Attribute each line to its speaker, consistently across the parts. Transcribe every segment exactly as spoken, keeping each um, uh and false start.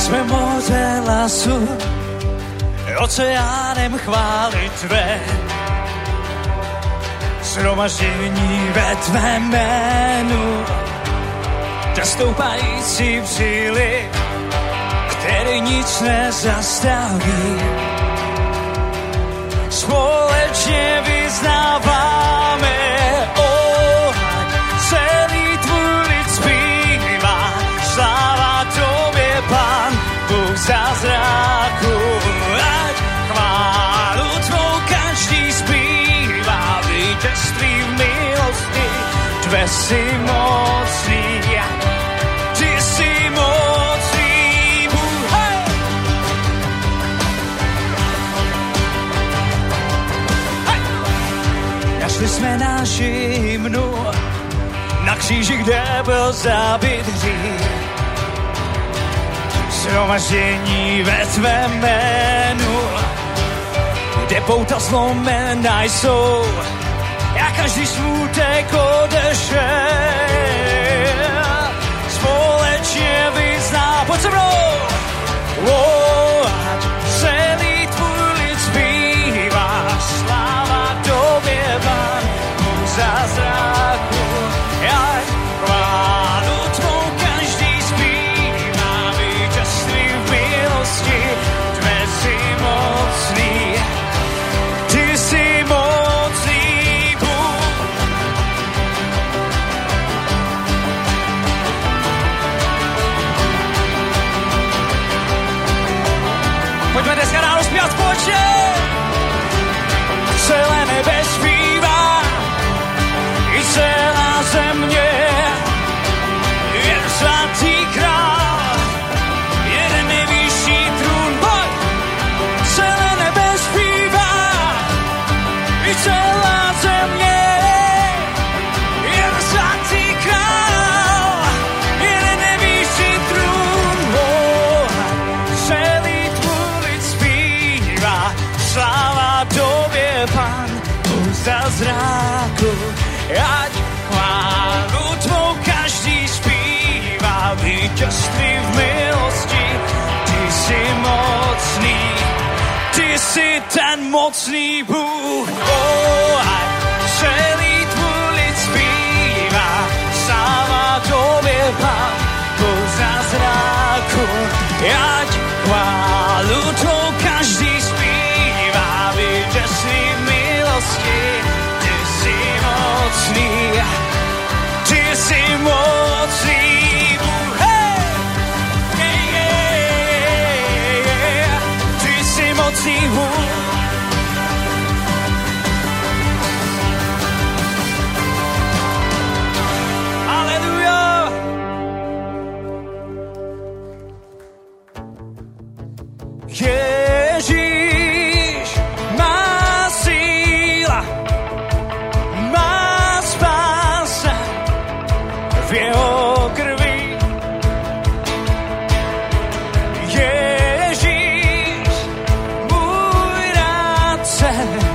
Speaker 1: Jsme moře lasu, oceánem chvály tvé. Shromaždění ve tvém jménu, ta stoupající příliv, který nic nezastaví. Společně vyznáváme, oh, celý tvůj lid zpívá, sláva tobě, Pán, Bůh zázraku. Ať chválu tvou každý zpívá, vítězství v milosti, tvé jsi mocný, ty jsi mocný, Bůh. Hey! Hey! Našli jsme naši hymnu na kříži, kde byl zabit hřích. Shromaždění ve tvém jménu, kde pouta zlomená jsou, a každý smutek odešel. Společně vyzná, pojď se mnou! Oh, celý tvůj lid zpívá, sláva tobě, Pán, Bůh zázraku. Ať chválu tvou každý zpívá, vítězství v milosti, tvé jsi mocný, ty jsi mocný, Bůh. Pojďme dneska ráno zpívat společně. Celé nebe zpívá, i celá země, jen svatý král, jeden nejvyšší trůn, boj. Celé nebe zpívá, i celá země, jen svatý král, jeden nejvyšší trůn, boj. Celý tvůj lid zpívá, sláva tobě, Pán, Bůh zázraku. Ať chválu tvou každý zpívá, vítězství v milosti, ty jsi mocný, ty jsi ten mocný Bůh. Oh, ať celý tvůj lid zpívá, sláva tobě, Pán, Bůh zázraku. Ať chválu tvou každý zpívá, vítězství v milosti, ty jsi mocný, ty jsi mocný Bůh. Hey! Yeah, yeah, yeah. Ty jsi mocný Bůh. Haleluja. Ježíš má síla, má spása v jeho krvi. Ježíš, můj rádce,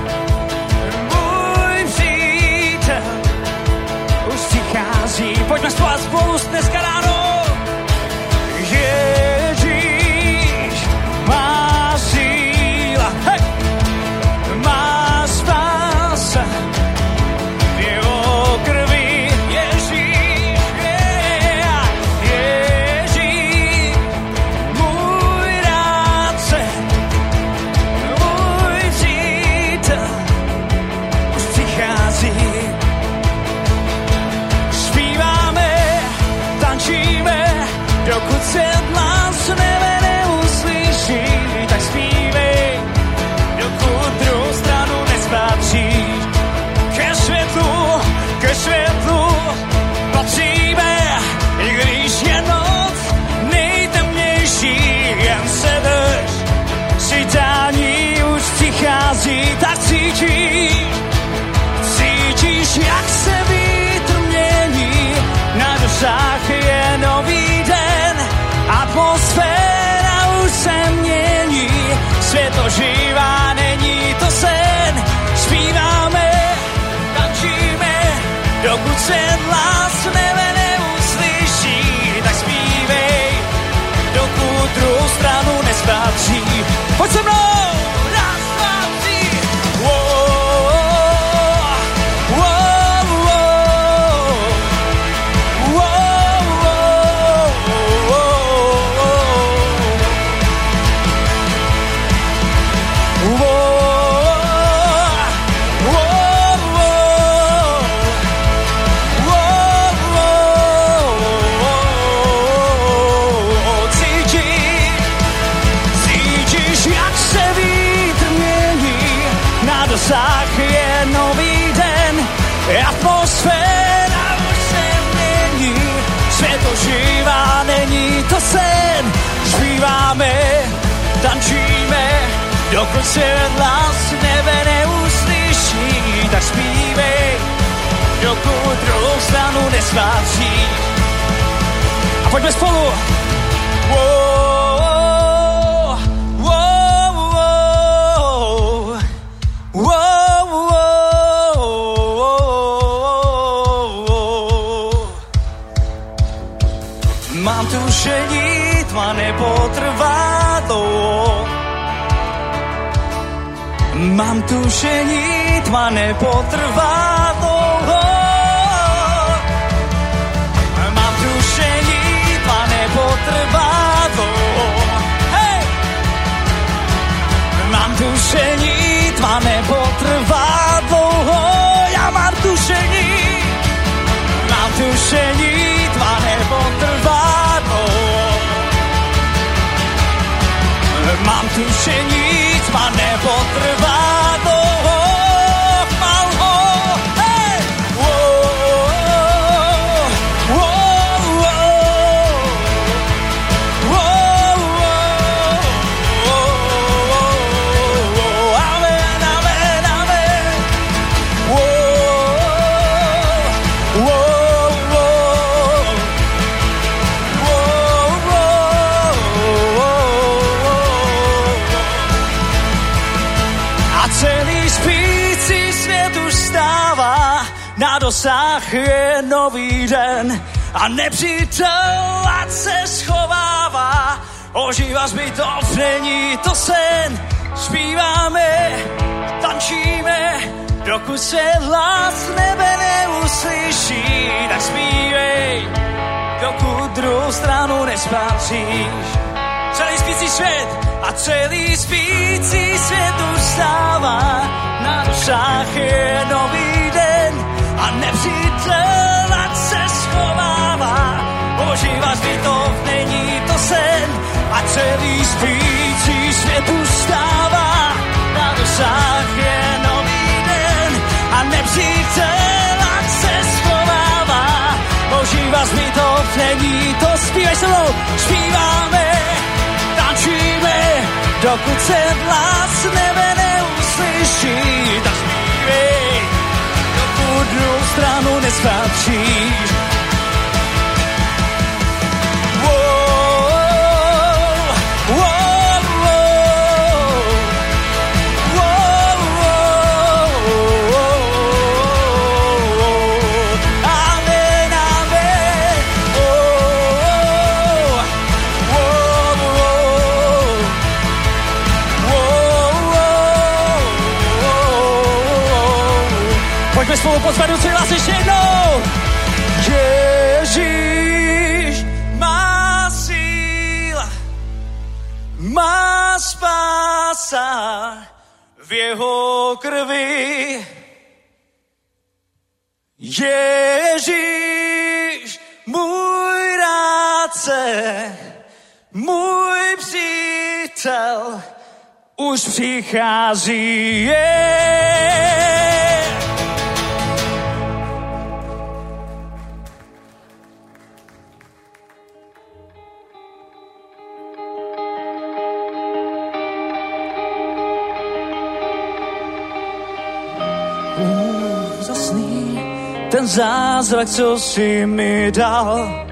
Speaker 1: můj přítel, už přichází. Pojďme spát spolu dneska ráno. Ježíš má síla, hej, má spása v jeho krvi. Ježíš, yeah, Ježíš, můj rádce, můj přítel, už přichází. Zpíváme, tančíme, dokud se hlas nebe neuslyší, tak zpívej, dokud druhou stranu nespatříš. Ke světlu, ke světlu patříme, i když je noc nejtemnější, jen se drž, svítání už přichází, tak cítíš, cítíš, jak se vítr mění, na dosah je nový den, atmosféra už se mění, svět ožívá, není to sen, zpíváme, tančíme, dokud se hlas nebe neuslyší, tak zpívej, dokud druhou dokud se hlas nebe neuslyší, tak zpívej, dokud druhou stranu nespatří. A pojďme spolu. Wow, wow, wow, wow, wow. Mám tušení, tma nepotrvá dlouho. Mám tušení, tma nepotrvá dlouho. Mám tušení, tma nepotrvá dlouho. Hej! Mám tušení, tma nepotrvá dlouho. Já mám tušení, mám tušení, tma nepotrvá dlouho. Mám tušení, tma nepotrvá dlouho. Mal ho, hej! Wow, wow, wow, wow, wow, amen, amen, amen. Wow, wow, wow, wow, a celý spící svět už stává, na dosah je nový den a nepřítel ať se schovává. Ožívá zbytov, není to sen, zpíváme, tančíme, dokud se hlas nebe neuslyší, tak zpívej, dokud druhou stranu nespatříš. Celý spící svět a celý spící svět už stává, na dosah je nový den a nepřítel ať se schovává. Ožívá zbytov, není to sen a celý spící svět už stává, na dosah je nový den a nepřítel ať se schovává. Ožívá zbytov, není to, zpívej se mnou, zpíváme, tančíme, dokud se hlas nebe neuslyší, tak zpívej, dokud druhou stranu nespatříš. Wow, wow, wow, wow, wow, amen, amen, oh, wow, pojďme spolu pozvednout si hlas ještě jednou. Ježíš má síla, má spása v jeho krvi. Ježíš, můj rádce, můj přítel, už přichází. Yeah. Úžasný ten zázrak, co jsi mi dal,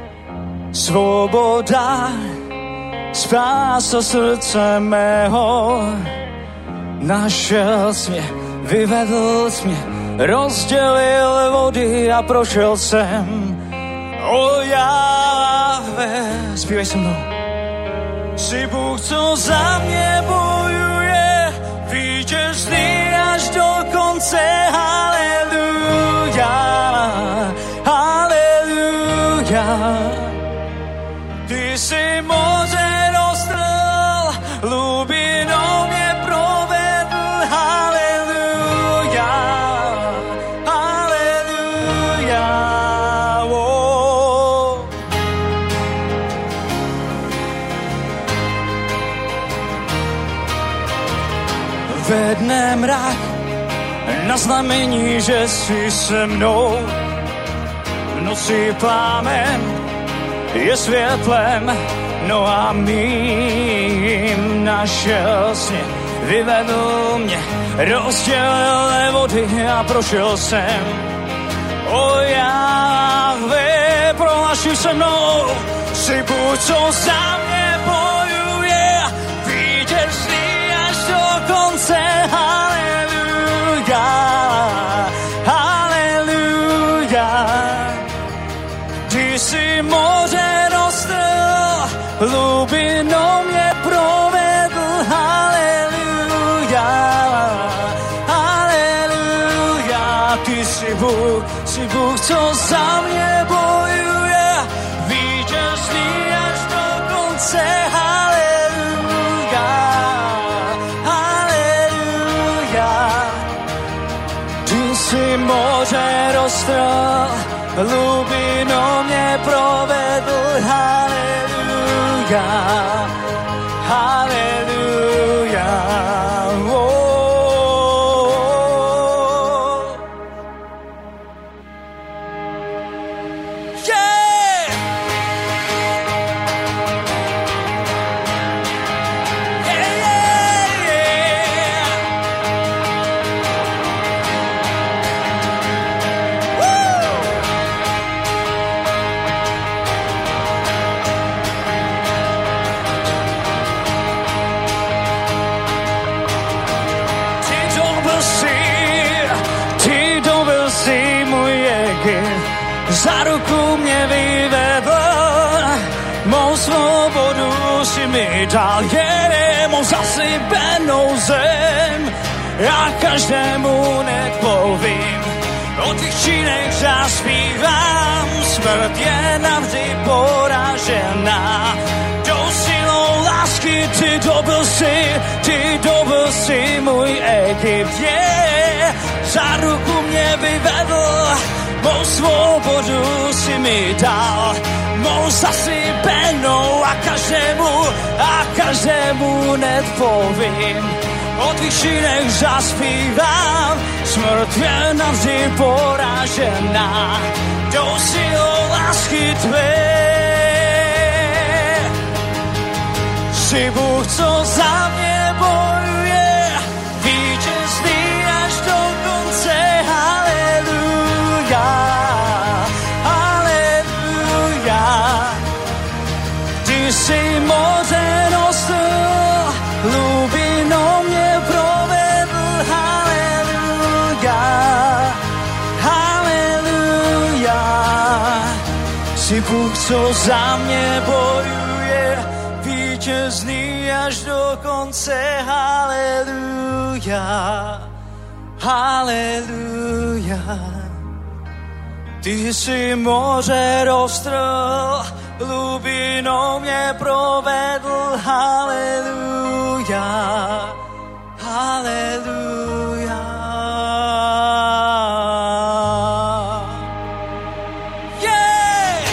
Speaker 1: svoboda, spása srdce mého. Našel jsi mě, vyvedl jsi mě, rozdělil vody a prošel jsem. O Jahve, zpívej se mnou. Jsi Bůh, co za mě bojuje, vítězný až do konce. Haleluja, haleluja. Ty jsi moře roztrhl, hlubinou mě provedl. Haleluja, haleluja. Oh. Ve dne mrak, na znamení, že jsi se mnou. V noci plámen je světlem, no a mým. Našel jsi mě, vyvedl mě, rozdělil vody a prošel jsem. O Jahve, prohlašuj se mnou, si Bůh, co za mě bojuje, vítězný až do konce, haleluja, haleluja. Ty jsi moře roztrhl, hlubinou mě provedl, haleluja, haleluja. Ty jsi Bůh, jsi Bůh, co za mě bojuje, vítězný až do konce, haleluja, haleluja. Ty jsi moře roztrhl, hlubinou mě provedl, haleluja, haleluja. Oh. Yeah! Yeah, yeah, yeah. Woo! Ty dobil si, ty dobil si můj Egypt, za ruku mě vyvedl, mou svobodu si mi dal, je mou zasypenou zem. Já každému nepovím, o těch činech zaspívám, smrt je navždy poražená. Tou silou lásky ty dobil si, ty dobil si můj Egypt, yeah. Za ruku mě vyvedl, mou svobodu si mi dal, mou zasypenou a každému, a každému nepovím. O tvých činech zaspívám, smrt je navždy poražená. Tou silou lásky tvé, jsi Bůh, co za mě bojuje, vítězný až do konce, haleluja, haleluja. Ty jsi moře roztrhl, hlubinou mě provedl, haleluja, haleluja. Jsi Bůh, co za mě bojuje, vítězný až do konce, haleluja, haleluja. Ty jsi moře roztrhl, hlubinou mě provedl, haleluja, haleluja. Yeah!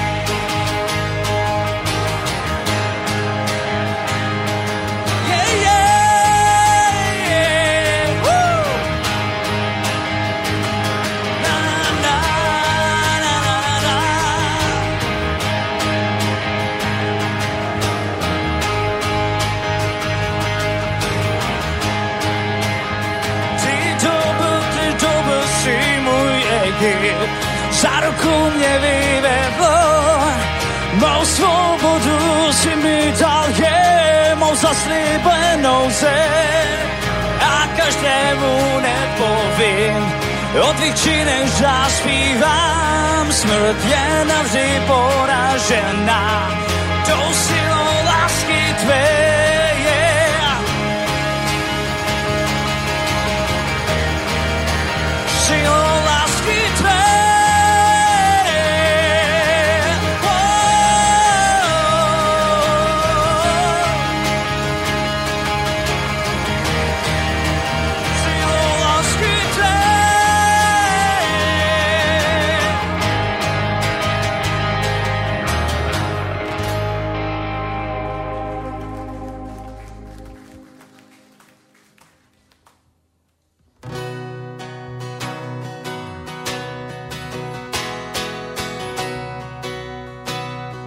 Speaker 1: Yeah, yeah, yeah. Woo! Na, na, na, na, na. Za ruku mě vyvedl, mou svobodu si mi dal, je mou zaslíbenou zem. A každému nepovím, o tvých činech zaspívám, smrt je navždy poražená. Tou silou lásky tvé, yeah. Silou lásky tvé.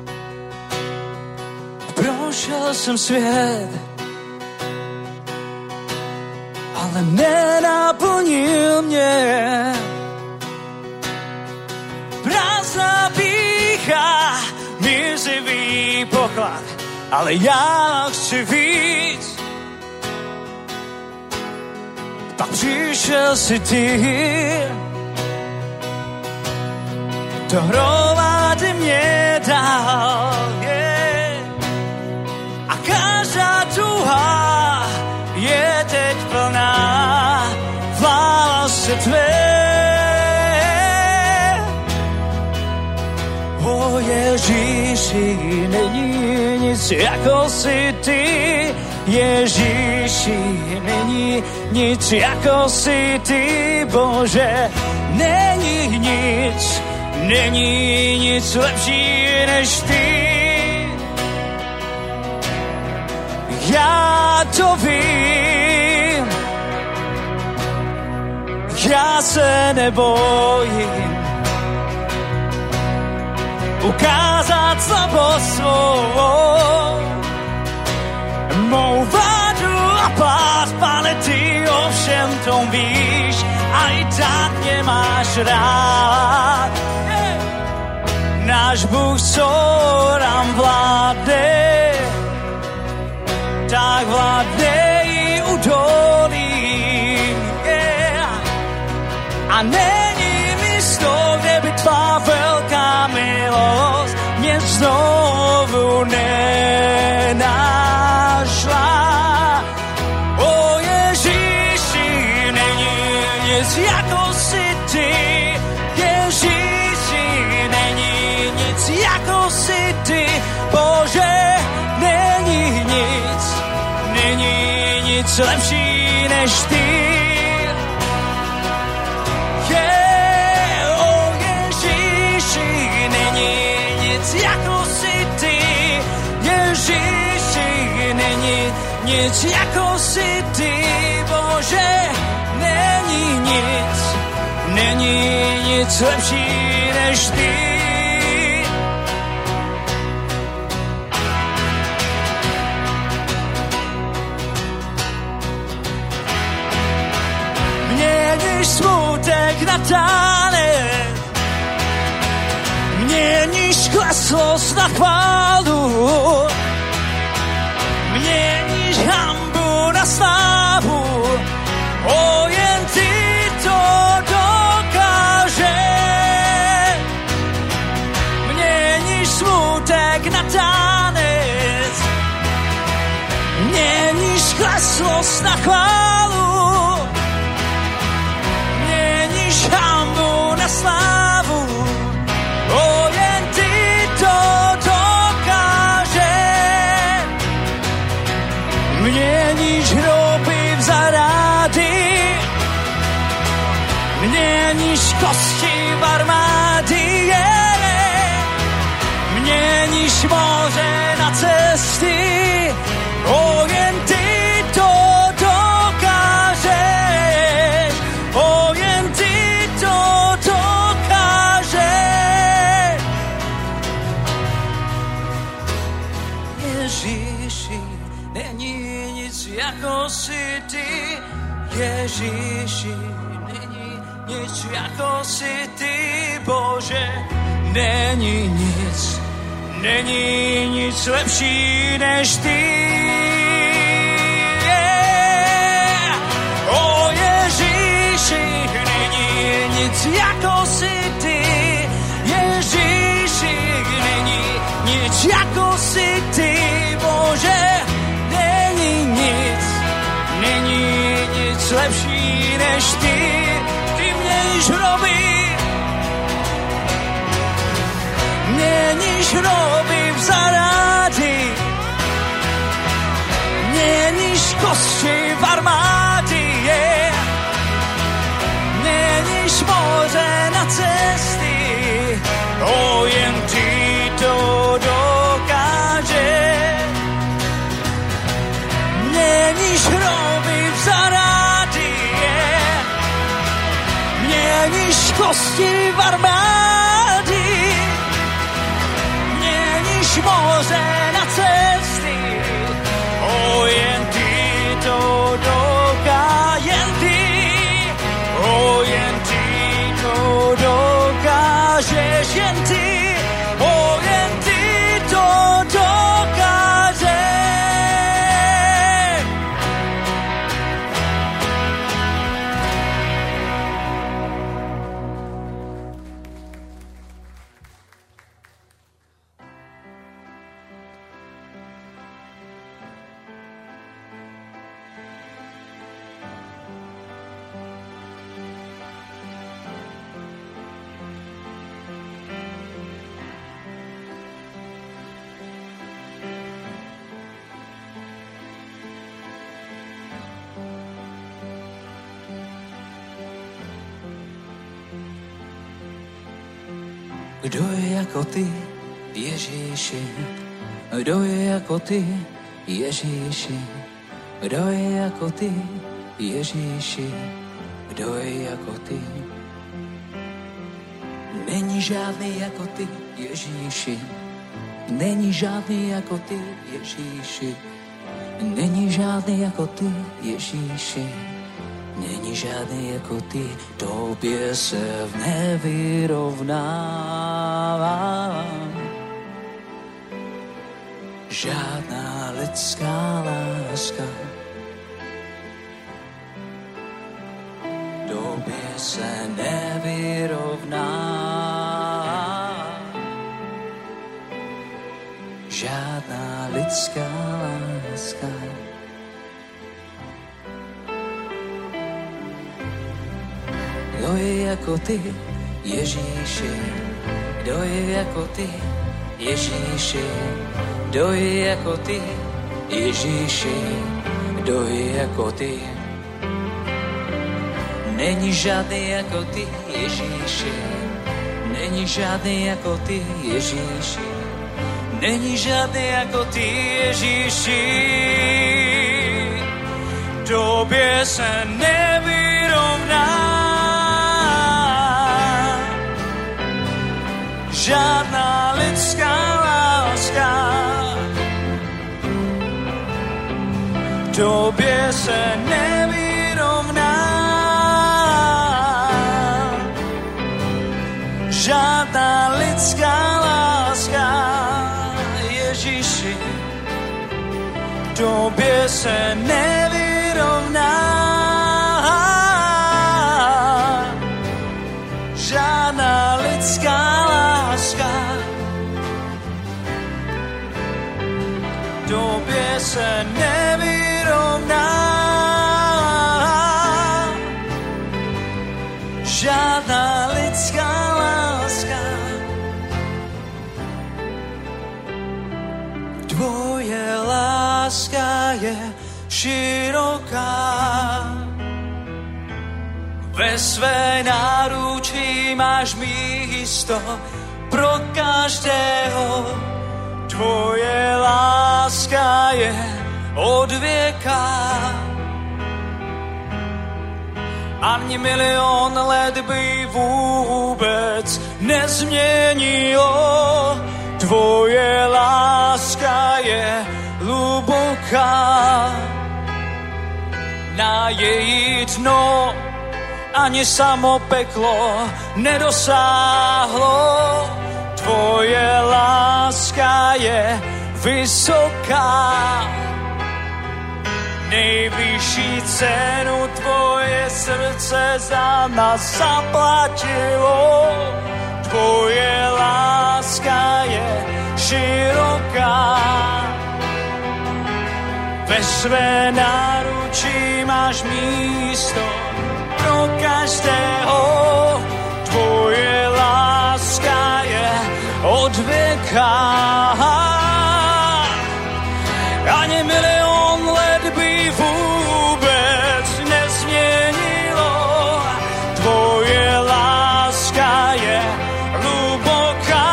Speaker 1: Prošel jsem svět, ale nenaplnil mě. Prázdná pýcha, mizivý poklad, ale já chci víc. Pak přišel si ty, dohromady mě dal, yeah. A každá tuha je teď plná v lásce tvé. O Ježíši, není nic jako si ty. Ježíši, není nic jako si ty, Bože. Není nic, není nic lepší než ty. Já to vím, já se nebojím ukázat slabost svou, mou vádu a pád, Pane, ty o všem tom víš a i tak mě máš rád. Náš Bůh, co nám vládne, tak vládne i údolí. Yeah. A není místo, kde by tvá velká milost mě znovu nenašla. O Ježíši, není nic jako si ty. Ježíši, není nic jako si ty. Bože, není nic, není nic lepší než ty. Yeah, o Ježíši, není nic jako si ty. Ježíši, není nic jako si ty. Bože, není nic, není nic lepší než ty. Měníš smutek na tánek, měníš kleslost na chválu, měníš hanbu na slávu, o jen ty to dokáže. Měníš smutek na tanec, měníš kleslost na chválu, měníš hanbu na slávu, o jen ty to dokáže. Měníš hroby v zarády, měníš kosti v armády, yeah. Měníš moře na cesty, o jen ty to dokážeš, o jen ty to dokážeš. Ježíši, není nic jako si ty. Ježíši, není nic jako si ty, Bože. Není nic, není nic lepší než ty. Yeah. O Ježíši, není nic jako si ty. Ježíši, není nic jako si ty, Bože. Není nic, není nic lepší než ty. Ty měníš hroby, měníš hroby v zarády, měníš kosti v armády, yeah. Měníš moře na cesty, o jen ty to dokáže. Měníš hroby v zarády, yeah. Měníš kosti v armády, měníš moře na cesty, o jen ty to dokáže, jen Kdo je jako ty, Ježíši? Kdo je jako ty, Ježíši? Kdo je jako ty, Ježíši? Kdo je jako ty? Není žádný jako ty, Ježíši. Není žádný jako ty, Ježíši. Není žádný jako ty, Ježíši. Není žádný jako ty, tobě se nevyrovnává. Žádná lidská láska tobě se nevyrovná. Žádná lidská láska. Kdo je jako ty, Ježíši? Kdo je jako ty, Ježíši? Kdo je jako ty, Ježíši? Kdo je jako ty? Není žádný jako ty, Ježíši. Není žádný jako ty, Ježíši. Není žádný jako ty, Ježíši. Tobě se nevyrovná. Žádná lidská láska tobě se nevyrovná. Žádná lidská láska, Ježíši, tobě se nevyrovná. Žádná lidská láska tobě se nevyrovná. Žádná lidská láska. Tvoje láska je široká. Ve své náručí máš místo pro každého. Tvoje láska je od věka. Ani milion let by vůbec nezměnilo. Tvoje láska je hluboká. Na její dno ani samo peklo nedosáhlo. Tvoje láska je vysoká. Nejvyšší cenu tvoje srdce za nás zaplatilo. Tvoje láska je široká. Ve své náručí máš místo pro každého. Tvoje láska je od věka. Ani milion let by vůbec nezměnilo. Tvoje láska je hluboká.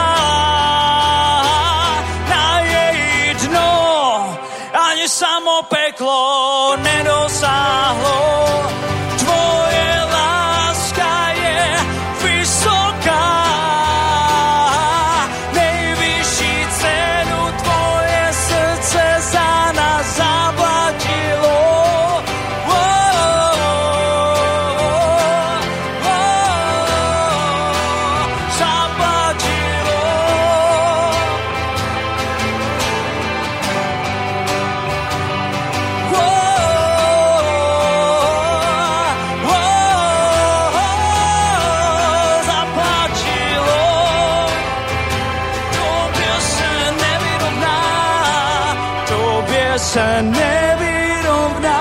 Speaker 1: Na její dno ani samo peklo nedosáhlo. Tvoje láska je vysoká. Nejvyšší cenu tvoje srdce za nás zaplatilo. Oh, oh, oh, zaplatilo. Oh, oh, zaplatilo. Tobě se nevyrovná. Tobě se nevyrovná.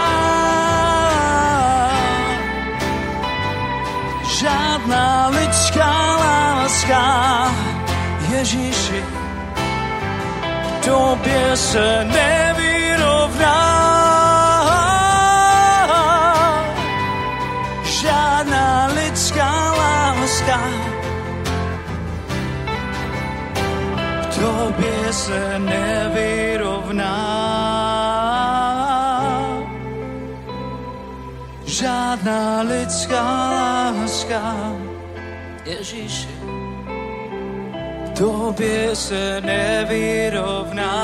Speaker 1: Žádná lidská láska, Ježíši, tobě se nevyrovná. Žádná lidská láska se nevyrovná. Žádná lidská láska, Ježíši, tobě se nevyrovná.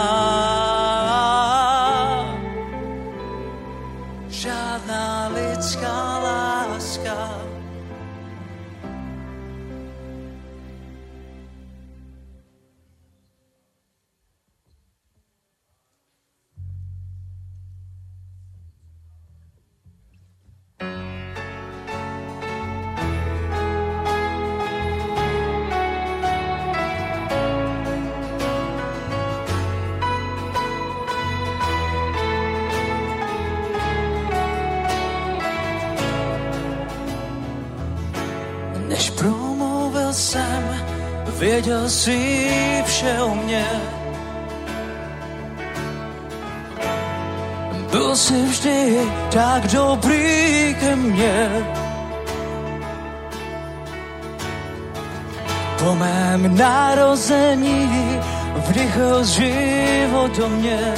Speaker 1: Žádná lidská láska. Než promluvil jsem, věděl jsi vše o mě. Byl jsi vždy tak dobrý ke mně. Po mém narození vdychl život do mě.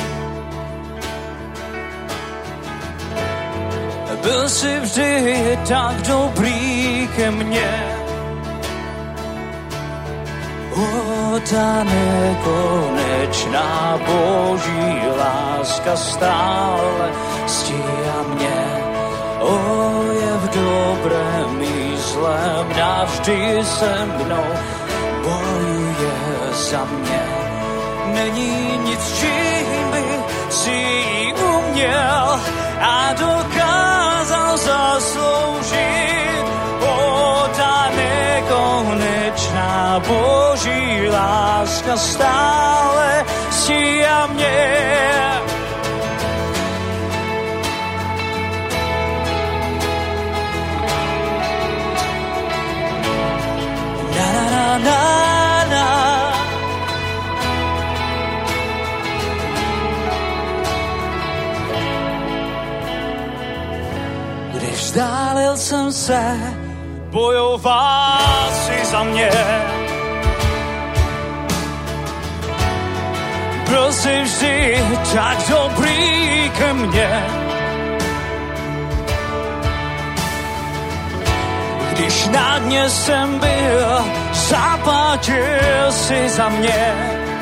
Speaker 1: Byl jsi vždy tak dobrý ke mně. O, ta nekonečná boží láska stále stíhá mě. O, je v dobrém i zlém, navždy se mnou bojuje za mě. Není nic, čím by si ji uměl a dokázal zasloužit. O, ta nekonečná boží láska stále stíhá mě. Na, na, na, na, na. Když vzdálil jsem se, bojoval si za mě. Byl jsi vždy tak dobrý ke mně. Když na dně jsem byl, zaplatil si za mě.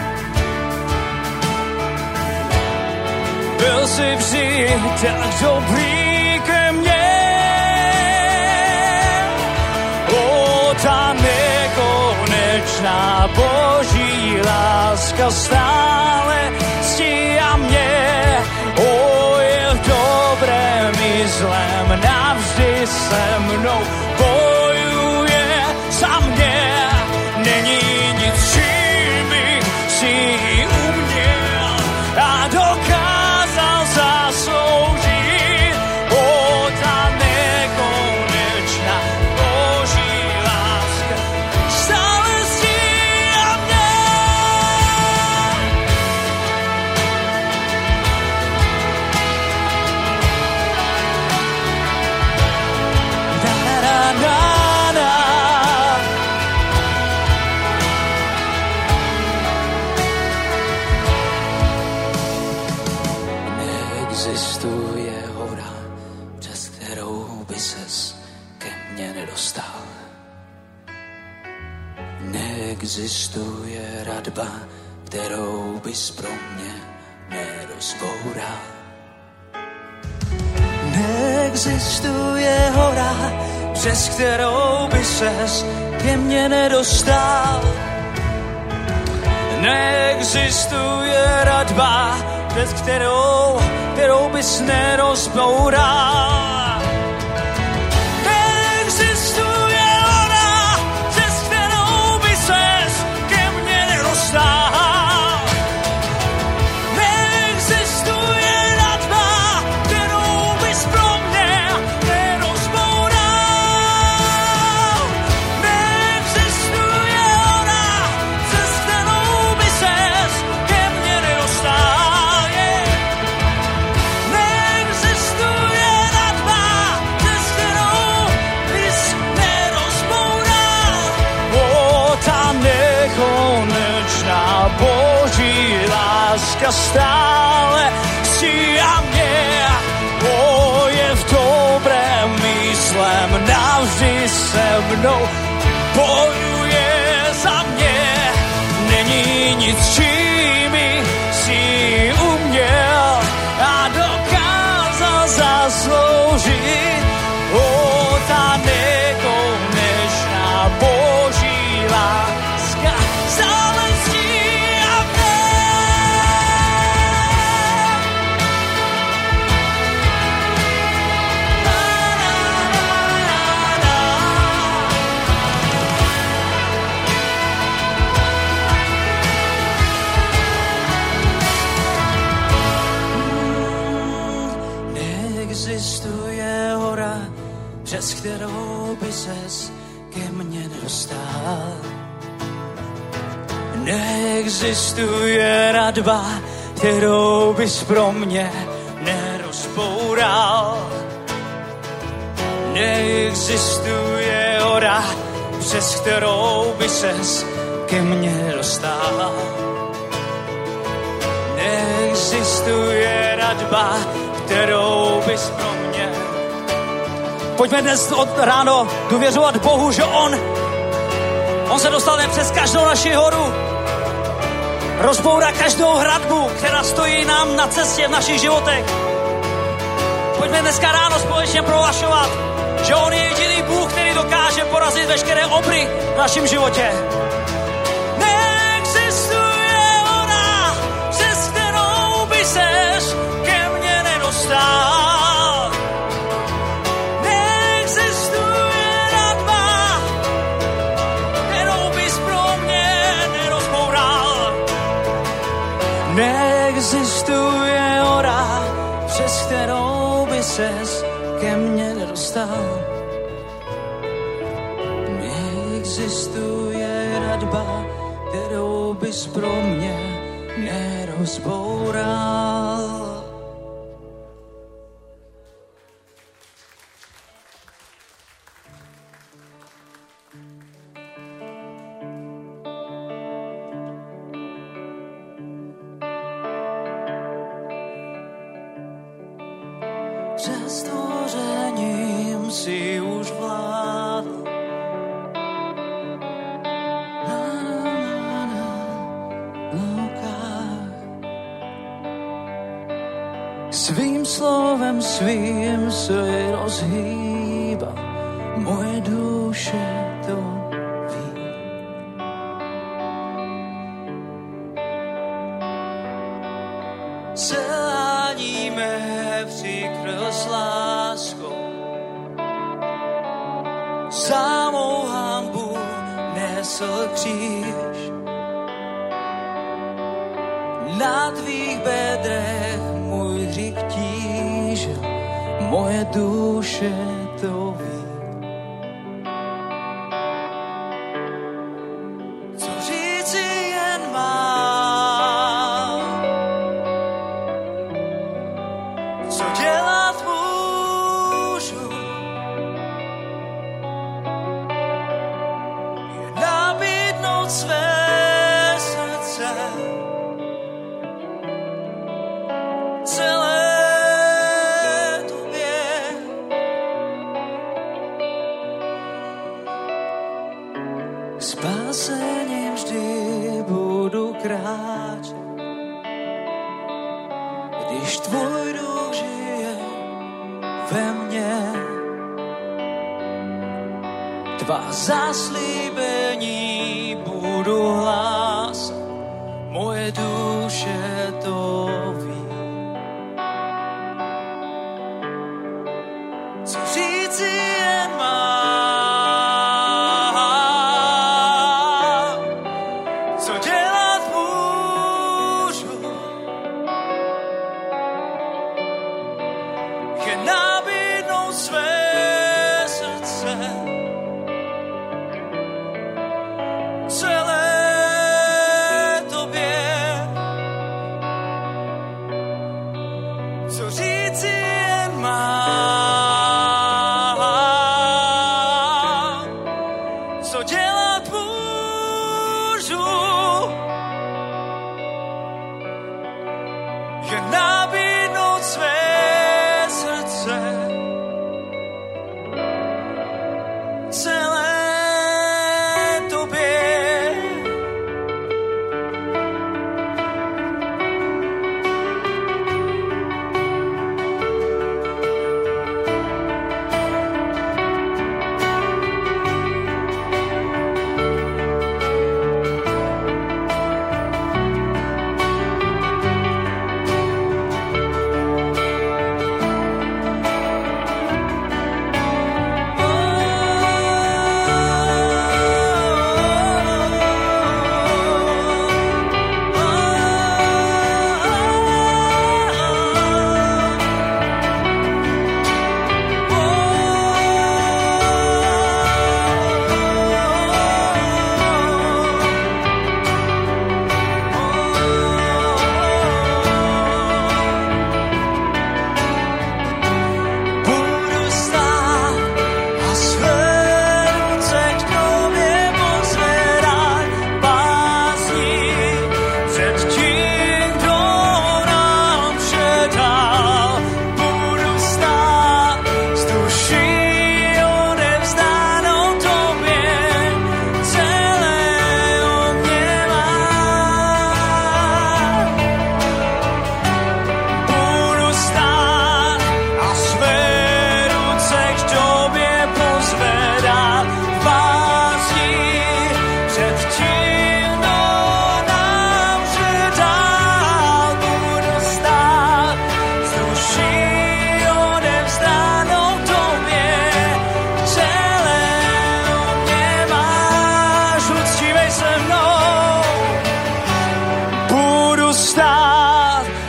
Speaker 1: Byl jsi vždy tak dobrý ke mně. O, ta nekonečná boží láska stále stíhá mě. O, je v dobrém i zlém, navždy se mnou bojuje za mě. Není nic, čím bych si ji uměl a dokázal zasloužit. O, ta nekonečná boží láska stále stíhá mě. Na, na, na, na. Neexistuje hora, přes kterou by ses ke mně nedostal. Neexistuje radba, kterou bys pro mě nerozboural. Neexistuje hora, přes kterou by ses ke mně nedostal. Neexistuje radba, přes kterou, kterou bys nerozboural. Neexistuje hora, přes kterou by ses ke mně nedostal. Neexistuje radba, kterou bys pro mě nerozboural. Neexistuje hora, přes kterou by ses ke mně nedostal. Neexistuje radba, láska stále si a mě. O, je v dobrém myslem, navždy se mnou bojuje za mě. Není nic, čím si uměl a dokázal zasloužit. O, ta nekonečná boží láska stále si a mě. Neexistuje hora, přes kterou by ses ke mně nedostal. Neexistuje radba, kterou bys pro mě nerozboural. Neexistuje hora, přes kterou by ses ke mně dostal. Neexistuje radba, kterou bys pro mě. Pojďme dnes od ráno důvěřovat Bohu, že On, On se dostane přes každou naši horu. Rozbourá každou hradbu, která stojí nám na cestě v našich životech. Pojďme dneska ráno společně prohlašovat, že On je jediný Bůh, který dokáže porazit veškeré obry v našem životě. Neexistuje ona, přes kterou by ses ke mně nedostal. Neexistuje radba, kterou bys pro mě nerozboural. Neexistuje hora, přes kterou by ses ke mně nedostal. Neexistuje radba, kterou bys pro mě nerozboural. Přes stvořením si už vládl. Na, na, na, na loukách. Svým slovem svým se rozhýba, moje duše to ví. Celáníme přikrz láskou, samou hanbu nesl kříž. Na tvých bedrech můj hřích tížil, moje duše to ví. Co říci jen mám, co dělat můžu, je nabídnout své srdce, celé tobě. Spásením vždy budu kráčet, když tvůj duch žije ve mně. Tvá zaslíbení budu hlásat, moje duše to ví. Co říci jen mám, co dělat můžu, je nabídnout své srdce, celé tobě. Co říci jen mám, co dělat můžu,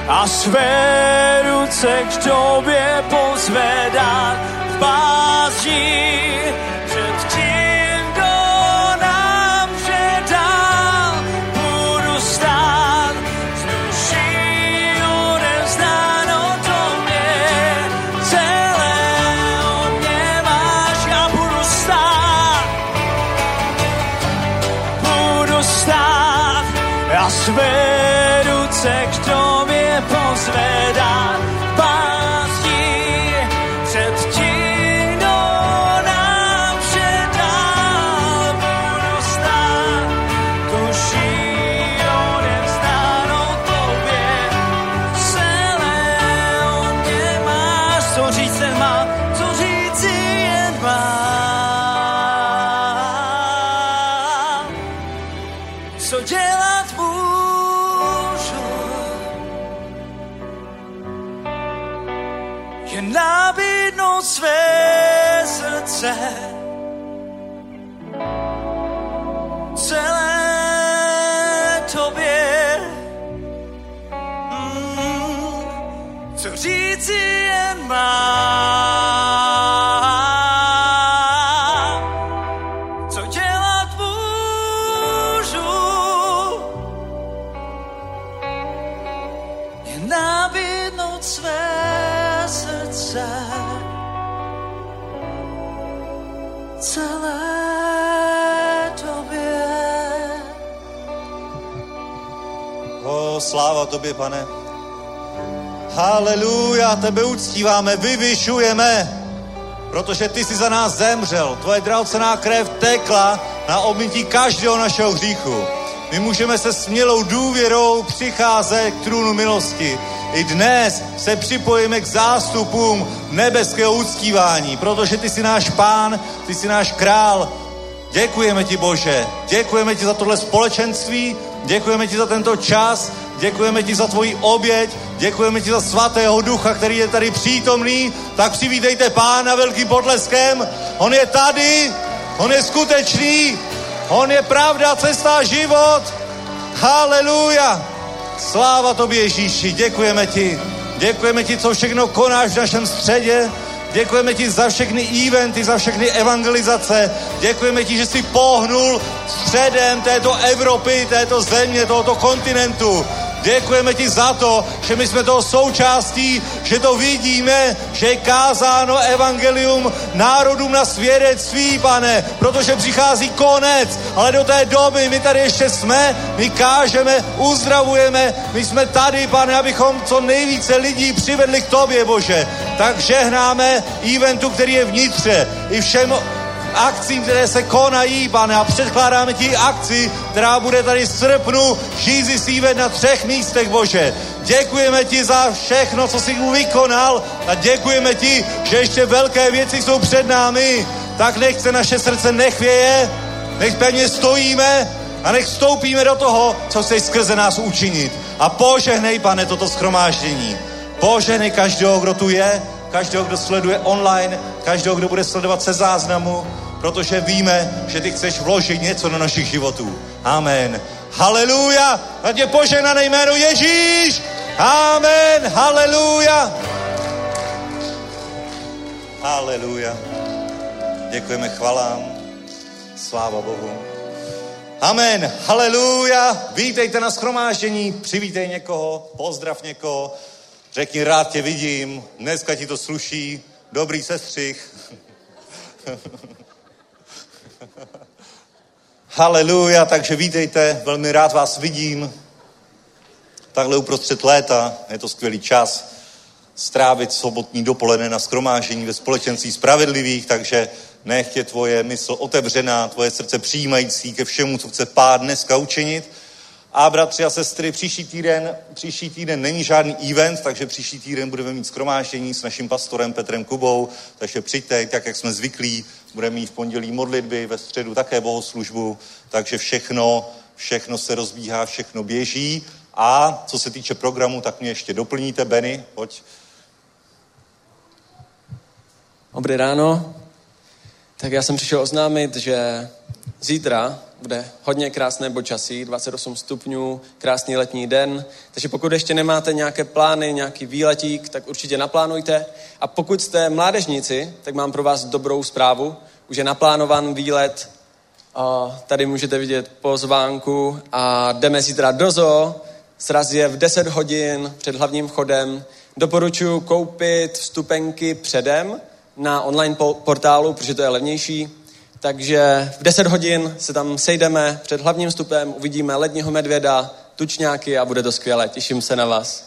Speaker 1: a své ruce k tobě pozvedat v bázni před tím, kdo nám předal. Budu stát s duší odevzdáno tobě, celé od mě máš. Já budu stát, budu stát a své ruce k tobě pozvedat v bázni před tím, kdo nám předal. Budu stát, duší odevzdáno tobě, celé od mě máš. Co říct jen má, co říci jen má, co dělat můžu, jen nabídnout své srdce, celé tobě. Mm, co říci jen mám, co dělat můžu, jen nabídnout své srdce, celé tobě.
Speaker 2: O, sláva tobě, pane. Haleluja, tebe uctíváme, vyvyšujeme, protože ty jsi za nás zemřel. Tvoje drahocenná krev tekla na obmytí každého našeho hříchu. My můžeme se smělou důvěrou přicházet k trůnu milosti. I dnes se připojíme k zástupům nebeského uctívání, protože ty jsi náš pán, ty jsi náš král. Děkujeme ti, Bože, děkujeme ti za tohle společenství, děkujeme ti za tento čas, děkujeme ti za tvoji oběť, děkujeme ti za svatého ducha, který je tady přítomný. Tak přivítejte pána velkým potleskem. On je tady, on je skutečný, on je pravda, cesta a život. Haleluja. Sláva tobě, Ježíši, děkujeme ti. Děkujeme ti, co všechno konáš v našem středě. Děkujeme ti za všechny eventy, za všechny evangelizace. Děkujeme ti, že jsi pohnul středem této Evropy, této země, tohoto kontinentu. Děkujeme ti za to, že my jsme toho součástí, že to vidíme, že je kázáno evangelium národům na svědectví, pane, protože přichází konec, ale do té doby my tady ještě jsme, my kážeme, uzdravujeme, my jsme tady, pane, abychom co nejvíce lidí přivedli k tobě, Bože. Tak žehnáme eventu, který je vnitře, i všem akcím, které se konají, pane, a předkládáme ti akci, která bude tady v srpnu, Jesus Event na třech místech, Bože. Děkujeme ti za všechno, co jsi vykonal, a děkujeme ti, že ještě velké věci jsou před námi. Tak nech se naše srdce nechvěje, nech pevně stojíme a nech vstoupíme do toho, co chceš skrze nás učinit. A požehnej, pane, toto shromáždění. Požehnej každého, kdo tu je, každého, kdo sleduje online, každého, kdo bude sledovat se záznamu, protože víme, že ty chceš vložit něco do našich životů. Amen. Haleluja. Ať je požehnané jméno Ježíš. Amen. Haleluja. Haleluja. Děkujeme, chvalám. Sláva Bohu. Amen. Haleluja. Vítejte na shromáždění. Přivítej někoho, pozdrav někoho. Řekni, rád tě vidím, dneska ti to sluší, dobrý sestřih. Haleluja, takže vítejte, velmi rád vás vidím. Takhle uprostřed léta, je to skvělý čas strávit sobotní dopoledne na shromáždění ve společenství spravedlivých, takže nech je tvoje mysl otevřená, tvoje srdce přijímající ke všemu, co chce Pán dneska učinit. A bratři a sestry, příští týden, příští týden není žádný event, takže příští týden budeme mít shromáždění s naším pastorem Petrem Kubou, takže přijďte, tak jak jsme zvyklí, budeme mít v pondělí modlitby, ve středu také bohoslužbu, takže všechno, všechno se rozbíhá, všechno běží. A co se týče programu, tak mě ještě doplníte, Benny, pojď.
Speaker 3: Dobré ráno. Tak já jsem přišel oznámit, že zítra bude hodně krásné počasí, dvacet osm stupňů, krásný letní den. Takže pokud ještě nemáte nějaké plány, nějaký výletík, tak určitě naplánujte. A pokud jste mládežníci, tak mám pro vás dobrou zprávu. Už je naplánovan výlet. A tady můžete vidět pozvánku a jdeme zítra do zoo. Sraz je v deset hodin před hlavním vchodem. Doporučuji koupit vstupenky předem na online portálu, protože to je levnější. Takže v deset hodin se tam sejdeme před hlavním vstupem, uvidíme ledního medvěda, tučňáky a bude to skvělé. Těším se na vás.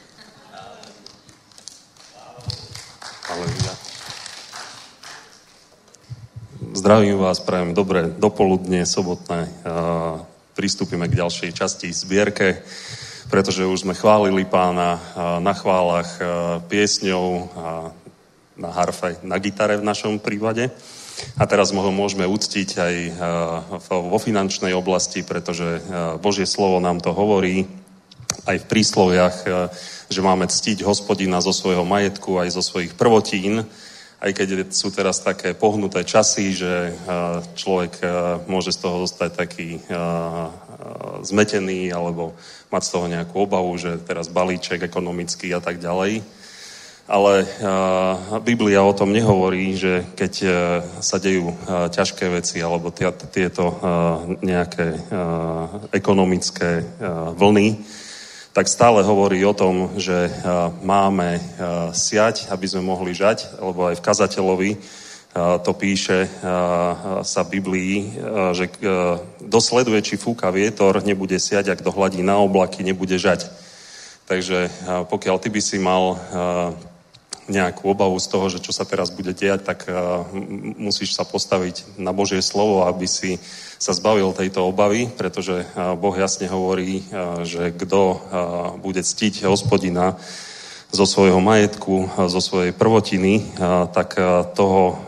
Speaker 4: Zdravím vás, prajem dobré dopoludne, sobotné. Pristúpime k ďalšej časti zbierke, pretože už sme chválili Pána na chválach piesňou, na harfe, na gitare v našom prípade. A teraz ho môžeme uctiť aj vo finančnej oblasti, pretože Božie slovo nám to hovorí aj v prísloviach, že máme ctiť Hospodina zo svojho majetku aj zo svojich prvotín, aj keď sú teraz také pohnuté časy, že človek môže z toho dostať taký zmetený alebo mať z toho nejakú obavu, že teraz balíček ekonomický a tak ďalej. Ale Biblia o tom nehovorí, že keď sa dejú ťažké veci alebo tieto nejaké ekonomické vlny, tak stále hovorí o tom, že máme siať, aby sme mohli žať, lebo aj v kazateľovi to píše sa v Biblii, že dosleduje, či fúka vietor, nebude siať, ak dohladí na oblaky, nebude žať. Takže pokiaľ ty by si mal nejakú obavu z toho, že čo sa teraz bude diať, tak musíš sa postaviť na Božie slovo, aby si sa zbavil tejto obavy, pretože Boh jasne hovorí, že kto bude ctiť Hospodina zo svojho majetku, zo svojej prvotiny, tak toho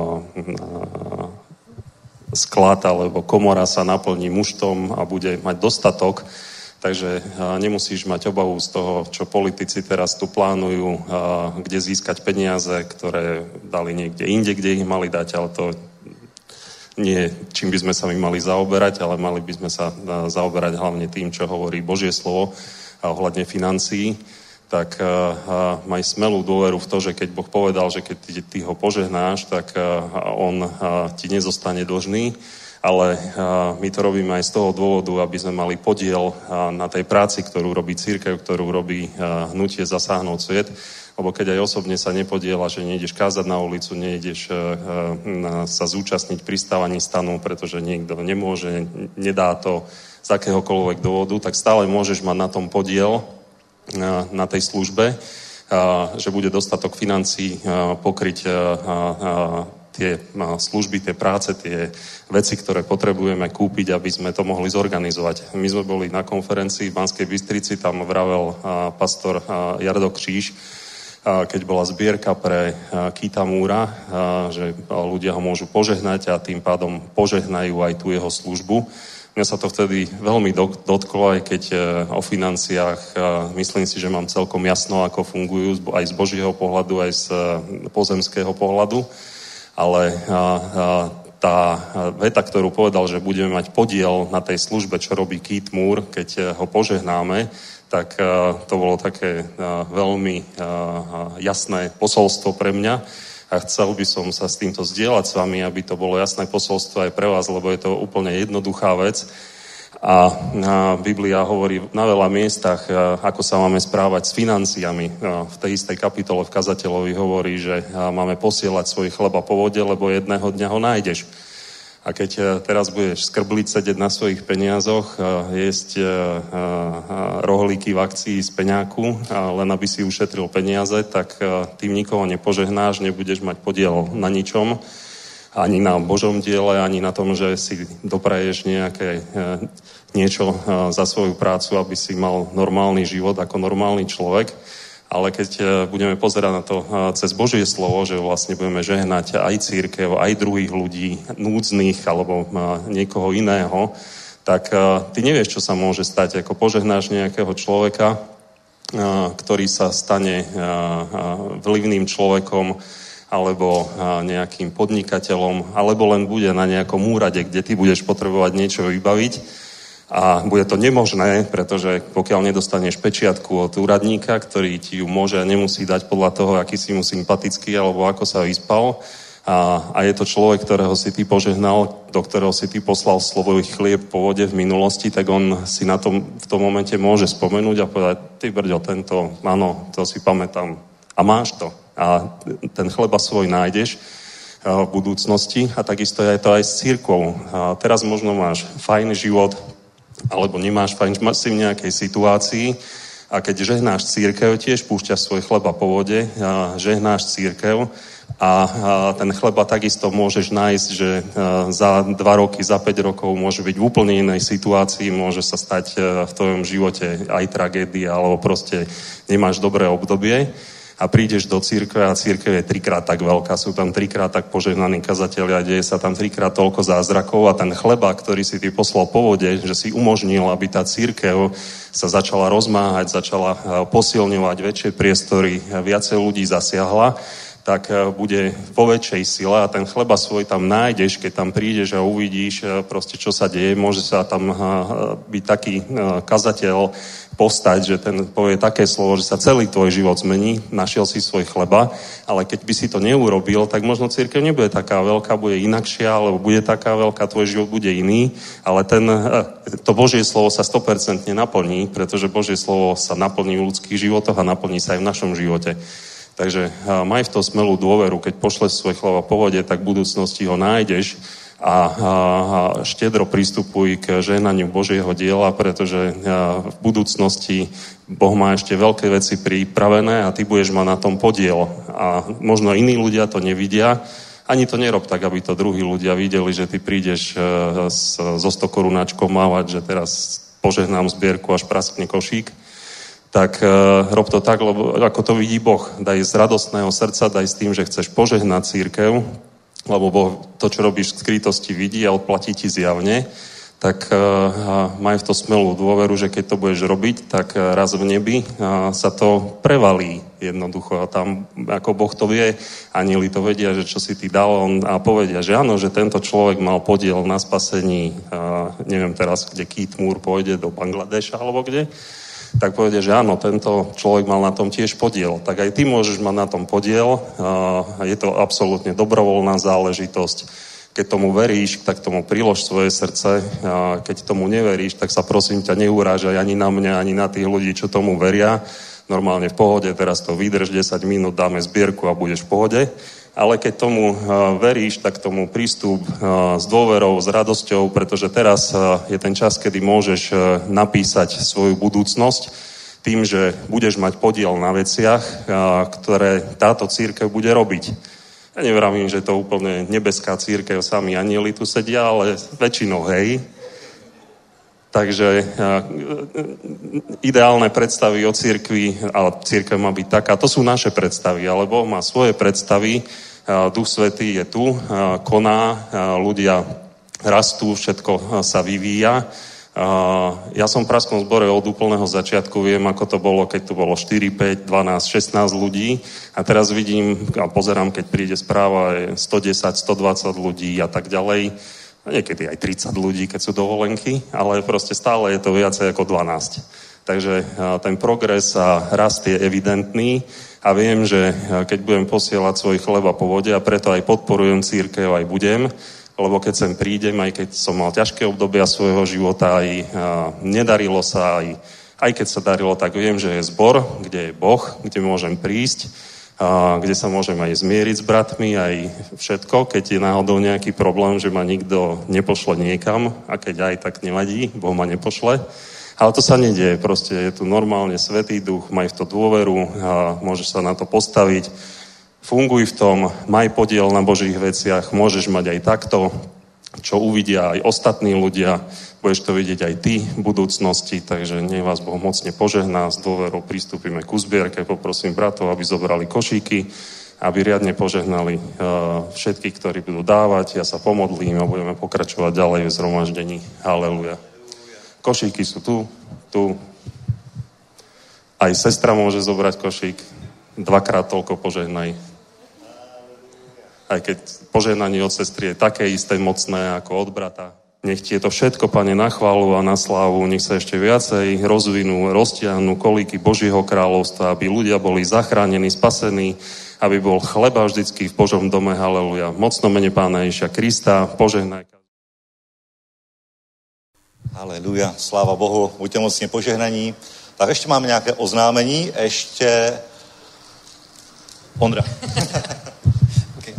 Speaker 4: sklad alebo komora sa naplní muštom a bude mať dostatok. Takže nemusíš mať obavu z toho, čo politici teraz tu plánujú, kde získať peniaze, ktoré dali niekde inde, kde ich mali dať, ale to nie, čím by sme sa my mali zaoberať, ale mali by sme sa zaoberať hlavne tým, čo hovorí Božie slovo a ohľadne financií. Tak maj smelú dôveru v to, že keď Boh povedal, že keď ty, ty ho požehnáš, tak on ti nezostane dlžný, ale my to robíme aj z toho dôvodu, aby sme mali podiel na tej práci, ktorú robí cirkev, ktorú robí hnutie Zasáhnuť svet. Lebo keď aj osobne sa nepodiela, že nejdeš kázať na ulicu, nejdeš sa zúčastniť pri stávaní stanu, pretože niekto nemôže, nedá to z akéhokoľvek dôvodu, tak stále môžeš mať na tom podiel, na tej službe, že bude dostatok financií pokryť tie služby, tie práce, tie veci, ktoré potrebujeme kúpiť, aby sme to mohli zorganizovať. My sme boli na konferencii v Banskej Bystrici, tam vravel pastor Jardo Kříž, keď bola zbierka pre Kita Múra, že ľudia ho môžu požehnať a tým pádom požehnajú aj tú jeho službu. Mňa sa to vtedy veľmi dotklo, aj keď o financiách myslím si, že mám celkom jasno, ako fungujú aj z Božieho pohľadu, aj z pozemského pohľadu. Ale tá veta, ktorú povedal, že budeme mať podiel na tej službe, čo robí Keith Moore, keď ho požehnáme, tak to bolo také veľmi jasné posolstvo pre mňa a chcel by som sa s týmto zdieľať s vami, aby to bolo jasné posolstvo aj pre vás, lebo je to úplne jednoduchá vec. A Biblia hovorí na veľa miestach, ako sa máme správať s financiami. V tej istej kapitole v Kazateľovi hovorí, že máme posielať svoj chleba po vode, lebo jedného dňa ho nájdeš. A keď teraz budeš skrbliť, sedieť na svojich peniazoch, jesť rohlíky v akcii z peňáku, len aby si ušetril peniaze, tak tým nikoho nepožehnáš, nebudeš mať podiel na ničom, ani na Božom diele, ani na tom, že si dopraješ nejaké niečo za svoju prácu, aby si mal normálny život ako normálny človek. Ale keď budeme pozerať na to cez Božie slovo, že vlastne budeme žehnať aj cirkev, aj druhých ľudí, núdznych alebo niekoho iného, tak ty nevieš, čo sa môže stať. Ako požehnáš nejakého človeka, ktorý sa stane vplyvným človekom alebo nejakým podnikateľom, alebo len bude na nejakom úrade, kde ty budeš potrebovať niečo vybaviť. A bude to nemožné, pretože pokiaľ nedostaneš pečiatku od úradníka, ktorý ti ju môže a nemusí dať podľa toho, aký si mu sympatický alebo ako sa vyspal, a, a je to človek, ktorého si ty požehnal, do ktorého si ty poslal slovový chlieb po vode v minulosti, tak on si na tom v tom momente môže spomenúť a povedať, ty brďo, tento, áno, to si pamätám. A máš to. A ten chleba svoj nájdeš v budúcnosti a takisto je to aj s cirkvou. A teraz možno máš fajn život, alebo nemáš fajn, si v nejakej situácii a keď žehnáš cirkev, tiež púšťaš svoj chleba po vode, a žehnáš cirkev a, a ten chleba takisto môžeš nájsť, že za dva roky, za päť rokov môže byť v úplne inej situácii, môže sa stať v tvojom živote aj tragédia, alebo proste nemáš dobré obdobie. A prídeš do cirkve a cirkev je trikrát tak veľká, sú tam trikrát tak požehnaní kazatelia, deje sa tam trikrát toľko zázrakov a ten chleba, ktorý si ty poslal po vode, že si umožnil, aby tá cirkev sa začala rozmáhať, začala posilňovať väčšie priestory, viacej ľudí zasiahla, tak bude vo väčšej sile a ten chleba svoj tam nájdeš, keď tam prídeš a uvidíš proste, čo sa deje. Môže sa tam byť taký kazateľ postať, že ten povie také slovo, že sa celý tvoj život zmení, našiel si svoj chleba, ale keď by si to neurobil, tak možno cirkev nebude taká veľká, bude inakšia, alebo bude taká veľká, tvoj život bude iný, ale ten, to Božie slovo sa sto percent naplní, pretože Božie slovo sa naplní v ľudských životoch a naplní sa aj v našom živote. Takže maj v to smelú dôveru, keď pošleš svoj chleba po vode, tak v budúcnosti ho nájdeš a, a, a štedro pristupuj k žehnaniu Božieho diela, pretože v budúcnosti Boh má ešte veľké veci pripravené a ty budeš mať na tom podiel. A možno iní ľudia to nevidia, ani to nerob tak, aby to druhí ľudia videli, že ty prídeš so sto korunáčkom mávať, že teraz požehnám zbierku, až praskne košík. Tak uh, rob to tak, lebo ako to vidí Boh. Daj z radostného srdca, daj s tým, že chceš požehnať cirkev, lebo Boh to, čo robíš v skrytosti, vidí a odplatí ti zjavne. Tak uh, maj v to smelú dôveru, že keď to budeš robiť, tak uh, raz v nebi uh, sa to prevalí jednoducho. A tam, ako Boh to vie, anjeli to vedia, že čo si ty dal on, a povedia, že áno, že tento človek mal podiel na spasení, uh, neviem teraz, kde Keith Moore pôjde, do Bangladeša alebo kde, tak povedia, že áno, tento človek mal na tom tiež podiel. Tak aj ty môžeš mať na tom podiel. Je to absolútne dobrovoľná záležitosť. Keď tomu veríš, tak tomu prilož svoje srdce. Keď tomu neveríš, tak sa prosím ťa neurážaj ani na mňa, ani na tých ľudí, čo tomu veria. Normálne v pohode, teraz to vydrž desať minút, dáme zbierku a budeš v pohode. Ale keď tomu veríš, tak tomu prístup s dôverou, s radosťou, pretože teraz je ten čas, kedy môžeš napísať svoju budúcnosť tým, že budeš mať podiel na veciach, ktoré táto cirkev bude robiť. Ja nevravím, že to úplne nebeská cirkev, sami anjeli tu sedia, ale väčšinou hej. Takže ideálne predstavy o cirkvi, ale cirkev má byť taká, to sú naše predstavy, alebo má svoje predstavy. Duch Svätý je tu, koná, ľudia rastú, všetko sa vyvíja. Ja som v pražskom zbore od úplného začiatku, viem, ako to bolo, keď tu bolo štyri, päť, dvanásť, šestnásť ľudí a teraz vidím a pozerám, keď príde správa, je sto desať, sto dvadsať ľudí a tak ďalej. Niekedy aj tridsať ľudí, keď sú dovolenky, ale proste stále je to viacej ako dvanásť. Takže ten progres a rast je evidentný. A viem, že keď budem posielať svoj chleba po vode a preto aj podporujem cirkev, aj budem, lebo keď sem prídem, aj keď som mal ťažké obdobia svojho života, aj a, nedarilo sa, aj, aj keď sa darilo, tak viem, že je zbor, kde je Boh, kde môžem prísť, a, kde sa môžem aj zmieriť s bratmi, aj všetko, keď je náhodou nejaký problém, že ma nikto nepošle niekam, a keď aj, tak nevadí, Boh ma nepošle. Ale to sa nedieje, proste je tu normálne Svätý Duch, maj v to dôveru a môžeš sa na to postaviť. Funguj v tom, maj podiel na Božích veciach, môžeš mať aj takto, čo uvidia aj ostatní ľudia, budeš to vidieť aj ty v budúcnosti, takže nech vás Boh mocne požehná, s dôverou pristúpime ku zbierke, poprosím bratov, aby zobrali košíky, aby riadne požehnali uh, všetkých, ktorí budú dávať, ja sa pomodlím a budeme pokračovať ďalej v zhromaždení. Halelujá. Košíky sú tu, tu. Aj sestra môže zobrať košík. Dvakrát toľko požehnaj. aj keď požehnanie od sestry je také isté mocné ako od brata. Nech ti je to všetko, Pane, na chválu a na slávu, nech sa ešte viacej rozvinú, roztiahnu kolíky Božieho kráľovstva, aby ľudia boli zachránení, spasení, aby bol chleba vždycky v Božom dome, haleluja. Mocno mene Pána Ježiša Krista, požehnaj.
Speaker 2: Haleluja, sláva Bohu, buďte mocně požehnaní. Tak ještě máme nějaké oznámení, ještě Ondra.
Speaker 5: Okay.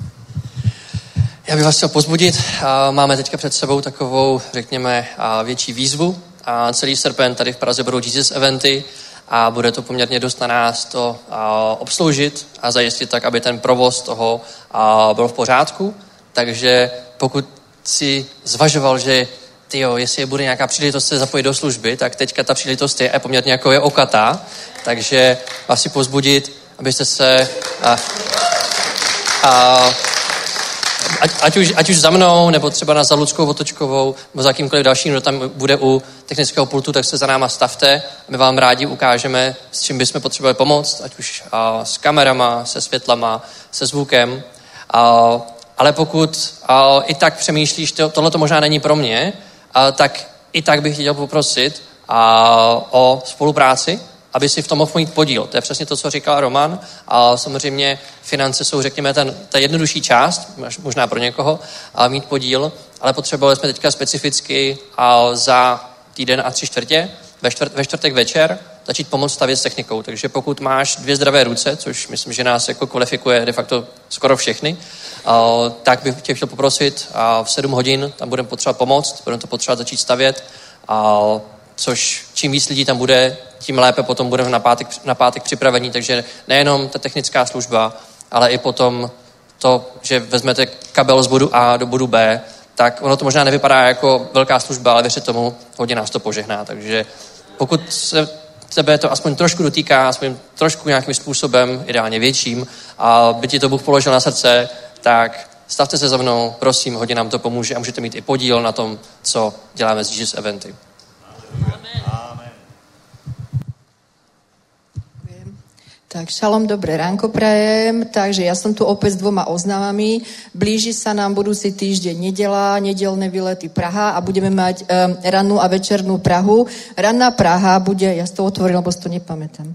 Speaker 5: Já bych vás chtěl pozbudit. Máme teďka před sebou takovou, řekněme, větší výzvu. Celý srpen tady v Praze budou Jesus eventy a bude to poměrně dost na nás to obsloužit a zajistit tak, aby ten provoz toho byl v pořádku. Takže pokud si zvažoval, že tyjo, jestli bude nějaká příležitost se zapojit do služby, tak teďka ta příležitost je poměrně jako je okatá. Takže vás si pozbudit, abyste se a, a, ať, ať, už, ať už za mnou, nebo třeba na za Ludskou Otočkovou, nebo za kýmkoliv dalším, kdo tam bude u technického pultu, tak se za náma stavte. My vám rádi ukážeme, s čím bychom potřebovali pomoct, ať už a, s kamerama, se světlama, se zvukem. A, ale pokud a, i tak přemýšlíš, to, tohle to možná není pro mě, a, tak i tak bych chtěl poprosit a, o spolupráci, aby si v tom mohl mít podíl. To je přesně to, co říkal Roman. A samozřejmě finance jsou, řekněme, ten, ta jednodušší část, možná pro někoho, a mít podíl, ale potřebovali jsme teďka specificky a za týden a tři čtvrtě, ve, čtvrt, ve čtvrtek večer, začít pomoct stavět s technikou. Takže pokud máš dvě zdravé ruce, což myslím, že nás jako kvalifikuje de facto skoro všechny, a, tak bych tě chtěl poprosit a v sedm hodin tam budeme potřebovat pomoct, budeme to potřebovat začít stavět, a, což čím víc lidí tam bude, tím lépe potom budeme na pátek, na pátek připravení, takže nejenom ta technická služba, ale i potom to, že vezmete kabel z bodu A do bodu B, tak ono to možná nevypadá jako velká služba, ale věřte tomu, hodně nás to požehná, takže pokud se tebe to aspoň trošku dotýká, aspoň trošku nějakým způsobem, ideálně větším, a by ti to Bůh položil na srdce, tak stavte se za mnou, prosím, hodně nám to pomůže a můžete mít i podíl na tom, co děláme s Jesus eventy.
Speaker 6: Tak šalom, dobré ránko prajem. Takže ja som tu opäť s dvoma oznámami. Blíži sa nám budúci týždeň nedeľa, nedelné výlety Praha a budeme mať um, rannú a večernú Prahu. Ranná Praha bude, ja si to otvorím, lebo si to nepamätám.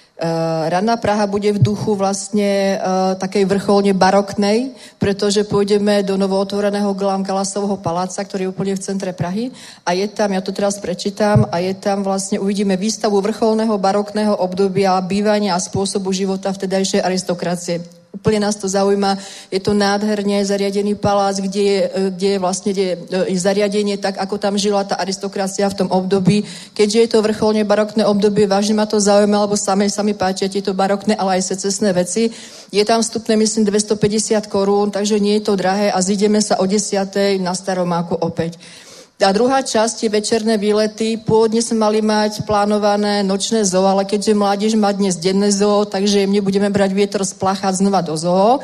Speaker 6: Uh, ranná Praha bude v duchu vlastne uh, takej vrcholne baroknej, pretože pôjdeme do novootvoreného Galasovho paláca, ktorý je úplne v centre Prahy a je tam, ja to teraz prečítam, a je tam vlastne, uvidíme výstavu vrcholného barokného obdobia bývania a spôsobu života vtedajšej aristokracie. Úplne nás to zaujíma. Je to nádherne zariadený palác, kde je, kde je vlastne kde je zariadenie tak, ako tam žila tá aristokracia v tom období. Keďže je to vrcholne barokné obdobie, vážne ma to zaujíma, lebo sami sa mi páčia tieto barokné, ale aj secesné veci. Je tam vstupné, myslím, dvestopäťdesiat korún, takže nie je to drahé a zídeme sa o desiatej na Staromáku opäť. A druhá časť je večerné výlety. Pôvodne sme mali mať plánované nočné zoo, ale keďže mládež má dnes denné zoo, takže mne budeme brať vietor z plachát znova do zoo.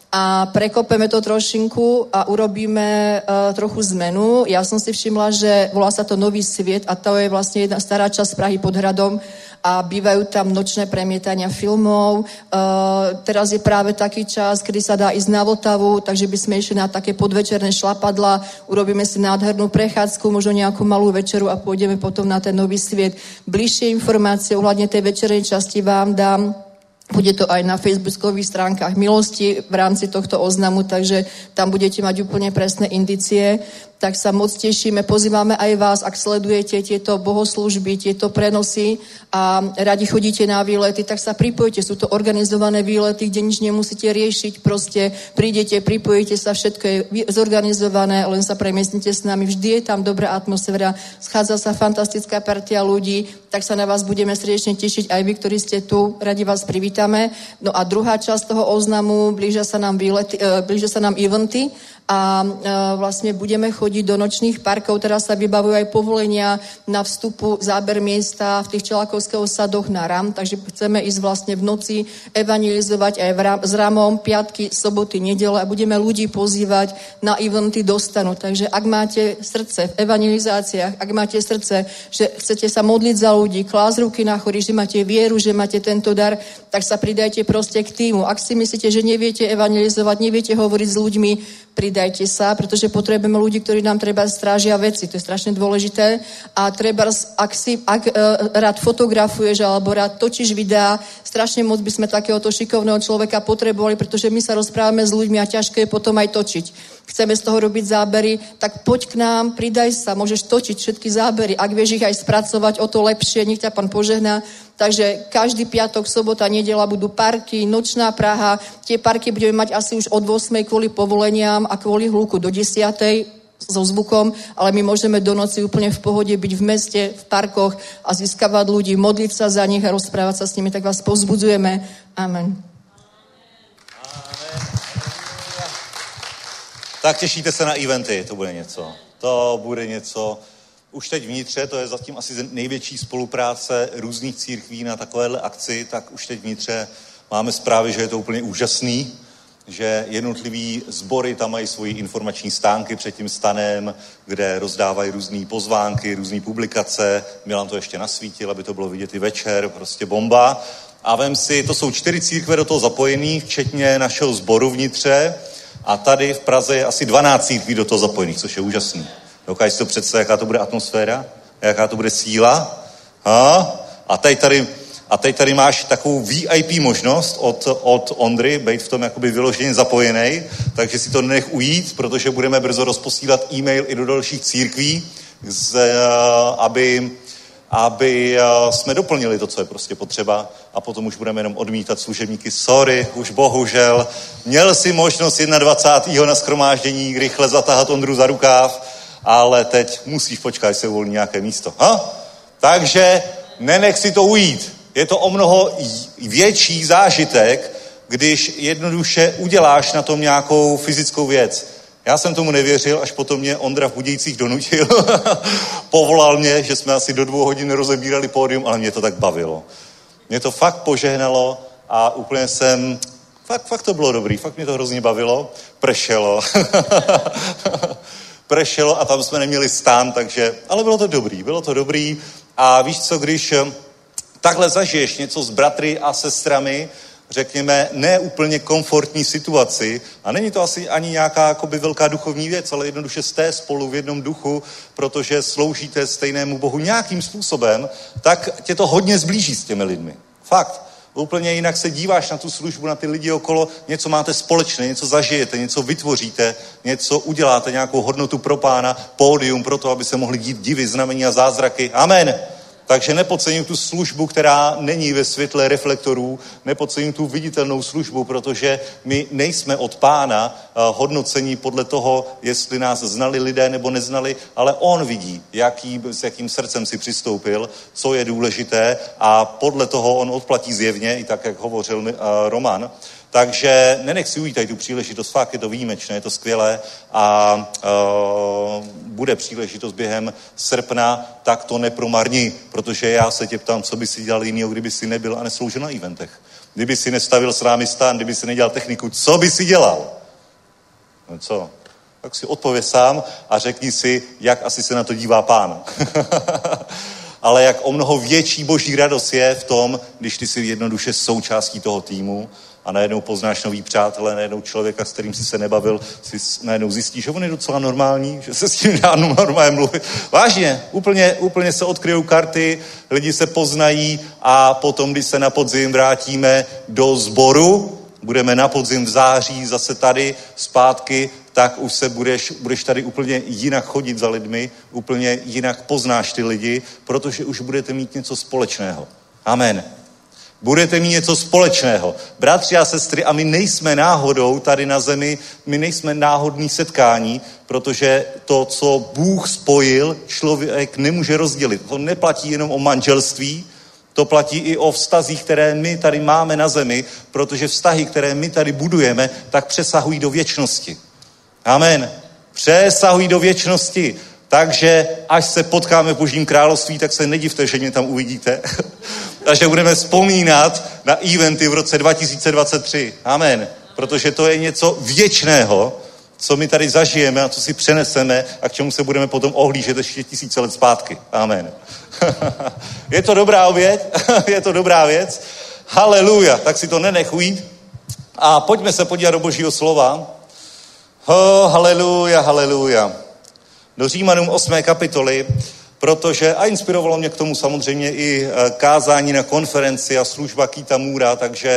Speaker 6: A prekopeme to trošinku a urobíme uh, trochu zmenu. Ja som si všimla, že volá sa to Nový sviet a to je vlastne jedna stará časť Prahy pod hradom a bývajú tam nočné premietania filmov. Uh, teraz je práve taký čas, kedy sa dá ísť na Vltavu, takže by sme išli na také podvečerné šlapadla, urobíme si nádhernú prechádzku, možno nejakú malú večeru a pôjdeme potom na ten Nový sviet. Bližšie informácie ohľadne tej večernej časti vám dám. Bude to aj na facebookových stránkach Milosti v rámci tohto oznamu, takže tam budete mať úplne presné indície. Tak sa moc tešíme, pozývame aj vás, ak sledujete tieto bohoslúžby, tieto prenosy a radi chodíte na výlety, tak sa pripojte. Sú to organizované výlety, kde nič nemusíte riešiť, proste prídete, pripojíte sa, všetko je zorganizované, len sa premiestnite s nami. Vždy je tam dobrá atmosféra, schádza sa fantastická partia ľudí, tak sa na vás budeme srdečne tešiť aj vy, ktorí ste tu, radi vás privítame. No a druhá časť toho oznamu, blížia sa nám výlety, blížia sa nám eventy a vlastne budeme chodiť chodiť do nočných parkov, teraz sa vybavujú aj povolenia na vstupu, záber miesta v tých Čelákovského sadoch na RAM, takže chceme ísť vlastne v noci evangelizovať aj v ram, s Ramom, piatky, soboty, nedele a budeme ľudí pozývať na eventy do stanu. Takže ak máte srdce v evangelizáciách, ak máte srdce, že chcete sa modliť za ľudí, klásť ruky na chorých, že máte vieru, že máte tento dar, tak sa pridajte proste k týmu. Ak si myslíte, že neviete evangelizovať, neviete hovoriť s ľuďmi, pridajte sa, pretože potrebujeme ľudí, ktorí nám treba strážia veci, to je strašne dôležité. A treba, ak si ak, e, rád fotografuješ alebo rád točíš videá, strašne moc by sme takéhoto šikovného človeka potrebovali, pretože my sa rozprávame s ľuďmi a ťažké je potom aj točiť. Chceme z toho robiť zábery, tak poď k nám, pridaj sa, môžeš točiť všetky zábery. Ak vieš ich aj spracovať, o to lepšie, nech ťa Pán požehná. Takže každý piatok, sobota, nedela budú parky, nočná Praha. Tie parky budeme mať asi už od ôsmej kvôli povoleniam a kvôli hluku do desiatej so zvukom, ale my môžeme do noci úplne v pohode byť v meste, v parkoch a získavať ľudí, modliť sa za nich a rozprávať sa s nimi. Tak vás povzbudzujeme. Amen.
Speaker 2: Tak těšíte se na eventy, to bude něco. To bude něco. Už teď vnitře, to je zatím asi největší spolupráce různých církví na takovéhle akci, tak už teď vnitře máme zprávy, že je to úplně úžasný, že jednotlivý sbory tam mají svoji informační stánky před tím stanem, kde rozdávají různé pozvánky, různé publikace. Milan to ještě nasvítil, aby to bylo vidět i večer, prostě bomba. A vem si, to jsou čtyři církve do toho zapojený, včetně našeho sboru vnitře. A tady v Praze je asi dvanáct církví do toho zapojených, což je úžasný. Dokážeš si to představit, jaká to bude atmosféra? Jaká to bude síla? A, a, teď, tady, a teď tady máš takovou V I P možnost od, od Ondry, být v tom jakoby vyloženě zapojený, takže si to nenech ujít, protože budeme brzo rozposílat e-mail i do dalších církví, z, aby, aby jsme doplnili to, co je prostě potřeba a potom už budeme jenom odmítat služebníky. Sorry, už bohužel. Měl si možnost dvacátého prvního na shromáždění rychle zatáhat Ondru za rukáv, ale teď musíš počkat, až se uvolní nějaké místo. Ha? Takže nenech si to ujít. Je to o mnoho větší zážitek, když jednoduše uděláš na tom nějakou fyzickou věc. Já jsem tomu nevěřil, až potom mě Ondra v Budějcích donutil. Povolal mě, že jsme asi do dvou hodin rozebírali pódium, ale mě to tak bavilo. Mě to fakt požehnalo a úplně jsem... Fakt, fakt to bylo dobrý, fakt mě to hrozně bavilo. Pršelo. Pršelo a tam jsme neměli stán, takže... Ale bylo to dobrý, bylo to dobrý. A víš co, když takhle zažiješ něco s bratry a sestrami, řekněme, ne úplně komfortní situaci, a není to asi ani nějaká jakoby velká duchovní věc, ale jednoduše jste spolu v jednom duchu, protože sloužíte stejnému Bohu nějakým způsobem, tak tě to hodně zblíží s těmi lidmi. Fakt. Úplně jinak se díváš na tu službu, na ty lidi okolo, něco máte společné, něco zažijete, něco vytvoříte, něco uděláte, nějakou hodnotu pro Pána, pódium pro to, aby se mohly dít divy, znamení a zázraky. Amen. Takže nepodceňuji tu službu, která není ve světle reflektorů, nepodceňuji tu viditelnou službu, protože my nejsme od Pána hodnocení podle toho, jestli nás znali lidé nebo neznali, ale on vidí, jaký, s jakým srdcem si přistoupil, co je důležité a podle toho on odplatí zjevně, i tak, jak hovořil Roman. Takže nenech si ujít tady tu příležitost, fakt je to výjimečné, je to skvělé a uh, bude příležitost během srpna, tak to nepromarni, protože já se tě ptám, co by si dělal jinýho, kdyby si nebyl a nesloužil na eventech. Kdyby si nestavil s námi stán, kdyby si nedělal techniku, co by si dělal? No co? Tak si odpověz sám a řekni si, jak asi se na to dívá Pán. Ale jak o mnoho větší boží radost je v tom, když ty jsi jednoduše součástí toho týmu a najednou poznáš nový přátelé, najednou člověka, s kterým jsi se nebavil, si najednou zjistíš, že on je docela normální, že se s tím dá normálně mluvit. Vážně, úplně, úplně se odkryjou karty, lidi se poznají a potom, když se na podzim vrátíme do sboru, budeme na podzim v září zase tady zpátky, tak už se budeš, budeš tady úplně jinak chodit za lidmi, úplně jinak poznáš ty lidi, protože už budete mít něco společného. Amen. Budete mít něco společného. Bratři a sestry, a my nejsme náhodou tady na zemi, my nejsme náhodný setkání, protože to, co Bůh spojil, člověk nemůže rozdělit. To neplatí jenom o manželství, to platí i o vztazích, které my tady máme na zemi, protože vztahy, které my tady budujeme, tak přesahují do věčnosti. Amen. Přesahují do věčnosti. Takže až se potkáme v Božím království, tak se nedivte, že mě tam uvidíte. A že budeme vzpomínat na eventy v roce dva tisíce dvacet tři. Amen. Protože to je něco věčného, co my tady zažijeme a co si přeneseme a k čemu se budeme potom ohlížet ještě tisíce let zpátky. Amen. Je to dobrá oběť? Je to dobrá věc? Haleluja. Tak si to nenech ujít. A pojďme se podívat do Božího slova. Oh, haleluja, haleluja. Do Římanům osmé kapitoly, protože, a inspirovalo mě k tomu samozřejmě i kázání na konferenci a služba Kýta Můra, takže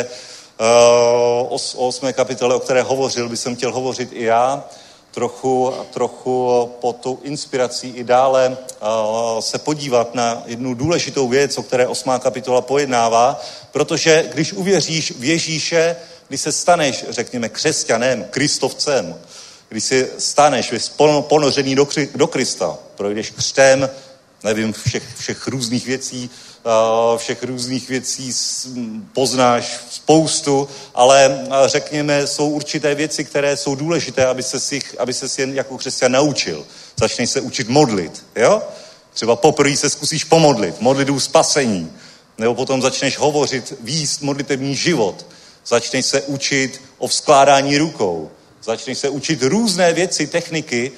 Speaker 2: uh, o osmé kapitole, o které hovořil, bych jsem chtěl hovořit i já, trochu, trochu pod tou inspirací i dále uh, se podívat na jednu důležitou věc, o které osmá kapitola pojednává, protože když uvěříš v Ježíše, když se staneš, řekněme, křesťanem, kristovcem, když si staneš ponořený do, do Krista, projdeš křtem, nevím, všech, všech různých věcí, všech různých věcí poznáš spoustu, ale řekněme, jsou určité věci, které jsou důležité, aby se si, aby se si jen jako křesťan naučil. Začneš se učit modlit, jo? Třeba poprvé se zkusíš pomodlit, modlitbu spasení, nebo potom začneš hovořit, vést modlitební život, začneš se učit o vzkládání rukou, začneš se učit různé věci, techniky,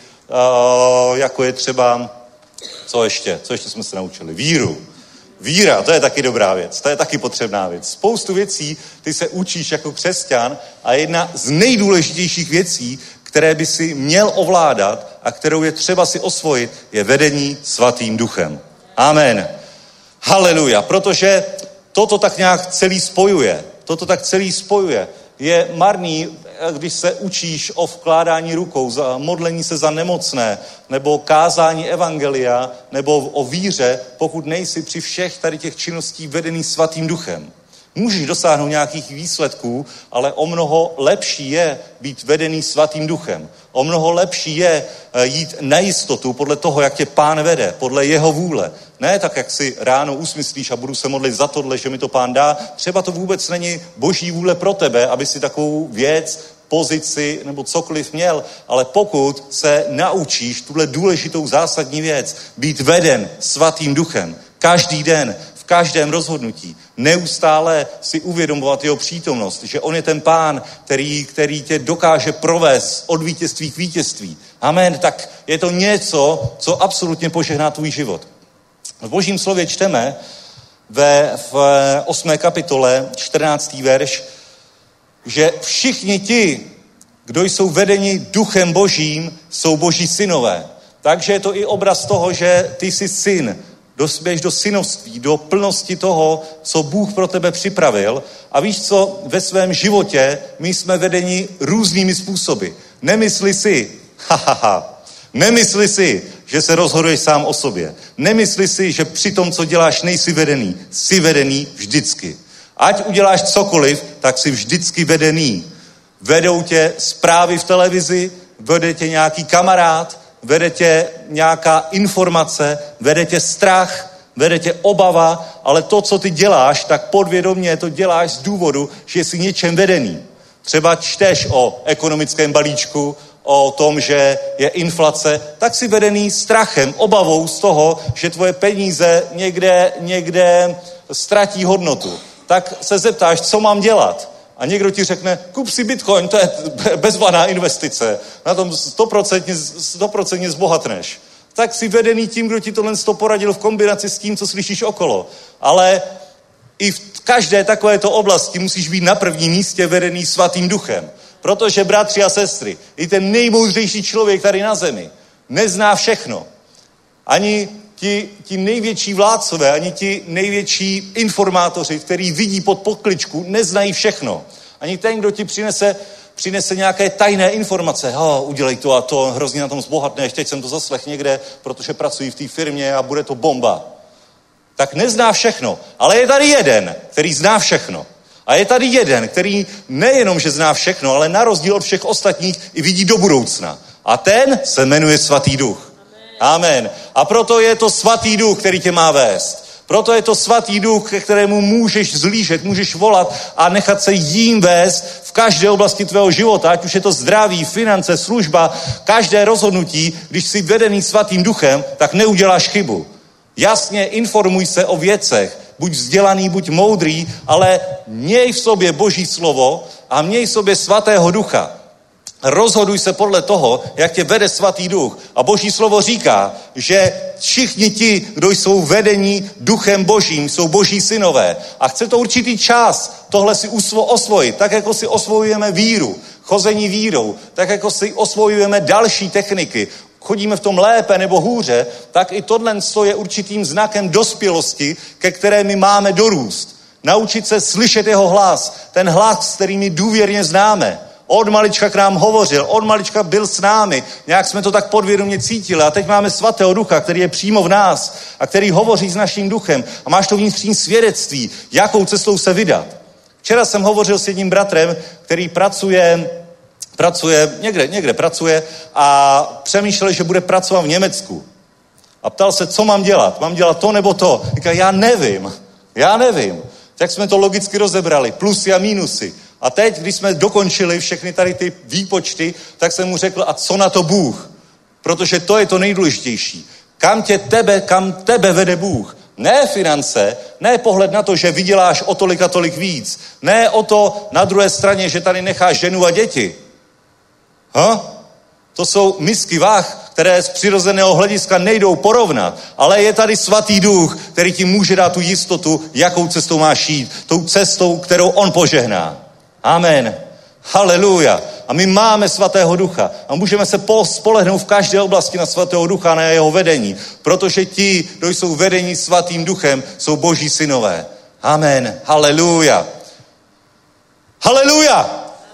Speaker 2: uh, jako je třeba, co ještě, co ještě jsme se naučili? Víru. Víra, to je taky dobrá věc, to je taky potřebná věc. Spoustu věcí ty se učíš jako křesťan a jedna z nejdůležitějších věcí, které by si měl ovládat a kterou je třeba si osvojit, je vedení svatým duchem. Amen. Haleluja, protože toto tak nějak celý spojuje. Toto tak celý spojuje. Je marný, když se učíš o vkládání rukou, za modlení se za nemocné, nebo kázání evangelia, nebo o víře, pokud nejsi při všech tady těch činností vedený svatým duchem. Můžeš dosáhnout nějakých výsledků, ale o mnoho lepší je být vedený svatým duchem. O mnoho lepší je jít na jistotu podle toho, jak tě Pán vede, podle jeho vůle. Ne tak, jak si ráno usmyslíš a budu se modlit za tohle, že mi to Pán dá. Třeba to vůbec není Boží vůle pro tebe, aby si takovou věc, pozici nebo cokoliv měl, ale pokud se naučíš tuhle důležitou zásadní věc, být veden svatým duchem, každý den, v každém rozhodnutí, neustále si uvědomovat jeho přítomnost, že on je ten Pán, který, který tě dokáže provést od vítězství k vítězství. Amen, tak je to něco, co absolutně požehná tvůj život. V Božím slově čteme ve, v osmé kapitole, čtrnáctý verš, že všichni ti, kdo jsou vedeni duchem Božím, jsou Boží synové. Takže je to i obraz toho, že ty jsi syn, dospěješ do synovství, do plnosti toho, co Bůh pro tebe připravil. A víš co, ve svém životě my jsme vedeni různými způsoby. Nemysli si, ha, ha, ha, nemysli si, že se rozhoduješ sám o sobě. Nemysli si, že při tom, co děláš, nejsi vedený. Jsi vedený vždycky. Ať uděláš cokoliv, tak jsi vždycky vedený. Vedou tě zprávy v televizi, vede tě nějaký kamarád, vede tě nějaká informace, vede tě strach, vede tě obava, ale to, co ty děláš, tak podvědomě to děláš z důvodu, že jsi něčem vedený. Třeba čteš o ekonomickém balíčku, o tom, že je inflace, tak jsi vedený strachem, obavou z toho, že tvoje peníze někde, někde ztratí hodnotu. Tak se zeptáš, co mám dělat? A někdo ti řekne, kup si bitcoin, to je bezvadná investice, na tom stoprocentně zbohatneš. Tak jsi vedený tím, kdo ti tohle sto poradil v kombinaci s tím, co slyšíš okolo. Ale i v každé takovéto oblasti musíš být na prvním místě vedený svatým duchem. Protože, bratři a sestry, i ten nejmoudřejší člověk tady na zemi nezná všechno. Ani ti, ti největší vládcové, ani ti největší informátoři, který vidí pod pokličku, neznají všechno. Ani ten, kdo ti přinese, přinese nějaké tajné informace. Ho, udělej to a to, hrozně na tom zbohatneš, teď jsem to zaslech někde, protože pracuji v té firmě a bude to bomba. Tak nezná všechno. Ale je tady jeden, který zná všechno. A je tady jeden, který nejenom, že zná všechno, ale na rozdíl od všech ostatních i vidí do budoucna. A ten se jmenuje Svatý duch. Amen. A proto je to Svatý duch, který tě má vést. Proto je to svatý duch, ke kterému můžeš zlížet, můžeš volat a nechat se jím vést v každé oblasti tvého života, ať už je to zdraví, finance, služba, každé rozhodnutí. Když jsi vedený svatým duchem, tak neuděláš chybu. Jasně informuj se o věcech, buď vzdělaný, buď moudrý, ale měj v sobě Boží slovo a měj v sobě svatého ducha. Rozhoduj se podle toho, jak tě vede svatý duch. A Boží slovo říká, že všichni ti, kdo jsou vedení duchem Božím, jsou Boží synové. A chce to určitý čas tohle si osvojit, tak jako si osvojujeme víru, chození vírou, tak jako si osvojujeme další techniky, chodíme v tom lépe nebo hůře, tak i tohle je určitým znakem dospělosti, ke které my máme dorůst. Naučit se slyšet jeho hlas, ten hlas, který my důvěrně známe. Od malička k nám hovořil, od malička byl s námi, nějak jsme to tak podvědomě cítili a teď máme svatého ducha, který je přímo v nás a který hovoří s naším duchem a máš to vnitřní svědectví, jakou cestou se vydat. Včera jsem hovořil s jedním bratrem, který pracuje, pracuje někde, někde pracuje a přemýšlel, že bude pracovat v Německu. A ptal se, co mám dělat, mám dělat to nebo to. Říkal, já nevím, já nevím. Tak jsme to logicky rozebrali, plusy a mínusy. A teď, když jsme dokončili všechny tady ty výpočty, tak jsem mu řekl, a co na to Bůh? Protože to je to nejdůležitější. Kam tě tebe, kam tebe vede Bůh? Ne finance, ne pohled na to, že vyděláš o tolik a tolik víc. Ne o to na druhé straně, že tady necháš ženu a děti. Ha? To jsou misky vah, které z přirozeného hlediska nejdou porovnat. Ale je tady svatý duch, který ti může dát tu jistotu, jakou cestou máš jít. Tou cestou, kterou on požehná. Amen. Haleluja. A my máme svatého ducha. A můžeme se spolehnout v každé oblasti na svatého ducha, na jeho vedení. Protože ti, kdo jsou vedení svatým duchem, jsou Boží synové. Amen. Haleluja. Haleluja.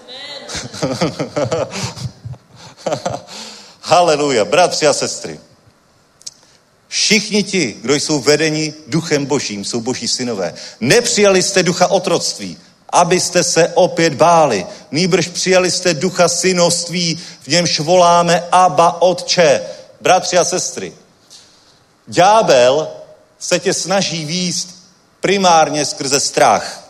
Speaker 2: Haleluja. Bratři a sestry. Všichni ti, kdo jsou vedeni duchem Božím, jsou Boží synové. Nepřijali jste ducha otroctví, abyste se opět báli. Nýbrž přijali jste ducha synoství, v němž voláme Abba, Otče. Bratři a sestry, ďábel se tě snaží vést primárně skrze strach.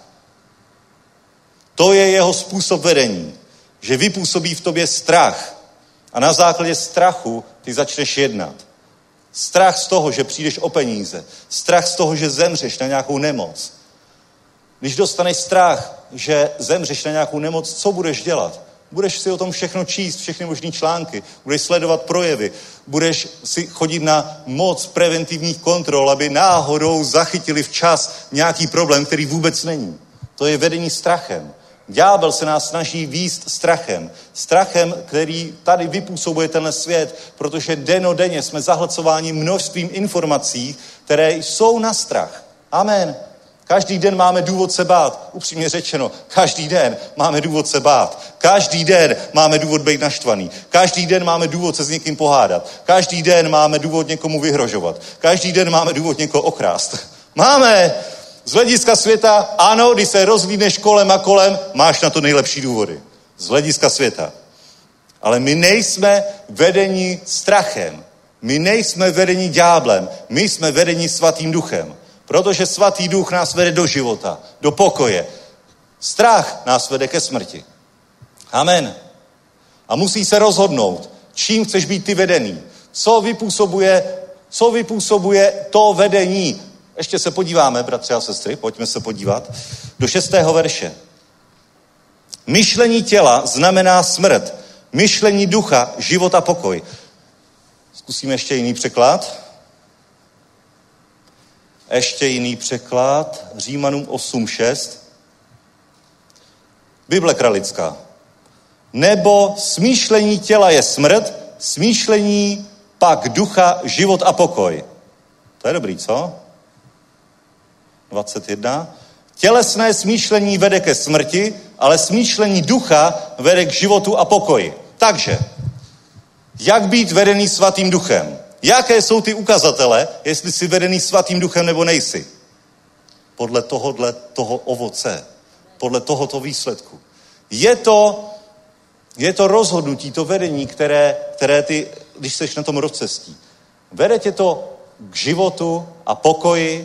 Speaker 2: To je jeho způsob vedení, že vypůsobí v tobě strach a na základě strachu ty začneš jednat. Strach z toho, že přijdeš o peníze. Strach z toho, že zemřeš na nějakou nemoc. Když dostaneš strach, že zemřeš na nějakou nemoc, co budeš dělat? Budeš si o tom všechno číst, všechny možný články, budeš sledovat projevy, budeš si chodit na moc preventivních kontrol, aby náhodou zachytili včas nějaký problém, který vůbec není. To je vedení strachem. Ďábel se nás snaží vést strachem. Strachem, který tady vypůsobuje tenhle svět, protože dennodenně jsme zahlcováni množstvím informací, které jsou na strach. Amen. Každý den máme důvod se bát. Upřímně řečeno, každý den máme důvod se bát. Každý den máme důvod být naštvaný. Každý den máme důvod se s někým pohádat. Každý den máme důvod někomu vyhrožovat. Každý den máme důvod někoho okrást. Máme! Z hlediska světa, ano, když se rozhlídneš kolem a kolem, máš na to nejlepší důvody. Z hlediska světa. Ale my nejsme vedeni strachem. My nejsme vedeni ďáblem. My jsme vedeni svatým duchem. Protože svatý duch nás vede do života, do pokoje. Strach nás vede ke smrti. Amen. A musí se rozhodnout, čím chceš být ty vedený. Co vypůsobuje, co vypůsobuje to vedení. Ještě se podíváme, bratři a sestry, pojďme se podívat. Do šestého verše. Myšlení těla znamená smrt. Myšlení ducha, život a pokoj. Zkusíme ještě jiný překlad. Ještě jiný překlad, Římanům osm šest. Bible kralická. Nebo smýšlení těla je smrt, smýšlení pak ducha, život a pokoj. To je dobrý, co? dvacet jedna. Tělesné smýšlení vede ke smrti, ale smýšlení ducha vede k životu a pokoji. Takže, jak být vedený svatým duchem? Jaké jsou ty ukazatele, jestli jsi vedený svatým duchem nebo nejsi? Podle tohohle toho ovoce. Podle tohoto výsledku. Je to, je to rozhodnutí, to vedení, které, které ty, když jsi na tom rozcestí. Vede tě to k životu a pokoji,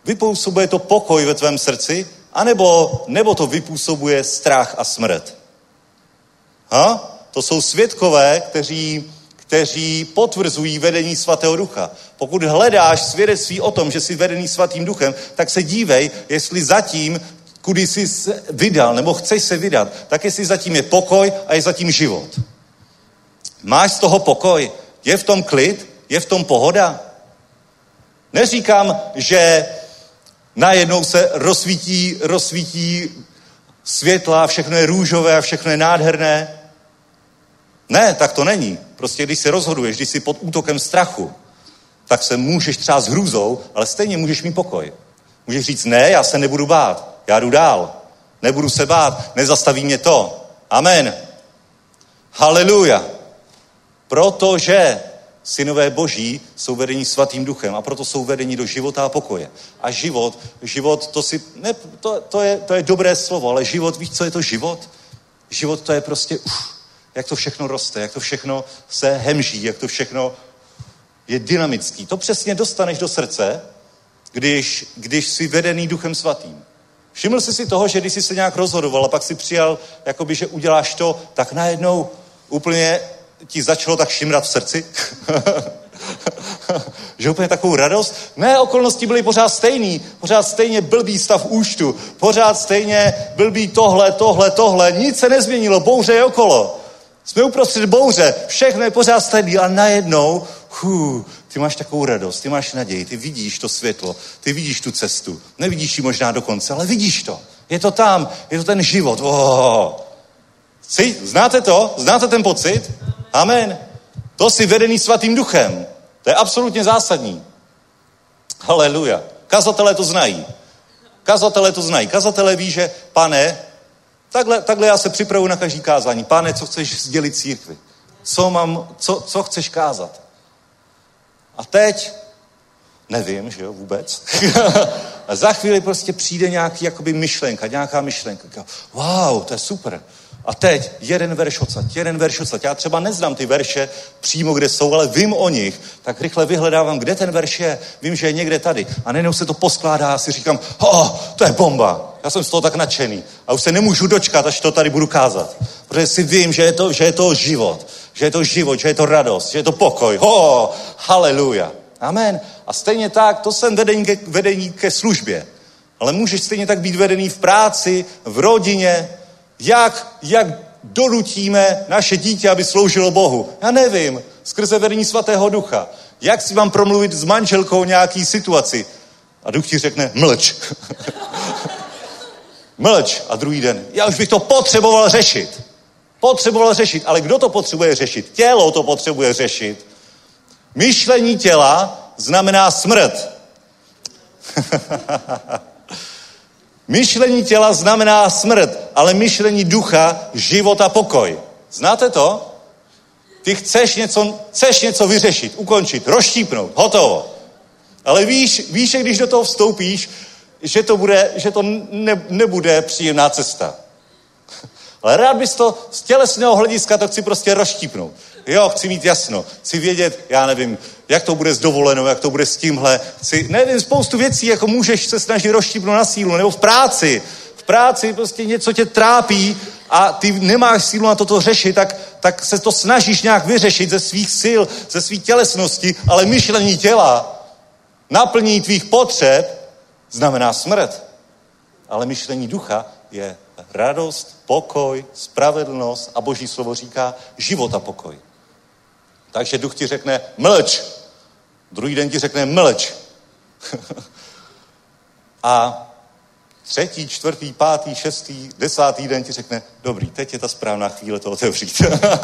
Speaker 2: Vypůsobuje to pokoj ve tvém srdci, anebo nebo to vypůsobuje strach a smrt? Ha? To jsou svědkové, kteří, kteří potvrzují vedení Svatého Ducha. Pokud hledáš svědectví o tom, že jsi vedený Svatým Duchem, tak se dívej, jestli zatím, kudy jsi se vydal, nebo chceš se vydat, tak jestli zatím je pokoj a je zatím život. Máš z toho pokoj? Je v tom klid? Je v tom pohoda? Neříkám, že najednou se rozsvítí, rozsvítí světla, všechno je růžové a všechno je nádherné. Ne, tak to není. Prostě když se rozhoduješ, když jsi pod útokem strachu, tak se můžeš třeba s hrůzou, ale stejně můžeš mít pokoj. Můžeš říct, ne, já se nebudu bát, já jdu dál. Nebudu se bát, nezastaví mě to. Amen. Haleluja. Protože synové Boží jsou vedení Svatým Duchem a proto jsou vedení do života a pokoje. A život, život, to, si, ne, to, to, je, to je dobré slovo, ale život, víš, co je to život? Život to je prostě, uf, jak to všechno roste, jak to všechno se hemží, jak to všechno je dynamický. To přesně dostaneš do srdce, když, když jsi vedený Duchem Svatým. Všiml jsi si toho, že když jsi se nějak rozhodoval a pak si přijal, jakoby, že uděláš to, tak najednou úplně ti začalo tak šimrat v srdci? Že úplně takovou radost? Ne, okolnosti byly pořád stejný. Pořád stejně blbý stav účtu. Pořád stejně blbý tohle, tohle, tohle. Nic se nezměnilo, bouře je okolo. Jsme uprostřed bouře, všechno je pořád stejný a najednou, hů, ty máš takovou radost, ty máš naději, ty vidíš to světlo, ty vidíš tu cestu. Nevidíš ji možná do konce, ale vidíš to. Je to tam, je to ten život. Oh. Jsi, znáte to? Znáte ten pocit? Amen. To jsi vedený Svatým Duchem. To je absolutně zásadní. Haleluja. Kazatelé to znají. Kazatelé to znají. Kazatelé ví, že pane, takhle, takhle já se připravuji na každý kázání. Pane, co chceš sdělit církvi? Co mám, co, co chceš kázat? A teď, nevím, že jo, vůbec. A za chvíli prostě přijde nějaký jakoby myšlenka, nějaká myšlenka. Wow, to je super. A teď jeden verš odsad, jeden verš odsad. Já třeba neznám ty verše přímo, kde jsou, ale vím o nich. Tak rychle vyhledávám, kde ten verš je. Vím, že je někde tady. A najednou se to poskládá a si říkám, oh, to je bomba. Já jsem z toho tak nadšený. A už se nemůžu dočkat, až to tady budu kázat. Protože si vím, že je to, že je to život. Že je to život, že je to radost, že je to pokoj. Oh, haleluja. Amen. A stejně tak, to jsem vedení ke, vedení ke službě. Ale můžeš stejně tak být vedený v práci, v rodině. Jak, jak donutíme naše dítě, aby sloužilo Bohu? Já nevím. Skrze vedení Svatého Ducha. Jak si mám promluvit s manželkou nějaký situaci? A Duch ti řekne, mlč. Mlč. A druhý den, já už bych to potřeboval řešit. Potřeboval řešit. Ale kdo to potřebuje řešit? Tělo to potřebuje řešit. Myšlení těla znamená smrt. Myšlení těla znamená smrt, ale myšlení ducha, život a pokoj. Znáte to? Ty chceš něco, chceš něco vyřešit, ukončit, rozštípnout, hotovo. Ale víš, víš, že když do toho vstoupíš, že to, bude, že to ne, nebude příjemná cesta. Ale rád bys to z tělesného hlediska, tak chci prostě rozštípnout. Jo, chci mít jasno, chci vědět, já nevím, jak to bude s dovolenou, jak to bude s tímhle. Chci, nevím, spoustu věcí, jako můžeš se snažit rozštípnout na sílu, nebo v práci. V práci prostě něco tě trápí a ty nemáš sílu na toto řešit, tak, tak se to snažíš nějak vyřešit ze svých sil, ze svých tělesnosti, ale myšlení těla, naplnění tvých potřeb znamená smrt. Ale myšlení ducha je radost, pokoj, spravedlnost a Boží slovo říká život a pokoj. Takže duch ti řekne mlč. Druhý den ti řekne mlč. A třetí, čtvrtý, pátý, šestý, desátý den ti řekne dobrý, teď je ta správná chvíle to otevřít.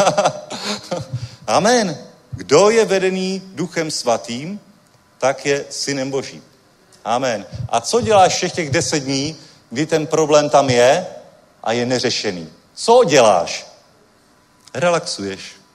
Speaker 2: Amen. Kdo je vedený Duchem Svatým, tak je synem Božím. Amen. A co děláš všech těch deset dní, kdy ten problém tam je a je neřešený? Co děláš? Relaxuješ.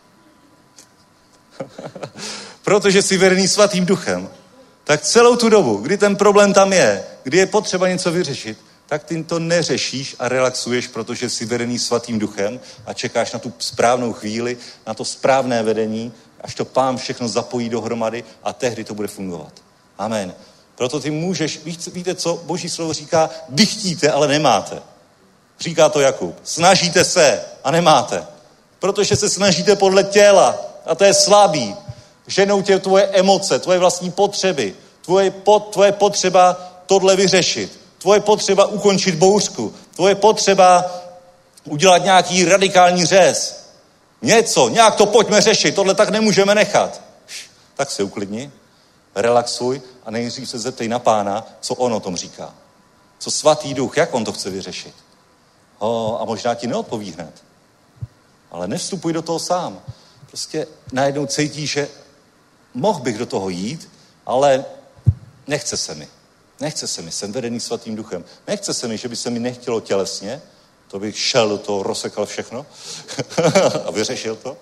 Speaker 2: Protože jsi vedený Svatým Duchem. Tak celou tu dobu, kdy ten problém tam je, kdy je potřeba něco vyřešit, tak ty to neřešíš a relaxuješ, protože jsi vedený Svatým Duchem a čekáš na tu správnou chvíli, na to správné vedení, až to Pán všechno zapojí dohromady a tehdy to bude fungovat. Amen. Proto ty můžeš, víte co, Boží slovo říká, vy chtíte, ale nemáte. Říká to Jakub. Snažíte se a nemáte. Protože se snažíte podle těla a to je slabý. Ženou tě tvoje emoce, tvoje vlastní potřeby, tvoje, pot, tvoje potřeba tohle vyřešit, tvoje potřeba ukončit bouřku, tvoje potřeba udělat nějaký radikální řez. Něco, nějak to pojďme řešit, tohle tak nemůžeme nechat. Tak se uklidni, relaxuj a nejdřív se zeptej na Pána, co on o tom říká. Co Svatý Duch, jak on to chce vyřešit. O, a možná ti neodpoví hned. Ale nevstupuj do toho sám. Prostě najednou cítíš, že mohl bych do toho jít, ale nechce se mi. Nechce se mi, jsem vedený Svatým Duchem. Nechce se mi, že by se mi nechtělo tělesně, to bych šel do toho, rozsekal všechno a vyřešil to.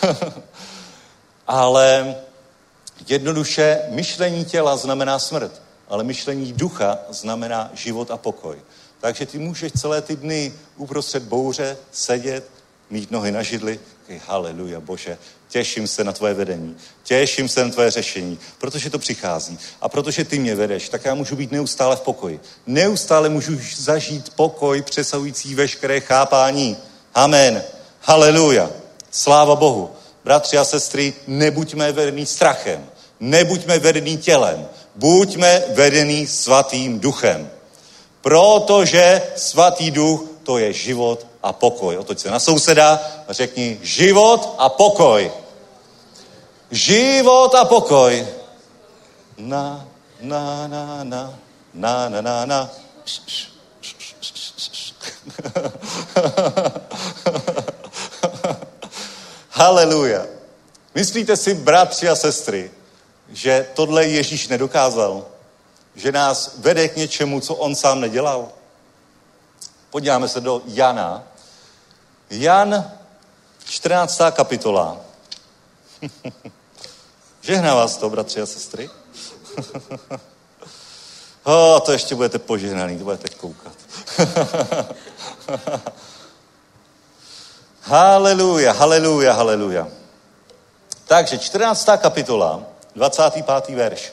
Speaker 2: Ale jednoduše myšlení těla znamená smrt, ale myšlení ducha znamená život a pokoj. Takže ty můžeš celé ty dny uprostřed bouře sedět, mít nohy na židli, haleluja, Bože, těším se na tvoje vedení, těším se na tvoje řešení, protože to přichází. A protože ty mě vedeš, tak já můžu být neustále v pokoji. Neustále můžu zažít pokoj přesahující veškeré chápání. Amen. Haleluja. Sláva Bohu. Bratři a sestry, nebuďme vedený strachem, nebuďme vedený tělem, buďme vedený Svatým Duchem. Protože Svatý Duch to je život a pokoj. Otoč se na souseda a řekni život a pokoj. Život a pokoj. Na, na, na, na, na, na, na, na. Haleluja. Myslíte si, bratři a sestry, že tohle Ježíš nedokázal? Že nás vede k něčemu, co on sám nedělal? Podíváme se do Jana. Jan, čtrnáctá kapitola. Žehná vás to, bratři a sestry. oh, to ještě budete požehnaný, to budete koukat. Haleluja, haleluja, haleluja. Takže čtrnáctá kapitola, dvacátý pátý verš.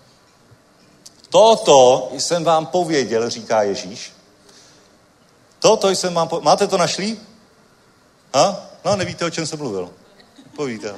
Speaker 2: Toto jsem vám pověděl, říká Ježíš. Toto jsem vám pověděl. Máte to našli? Ha? No, nevíte, o čem jsem mluvil. Povíte.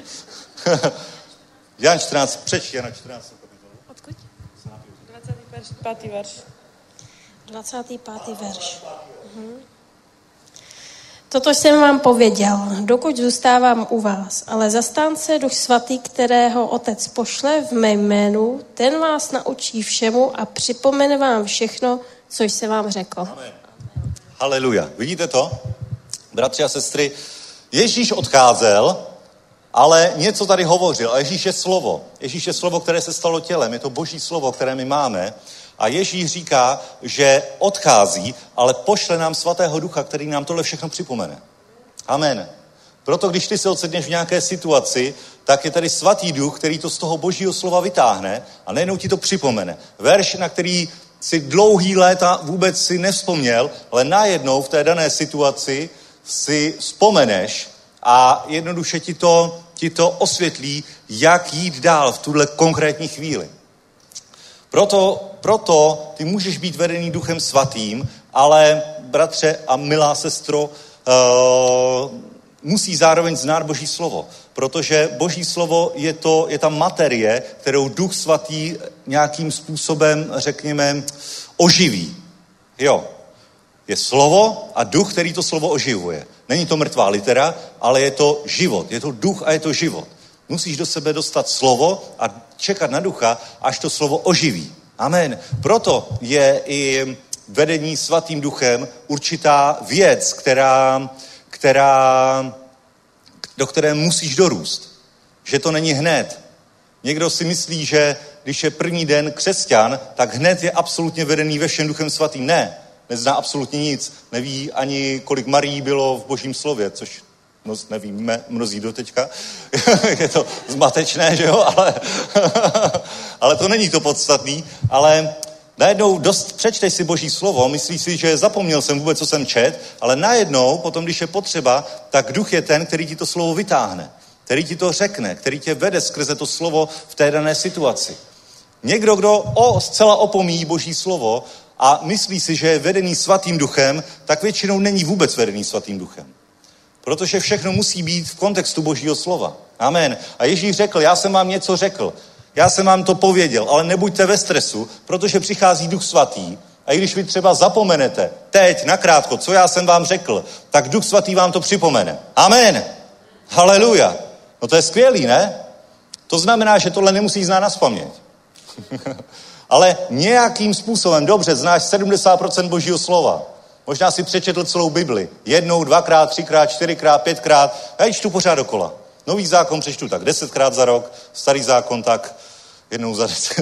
Speaker 2: Jan čtrnáct, přečti Jana čtrnáctou kapitolu.
Speaker 7: Odkud? dvacátý pátý verš. dvacátý pátý verš. Mhm. Toto jsem vám pověděl, dokud zůstávám u vás, ale zastánce Duch Svatý, kterého Otec pošle v mém jménu, ten vás naučí všemu a připomene vám všechno, co jsem vám řekl.
Speaker 2: Amen. Haleluja. Vidíte to? Bratři a sestry, Ježíš odcházel, ale něco tady hovořil. A Ježíš je slovo. Ježíš je slovo, které se stalo tělem. Je to Boží slovo, které my máme. A Ježíš říká, že odchází, ale pošle nám Svatého Ducha, který nám tohle všechno připomene. Amen. Proto když ty se ocitneš v nějaké situaci, tak je tady Svatý Duch, který to z toho Božího slova vytáhne a nejenom ti to připomene. Verš, na který si dlouhý léta vůbec si nevzpomněl, ale najednou v té dané situaci si vzpomeneš a jednoduše ti to, ti to osvětlí, jak jít dál v tuhle konkrétní chvíli. Proto, proto ty můžeš být vedený Duchem Svatým, ale bratře a milá sestro, uh, musí zároveň znát Boží slovo, protože Boží slovo je, to, je ta materie, kterou Duch Svatý nějakým způsobem, řekněme, oživí. Jo, je slovo a duch, který to slovo oživuje. Není to mrtvá litera, ale je to život. Je to duch a je to život. Musíš do sebe dostat slovo a čekat na ducha, až to slovo oživí. Amen. Proto je i vedení Svatým Duchem určitá věc, která, která, do které musíš dorůst. Že to není hned. Někdo si myslí, že když je první den křesťan, tak hned je absolutně vedený ve všem Duchem Svatým. Ne, nezná absolutně nic. Neví ani, kolik Marií bylo v Božím slově, což moc nevíme, mnozí do teďka. Je to zmatečné, že jo? Ale, ale to není to podstatný. Ale najednou dost přečteš si Boží slovo, myslíš si, že zapomněl jsem vůbec, co jsem čet, ale najednou, potom, když je potřeba, tak duch je ten, který ti to slovo vytáhne, který ti to řekne, který tě vede skrze to slovo v té dané situaci. Někdo, kdo o, zcela opomíjí Boží slovo a myslí si, že je vedený Svatým duchem, tak většinou není vůbec vedený Svatým duchem. Protože všechno musí být v kontextu Božího slova. Amen. A Ježíš řekl, já jsem vám něco řekl, já jsem vám to pověděl, ale nebuďte ve stresu, protože přichází Duch Svatý. A i když vy třeba zapomenete teď nakrátko, co já jsem vám řekl, tak Duch Svatý vám to připomene. Amen. Haleluja. No to je skvělý, ne? To znamená, že tohle nemusí znát nazpaměť. Ale nějakým způsobem, dobře, znáš sedmdesát procent Božího slova. Možná si přečetl celou Bibli. Jednou, dvakrát, třikrát, čtyřikrát, pětkrát. Já ji čtu pořád dokola. Nový zákon přečtu tak desetkrát za rok, starý zákon tak jednou za deset.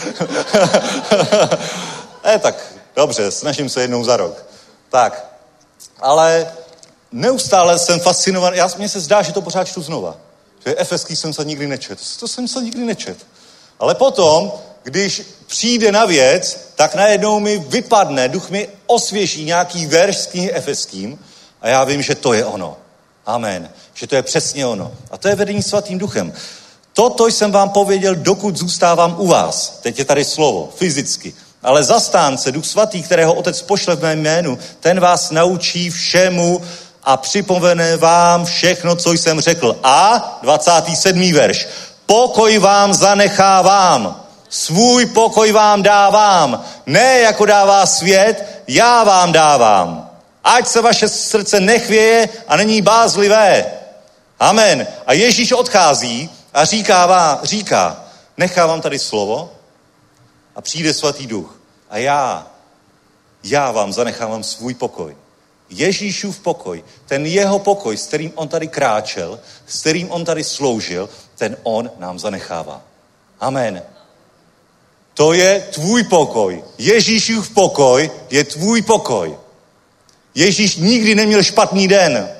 Speaker 2: Ne, tak dobře, snažím se jednou za rok. Tak, ale neustále jsem fascinovaný. Já, mně se zdá, že to pořád čtu znova. Že Efeský jsem se nikdy nečet. To jsem se nikdy nečet. Ale potom, když přijde na věc, tak najednou mi vypadne, duch mi osvěží nějaký verš z knihy Efeským a já vím, že to je ono. Amen. Že to je přesně ono. A to je vedení Svatým duchem. Toto jsem vám pověděl, dokud zůstávám u vás. Teď je tady slovo, fyzicky. Ale zastánce, Duch Svatý, kterého Otec pošle v mém jménu, ten vás naučí všemu a připomene vám všechno, co jsem řekl. A dvacátý sedmý verš. Pokoj vám zanechávám, svůj pokoj vám dávám, ne jako dává svět, já vám dávám. Ať se vaše srdce nechvěje a není bázlivé. Amen. A Ježíš odchází a říká, říká, nechávám tady slovo a přijde Svatý Duch. A já, já vám zanechávám svůj pokoj. Ježíšův pokoj, ten jeho pokoj, s kterým on tady kráčel, s kterým on tady sloužil, ten on nám zanechává. Amen. To je tvůj pokoj. Ježíšův pokoj je tvůj pokoj. Ježíš nikdy neměl špatný den.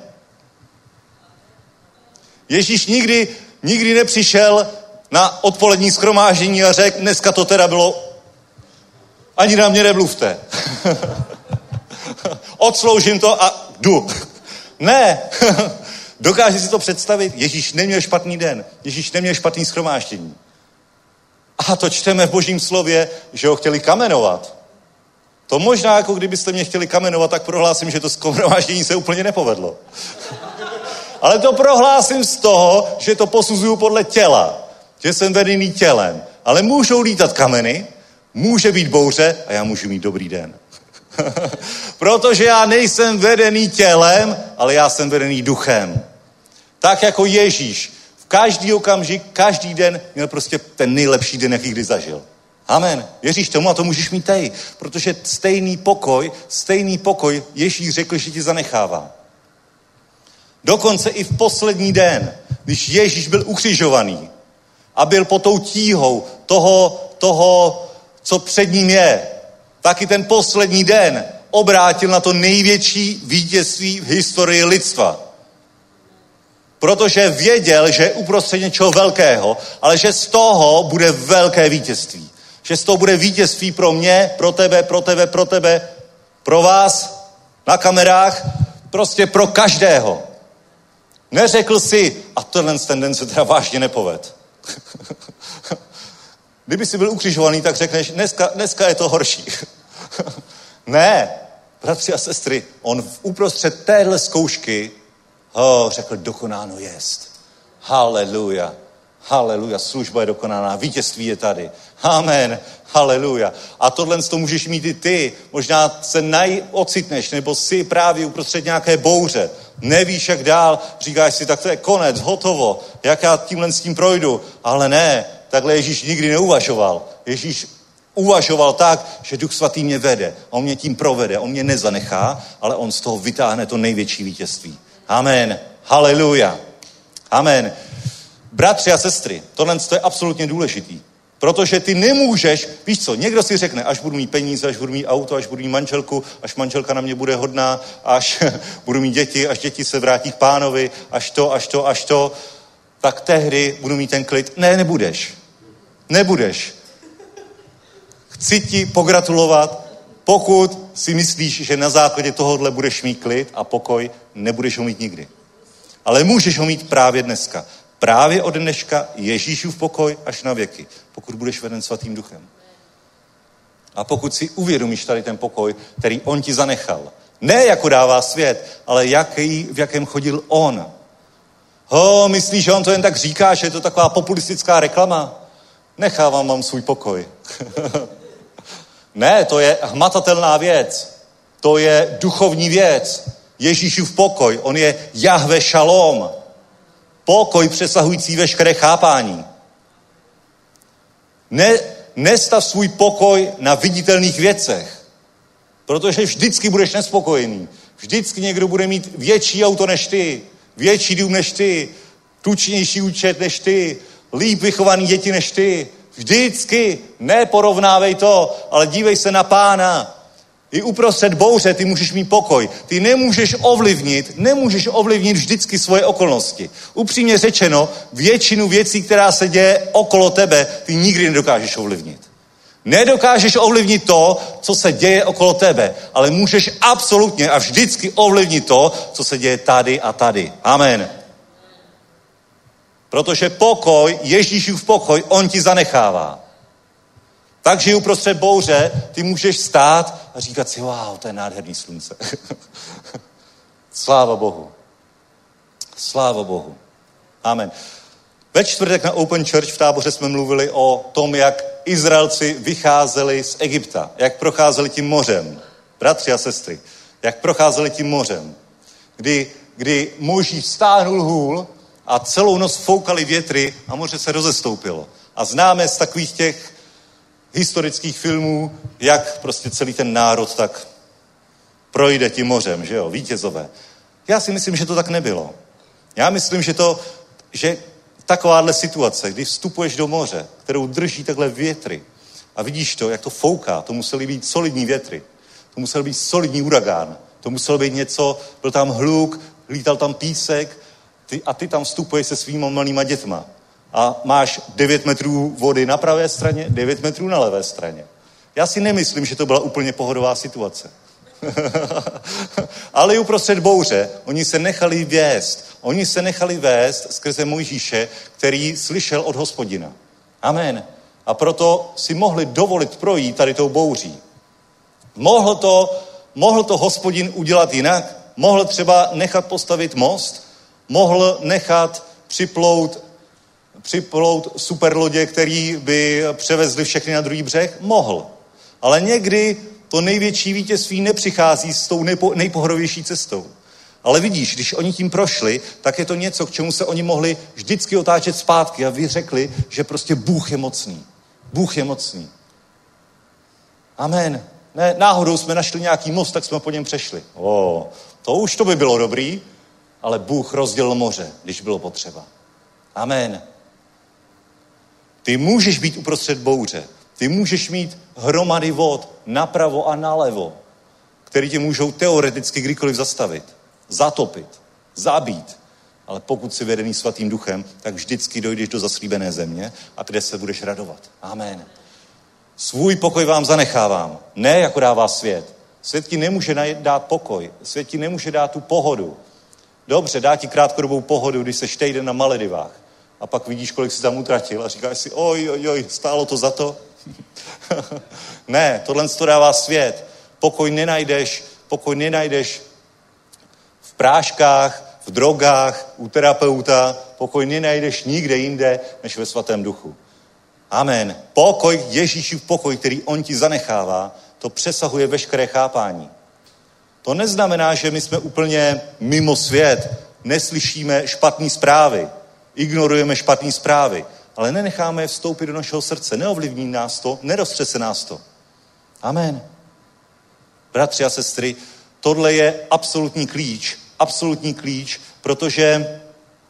Speaker 2: Ježíš nikdy, nikdy nepřišel na odpolední shromáždění a řekl, dneska to teda bylo, ani na mě nemluvte. Odsloužím to a jdu. Ne. Dokáže si to představit? Ježíš neměl špatný den. Ježíš neměl špatný shromáždění. A to čteme v Božím slově, že ho chtěli kamenovat. To možná, jako kdybyste mě chtěli kamenovat, tak prohlásím, že to shromáždění se úplně nepovedlo. Ale to prohlásím z toho, že to posuzuju podle těla. Že jsem vedený tělem. Ale můžou lítat kameny, může být bouře a já můžu mít dobrý den. Protože já nejsem vedený tělem, ale já jsem vedený duchem. Tak jako Ježíš. V každý okamžik, každý den měl prostě ten nejlepší den, jaký kdy zažil. Amen. Věříš tomu a to můžeš mít tej. Protože stejný pokoj, stejný pokoj Ježíš řekl, že ti zanechává. Dokonce i v poslední den, když Ježíš byl ukřižovaný a byl pod tou tíhou toho, toho, co před ním je, taky ten poslední den obrátil na to největší vítězství v historii lidstva. Protože věděl, že je uprostřed něčeho velkého, ale že z toho bude velké vítězství. Že z toho bude vítězství pro mě, pro tebe, pro tebe, pro tebe, pro vás, na kamerách, prostě pro každého. Neřekl si, a tenhle ten den se teda vážně nepoved. Kdyby jsi byl ukřižovaný, tak řekneš, dneska, dneska je to horší. Ne, bratři a sestry, on v uprostřed téhle zkoušky oh, řekl, dokonáno jest. Haleluja, haleluja, služba je dokonaná, vítězství je tady. Amen, haleluja. A tohle to můžeš mít i ty. Možná se najocitneš, nebo jsi právě uprostřed nějaké bouře. Nevíš, jak dál. Říkáš si, tak to je konec, hotovo. Jak já tímhle s tím projdu. Ale ne, takhle Ježíš nikdy neuvažoval. Ježíš uvažoval tak, že Duch Svatý mě vede. On mě tím provede. On mě nezanechá, ale on z toho vytáhne to největší vítězství. Amen. Haleluja. Amen. Bratři a sestry, tohle je absolutně důležitý. Protože ty nemůžeš, víš co, někdo si řekne, až budu mít peníze, až budu mít auto, až budu mít manželku, až manželka na mě bude hodná, až budu mít děti, až děti se vrátí k pánovi, až to, až to, až to, tak tehdy budu mít ten klid. Ne, nebudeš. Nebudeš. Chci ti pogratulovat, pokud si myslíš, že na základě tohohle budeš mít klid a pokoj, nebudeš ho mít nikdy. Ale můžeš ho mít právě dneska. právě od dneška Ježíšův pokoj až na věky, pokud budeš veden Svatým duchem. A pokud si uvědomíš tady ten pokoj, který on ti zanechal. Ne jako dává svět, ale jaký, v jakém chodil on. Ho, myslíš, že on to jen tak říká, že je to taková populistická reklama? Nechávám vám svůj pokoj. Ne, to je hmatatelná věc. To je duchovní věc. Ježíšův pokoj, on je Jahve Šalom. Pokoj přesahující veškeré chápání. Ne, nestav svůj pokoj na viditelných věcech, protože vždycky budeš nespokojený. Vždycky někdo bude mít větší auto než ty, větší dům než ty, tučnější účet než ty, líp vychovaný děti než ty. Vždycky neporovnávej to, ale dívej se na Pána. I uprostřed bouře ty můžeš mít pokoj. Ty nemůžeš ovlivnit, nemůžeš ovlivnit vždycky svoje okolnosti. Upřímně řečeno, většinu věcí, která se děje okolo tebe, ty nikdy nedokážeš ovlivnit. Nedokážeš ovlivnit to, co se děje okolo tebe, ale můžeš absolutně a vždycky ovlivnit to, co se děje tady a tady. Amen. Protože pokoj, Ježíšův pokoj, on ti zanechává. Takže uprostřed bouře ty můžeš stát a říkat si, wow, to je nádherný slunce. Sláva Bohu. Sláva Bohu. Amen. Ve čtvrtek na Open Church v Táboře jsme mluvili o tom, jak Izraelci vycházeli z Egypta, jak procházeli tím mořem. Bratři a sestry, jak procházeli tím mořem. Kdy, kdy Mojžíš stáhnul hůl a celou noc foukaly větry a moře se rozestoupilo. A známe z takových těch historických filmů, jak prostě celý ten národ tak projde tím mořem, že jo, vítězové. Já si myslím, že to tak nebylo. Já myslím, že to, že takováhle situace, kdy vstupuješ do moře, kterou drží takhle větry a vidíš to, jak to fouká, to musely být solidní větry, to musel být solidní uragán, to muselo být něco, byl tam hluk, lítal tam písek ty, a ty tam vstupuješ se svýma malýma dětma. A máš devět metrů vody na pravé straně, devět metrů na levé straně. Já si nemyslím, že to byla úplně pohodová situace. Ale i uprostřed bouře, oni se nechali vést. Oni se nechali vést skrze Mojžíše, který slyšel od Hospodina. Amen. A proto si mohli dovolit projít tady tou bouří. Mohl to, mohl to Hospodin udělat jinak? Mohl třeba nechat postavit most? Mohl nechat připlout připlout superlodě, který by převezli všechny na druhý břeh? Mohl. Ale někdy to největší vítězství nepřichází s tou nejpo, nejpohodovější cestou. Ale vidíš, když oni tím prošli, tak je to něco, k čemu se oni mohli vždycky otáčet zpátky a vyřekli, že prostě Bůh je mocný. Bůh je mocný. Amen. Ne, náhodou jsme našli nějaký most, tak jsme po něm přešli. O, to už to by bylo dobrý, ale Bůh rozdělil moře, když bylo potřeba. Amen. Ty můžeš být uprostřed bouře. Ty můžeš mít hromady vod napravo a nalevo, které tě můžou teoreticky kdykoliv zastavit, zatopit, zabít. Ale pokud jsi vedený Svatým duchem, tak vždycky dojdeš do zaslíbené země a kde se budeš radovat. Amen. Svůj pokoj vám zanechávám. Ne, jako dává svět. Svět ti nemůže dát pokoj. Svět ti nemůže dát tu pohodu. Dobře, dá ti krátkodobou pohodu, když seš týden na Maledivách. A pak vidíš, kolik jsi tam utratil a říkáš si, oj, oj, oj, stálo to za to? Ne, tohle to dává svět. Pokoj nenajdeš, pokoj nenajdeš v práškách, v drogách, u terapeuta. Pokoj nenajdeš nikde jinde, než ve Svatém duchu. Amen. Pokoj, Ježíšův pokoj, který on ti zanechává, to přesahuje veškeré chápání. To neznamená, že my jsme úplně mimo svět, neslyšíme špatné zprávy, ignorujeme špatné zprávy, ale nenecháme je vstoupit do našeho srdce. Neovlivní nás to, neroztřese nás to. Amen. Bratři a sestry, tohle je absolutní klíč, absolutní klíč, protože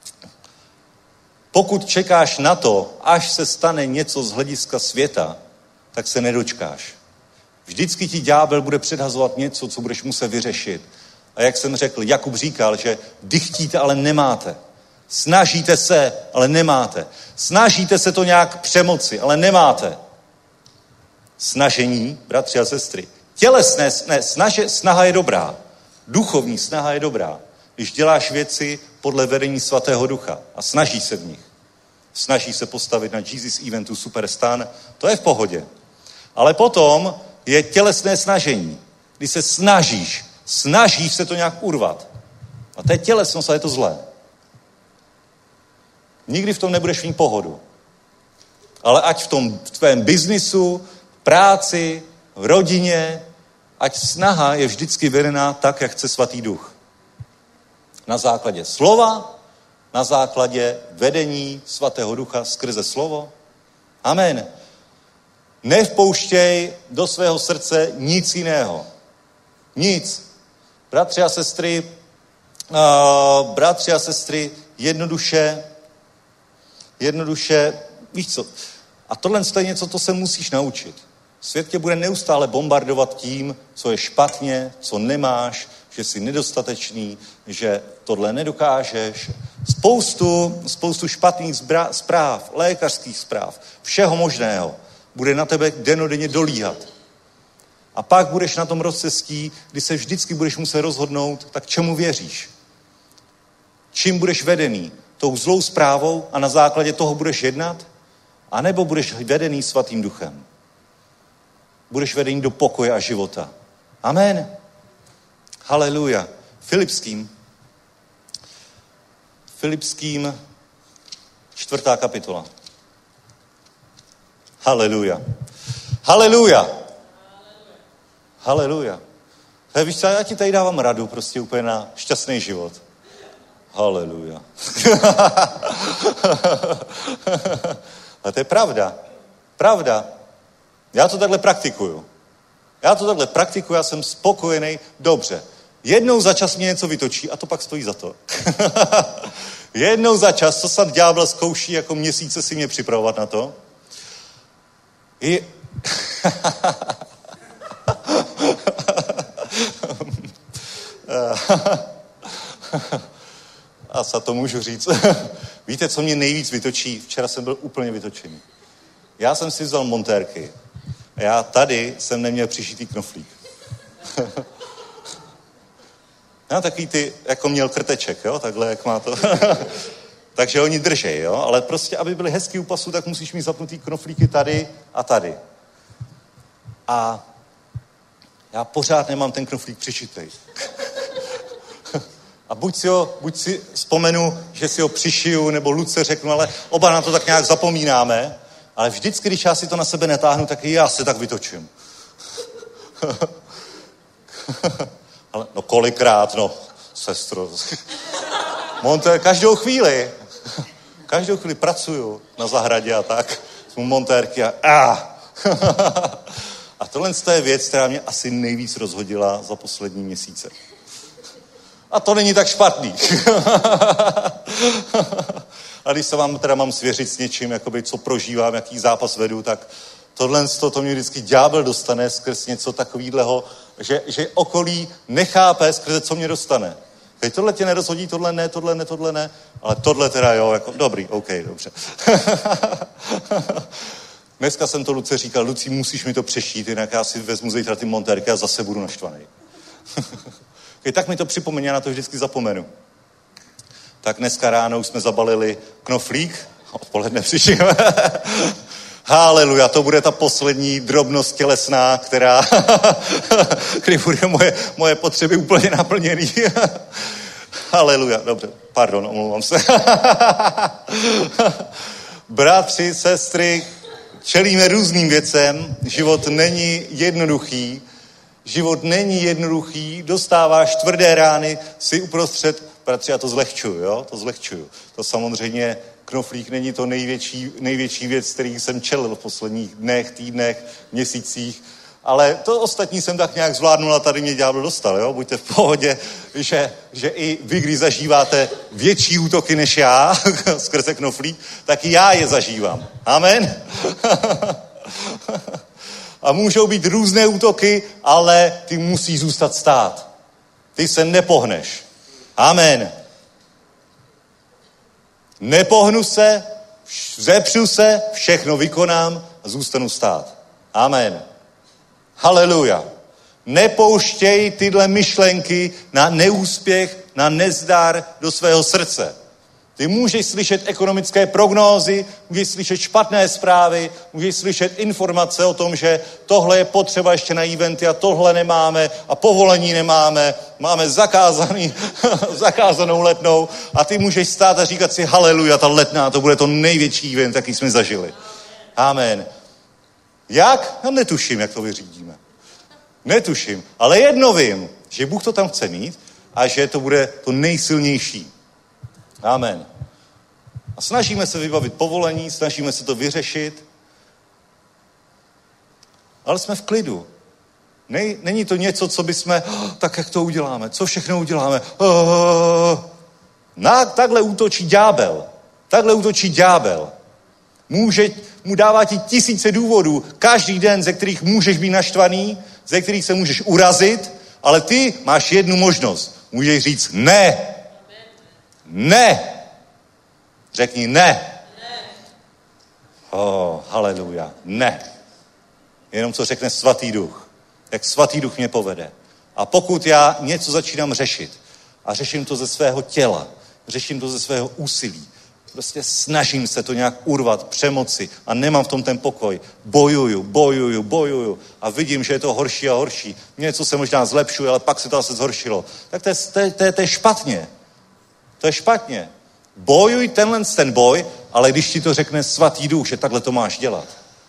Speaker 2: pokud čekáš na to, až se stane něco z hlediska světa, tak se nedočkáš. Vždycky ti ďábel bude předhazovat něco, co budeš muset vyřešit. A jak jsem řekl, Jakub říkal, že dychtíte, ale nemáte. Snažíte se, ale nemáte. Snažíte se to nějak přemoci, ale nemáte. Snažení, bratři a sestry. Tělesné ne, snaže, snaha je dobrá. Duchovní snaha je dobrá. když děláš věci podle vedení Svatého Ducha a snaží se v nich. Snaží se postavit na Jesus Eventu Superstan, to je v pohodě. Ale potom je tělesné snažení, kdy se snažíš, snažíš se to nějak urvat. A to je tělesnost a je to zlé. Nikdy v tom nebudeš mít pohodu. Ale ať v tom v tvém biznisu, práci, v rodině, ať snaha je vždycky vedená tak, jak chce Svatý Duch. Na základě slova, na základě vedení Svatého Ducha skrze slovo. Amen. Nevpouštěj do svého srdce nic jiného. Nic. Bratři a sestry, uh, bratři a sestry, jednoduše, jednoduše, víš co, a tohle je něco, co se musíš naučit. Svět tě bude neustále bombardovat tím, co je špatně, co nemáš, že jsi nedostatečný, že tohle nedokážeš. Spoustu, spoustu špatných zbra- zpráv, lékařských zpráv, všeho možného bude na tebe dennodenně dolíhat. A pak budeš na tom rozcestí, kdy se vždycky budeš muset rozhodnout, tak čemu věříš? Čím budeš vedený? Tou zlou zprávou a na základě toho budeš jednat? A nebo budeš vedený Svatým Duchem? Budeš vedený do pokoje a života. Amen. Haleluja. Filipským. Filipským čtvrtá kapitola. Haleluja. Haleluja. Haleluja. Hej, víš co, já ti tady dávám radu prostě úplně na šťastný život. Haleluja. Ale to je pravda. Pravda. Já to takhle praktikuju. Já to takhle praktikuju, já jsem spokojený. Dobře. Jednou za čas mě něco vytočí a to pak stojí za to. Jednou za čas, co snad ďábel zkouší jako měsíce si mě připravovat na to. I... A za to můžu říct. Víte, co mě nejvíc vytočí? Včera jsem byl úplně vytočený. Já jsem si vzal montérky. A já tady jsem neměl přišitý knoflík. Já takový ty, jako měl krteček, jo, takhle, jak má to. Takže oni držej, jo, ale prostě, aby byly hezký u pasu, tak musíš mít zapnutý knoflíky tady a tady. A já pořád nemám ten knoflík přišitej. A buď si, ho, buď si vzpomenu, že si ho přišiju, nebo Luce řeknu, ale oba na to tak nějak zapomínáme, ale vždycky, když já si to na sebe netáhnu, tak i já se tak vytočím. Ale no kolikrát, no, sestro. Montér, každou chvíli, každou chvíli pracuju na zahradě a tak, jsou montérky a a. A tohle je věc, která mě asi nejvíc rozhodila za poslední měsíce. A to není tak špatný. A když se vám teda mám svěřit s něčím, jakoby, co prožívám, jaký zápas vedu, tak tohle to, to mě vždycky ďábel dostane skrz něco takového, že, že okolí nechápe, skrze co mě dostane. Teď tohle tě nerozhodí, tohle ne, tohle ne, tohle ne, ale tohle teda jo, jako dobrý, OK, dobře. Dneska jsem to Luce říkal, Luci, musíš mi to přešít, jinak já si vezmu zítra ty montérky a zase budu naštvaný. Okay, tak mi to připomeň, já na to vždycky zapomenu. Tak dneska ráno už jsme zabalili knoflík, odpoledne přišel. Haleluja, to bude ta poslední drobnost tělesná, která, kdy bude moje, moje potřeby úplně naplněný. Haleluja, dobře, pardon, omlouvám se. Bratři, sestry, čelíme různým věcem, život není jednoduchý, život není jednoduchý, dostáváš tvrdé rány, si uprostřed, bratři, já to zlehčuju, jo, to zlehčuju. To samozřejmě knoflík není to největší, největší věc, který jsem čelil v posledních dnech, týdnech, měsících, ale to ostatní jsem tak nějak zvládnul a tady mě ďábel dostal, jo, buďte v pohodě, že, že i vy, když zažíváte větší útoky než já, skrze knoflík, tak i já je zažívám. Amen? A můžou být různé útoky, ale ty musíš zůstat stát. Ty se nepohneš. Amen. Nepohnu se, vzepřu se, všechno vykonám a zůstanu stát. Amen. Haleluja. Nepouštěj tyhle myšlenky na neúspěch, na nezdar do svého srdce. Ty můžeš slyšet ekonomické prognózy, můžeš slyšet špatné zprávy, můžeš slyšet informace o tom, že tohle je potřeba ještě na eventy a tohle nemáme a povolení nemáme, máme zakázaný, zakázanou letnou a ty můžeš stát a říkat si haleluja, ta letná, to bude to největší event, jaký jsme zažili. Amen. Jak? Já netuším, jak to vyřídíme. Netuším, ale jedno vím, že Bůh to tam chce mít a že to bude to nejsilnější. Amen. A snažíme se vybavit povolení, snažíme se to vyřešit, ale jsme v klidu. Ne, není to něco, co bychom, oh, tak jak to uděláme, co všechno uděláme. Oh, na, takhle útočí ďábel. Takhle útočí ďábel. Může, mu dává ti tisíce důvodů, každý den, ze kterých můžeš být naštvaný, ze kterých se můžeš urazit, ale ty máš jednu možnost. Můžeš říct ne. Ne. Řekni ne. Oh, haleluja. Ne. Jenom co řekne svatý duch. Jak svatý duch mě povede. A pokud já něco začínám řešit a řeším to ze svého těla, řeším to ze svého úsilí, prostě snažím se to nějak urvat, přemoci a nemám v tom ten pokoj. Bojuju, bojuju, bojuju a vidím, že je to horší a horší. Něco se možná zlepšuje, ale pak se to asi zhoršilo. Tak to je, to je, to je, to je špatně. To je špatně. Bojuj tenhle ten boj, ale když ti to řekne svatý duch, že takhle to máš dělat.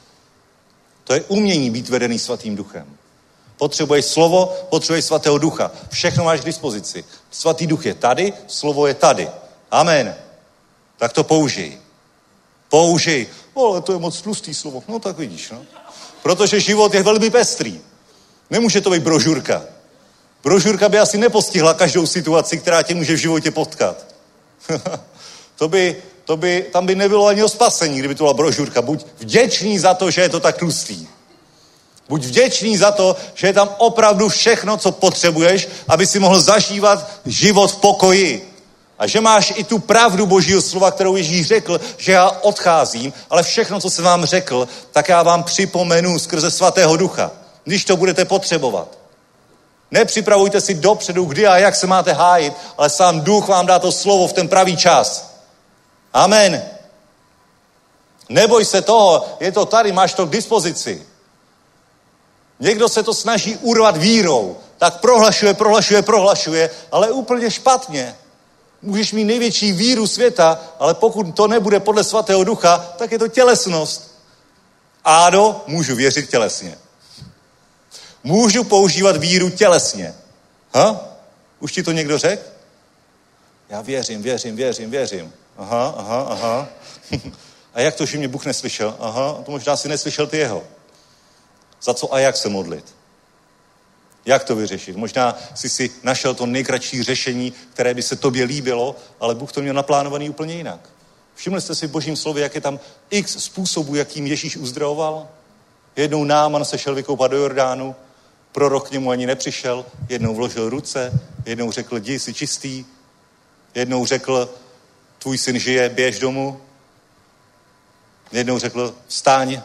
Speaker 2: To je umění být vedený svatým duchem. Potřebuješ slovo, potřebuješ svatého ducha. Všechno máš k dispozici. Svatý duch je tady, slovo je tady. Amen. Tak to použij. Použij. O, ale to je moc tlustý slovo. No tak vidíš, no. Protože život je velmi pestrý. Nemůže to být brožurka. Brožurka by asi nepostihla každou situaci, která tě může v životě potkat. to by, to by, tam by nebylo ani o spasení, kdyby to byla brožurka. Buď vděčný za to, že je to tak tlustý. Buď vděčný za to, že je tam opravdu všechno, co potřebuješ, aby si mohl zažívat život v pokoji. A že máš i tu pravdu Božího slova, kterou Ježíš řekl, že já odcházím, ale všechno, co jsem vám řekl, tak já vám připomenu skrze svatého ducha, když to budete potřebovat. Nepřipravujte si dopředu, kdy a jak se máte hájit, ale sám duch vám dá to slovo v ten pravý čas. Amen. Neboj se toho, je to tady, máš to k dispozici. Někdo se to snaží urvat vírou, tak prohlašuje, prohlašuje, prohlašuje, ale úplně špatně. Můžeš mít největší víru světa, ale pokud to nebude podle svatého ducha, tak je to tělesnost. Áno, můžu věřit tělesně. Můžu používat víru tělesně. Ha? Už ti to někdo řekl? Já věřím, věřím, věřím, věřím. Aha, aha, aha. A jak to, že mě Bůh neslyšel? Aha, to možná si neslyšel ty jeho. Za co a jak se modlit? Jak to vyřešit? Možná jsi si našel to nejkratší řešení, které by se tobě líbilo, ale Bůh to měl naplánovaný úplně jinak. Všimli jste si v Božím slově, jak je tam x způsobů, jakým Ježíš uzdravoval? Jednou Náman se šel vykoupat do Jordánu, prorok k němu ani nepřišel, jednou vložil ruce, jednou řekl, jdi, jsi čistý, jednou řekl, tvůj syn žije, běž domů, jednou řekl, vstáň,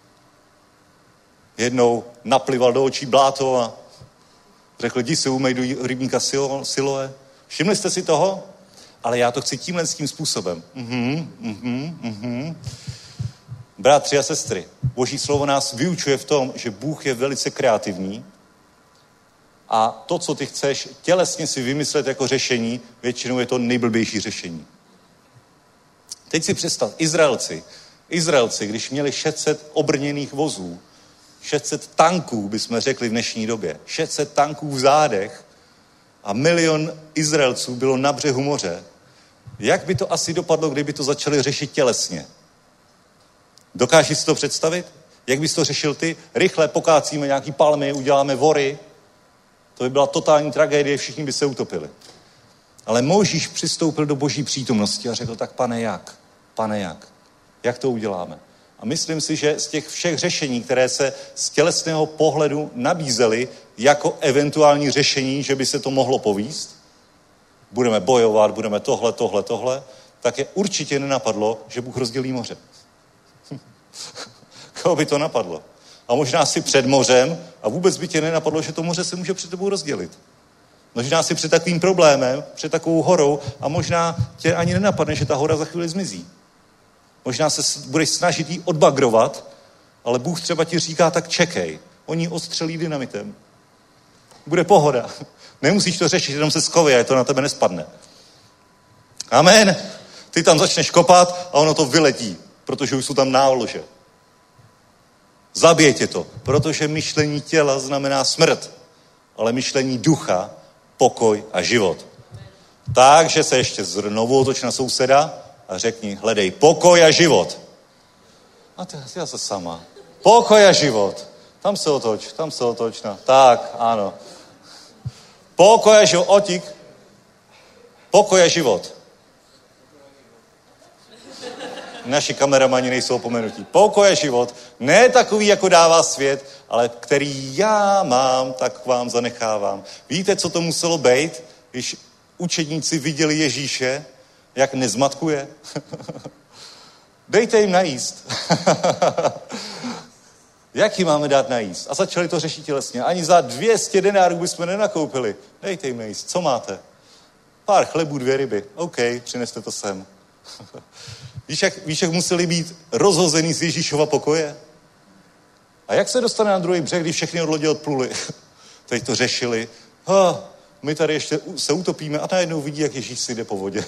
Speaker 2: jednou naplival do očí bláto a řekl, jdi se umej do rybníka Siloé. Všimli jste si toho? Ale já to chci tímhle s tím způsobem. Mhm, mhm, mhm. Bratři a sestry, Boží slovo nás vyučuje v tom, že Bůh je velice kreativní a to, co ty chceš tělesně si vymyslet jako řešení, většinou je to nejblbější řešení. Teď si představ, Izraelci, Izraelci, když měli šest set obrněných vozů, šest set tanků, bychom řekli v dnešní době, šest set tanků v zádech a milion Izraelců bylo na břehu moře, jak by to asi dopadlo, kdyby to začali řešit tělesně? Dokážeš si to představit? Jak bys to řešil ty? Rychle pokácíme nějaký palmy, uděláme vory. To by byla totální tragédie, všichni by se utopili. Ale Mojžíš přistoupil do Boží přítomnosti a řekl, tak pane jak? Pane jak? Jak to uděláme? A myslím si, že z těch všech řešení, které se z tělesného pohledu nabízely jako eventuální řešení, že by se to mohlo povíst, budeme bojovat, budeme tohle, tohle, tohle, tak je určitě nenapadlo, že Bůh rozdělí moře. Koho by to napadlo? A možná si před mořem a vůbec by tě nenapadlo, že to moře se může před tebou rozdělit. Možná si před takovým problémem, před takovou horou a možná tě ani nenapadne, že ta hora za chvíli zmizí. Možná se budeš snažit jí odbagrovat, ale Bůh třeba ti říká, tak čekej. Oni odstřelí dynamitem. Bude pohoda. Nemusíš to řešit, jenom se schovej a to na tebe nespadne. Amen. Ty tam začneš kopat a ono to vyletí, protože už jsou tam nálože. Zabije tě to, protože myšlení těla znamená smrt, ale myšlení ducha, pokoj a život. Takže se ještě znovu otoč na souseda a řekni, hledej pokoj a život. A ty, já se sama. Pokoj a život. Tam se otoč, tam se otoč. Na. Tak, ano. Pokoj a život. Otík. Pokoj a život. Naši kameramani nejsou opomenutí. Pokoj a život. Ne takový, jako dává svět, ale který já mám, tak vám zanechávám. Víte, co to muselo být, když učedníci viděli Ježíše, jak nezmatkuje? Dejte jim najíst. Jak jim máme dát najíst? A začali to řešit tělesně. Ani za dvě stě denárů bychom nenakoupili. Dejte jim najíst. Co máte? Pár chlebů, dvě ryby. OK, přineste to sem. Víš jak, víš, jak museli být rozhozený z Ježíšova pokoje? A jak se dostane na druhý břeh, když všechny od lodě odpluli? Teď to řešili. Ha, my tady ještě se utopíme a najednou vidí, jak Ježíš si jde po vodě.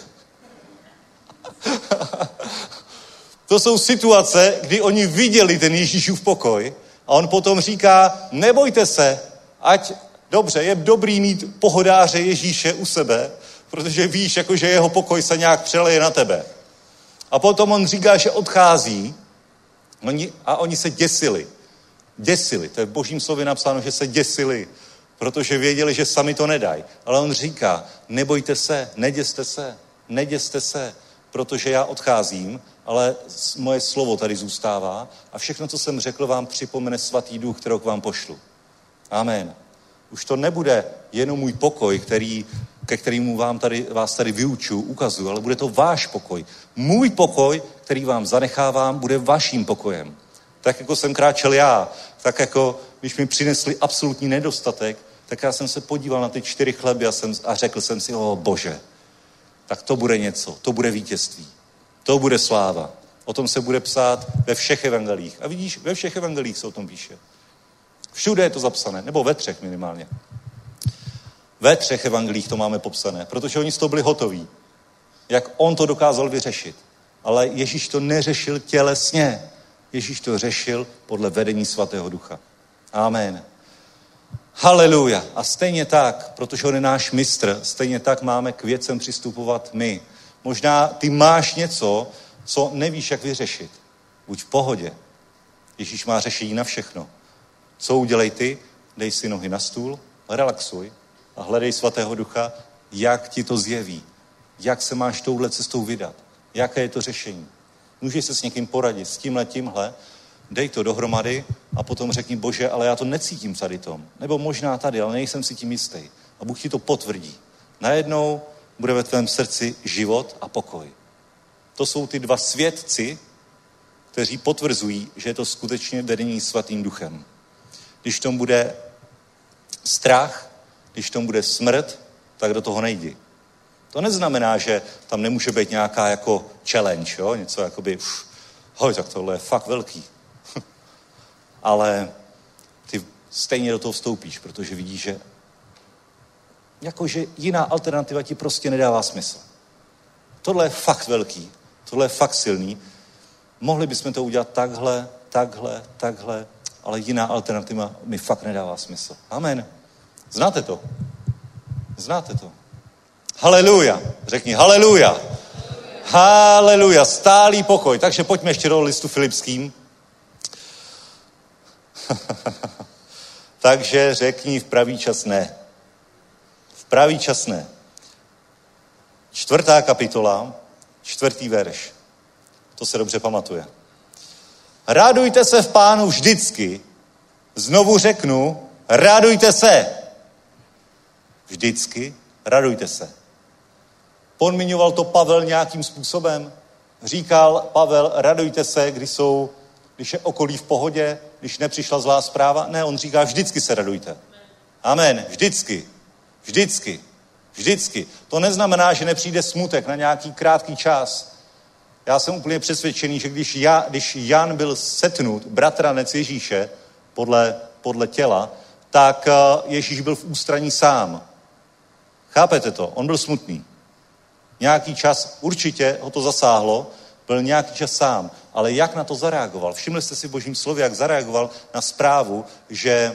Speaker 2: To jsou situace, kdy oni viděli ten Ježíšův pokoj a on potom říká, nebojte se, ať, dobře, je dobrý mít pohodáře Ježíše u sebe, protože víš, jako, že jeho pokoj se nějak přeleje na tebe. A potom on říká, že odchází oni, a oni se děsili. Děsili, to je v Božím slově napsáno, že se děsili, protože věděli, že sami to nedají. Ale on říká, nebojte se, neděste se, neděste se, protože já odcházím, ale moje slovo tady zůstává a všechno, co jsem řekl, vám připomene svatý duch, kterou k vám pošlu. Amen. Už to nebude jenom můj pokoj, který, ke kterému vám tady, vás tady vyučuju, ukazuju, ale bude to váš pokoj. Můj pokoj, který vám zanechávám, bude vaším pokojem. Tak jako jsem kráčel já, tak jako když mi přinesli absolutní nedostatek, tak já jsem se podíval na ty čtyři chleby a, jsem, a řekl jsem si, o Bože, tak to bude něco, to bude vítězství, to bude sláva. O tom se bude psát ve všech evangelích. A vidíš, ve všech evangelích se o tom píše. Všude je to zapsané, nebo ve třech minimálně. Ve třech evangelích to máme popsané, protože oni z toho byli hotoví. Jak on to dokázal vyřešit. Ale Ježíš to neřešil tělesně. Ježíš to řešil podle vedení svatého ducha. Amen. Haleluja. A stejně tak, protože on je náš mistr, stejně tak máme k věcem přistupovat my. Možná ty máš něco, co nevíš, jak vyřešit. Buď v pohodě. Ježíš má řešení na všechno. Co udělej ty? Dej si nohy na stůl, relaxuj a hledej svatého ducha, jak ti to zjeví. Jak se máš touhle cestou vydat. Jaké je to řešení. Můžeš se s někým poradit, s tímhle, tímhle, dej to dohromady a potom řekni, Bože, ale já to necítím tady tom. Nebo možná tady, ale nejsem si tím jistý. A Bůh ti to potvrdí. Najednou bude ve tvém srdci život a pokoj. To jsou ty dva svědci, kteří potvrzují, že je to skutečně vedení svatým duchem. Když tom bude strach, když tom bude smrt, tak do toho nejdi. To neznamená, že tam nemůže být nějaká jako challenge, jo? Něco jakoby, uf, hoj, tak tohle je fakt velký. Ale ty stejně do toho vstoupíš, protože vidíš, že jakože jiná alternativa ti prostě nedává smysl. Tohle je fakt velký, tohle je fakt silný. Mohli bychom to udělat takhle, takhle, takhle, ale jiná alternativa mi fakt nedává smysl. Amen. Znáte to? Znáte to? Haleluja. Řekni haleluja. Haleluja. Stálý pokoj. Takže pojďme ještě do listu Filipským. Takže řekni v pravý čas ne. V pravý čas ne. Čtvrtá kapitola, čtvrtý verš. To se dobře pamatuje. Radujte se v Pánu vždycky. Znovu řeknu, radujte se. Vždycky radujte se. Podmiňoval to Pavel nějakým způsobem. Říkal Pavel, radujte se, když, jsou, když je okolí v pohodě. když nepřišla zlá zpráva? Ne, on říká, vždycky se radujte. Amen, vždycky, vždycky, vždycky. To neznamená, že nepřijde smutek na nějaký krátký čas. Já jsem úplně přesvědčený, že když, já, když Jan byl setnut, bratranec Ježíše, podle, podle těla, tak Ježíš byl v ústraní sám. Chápete to? On byl smutný. Nějaký čas, určitě ho to zasáhlo, byl nějaký čas sám. Ale jak na to zareagoval? Všimli jste si v Božím slově, jak zareagoval na zprávu, že,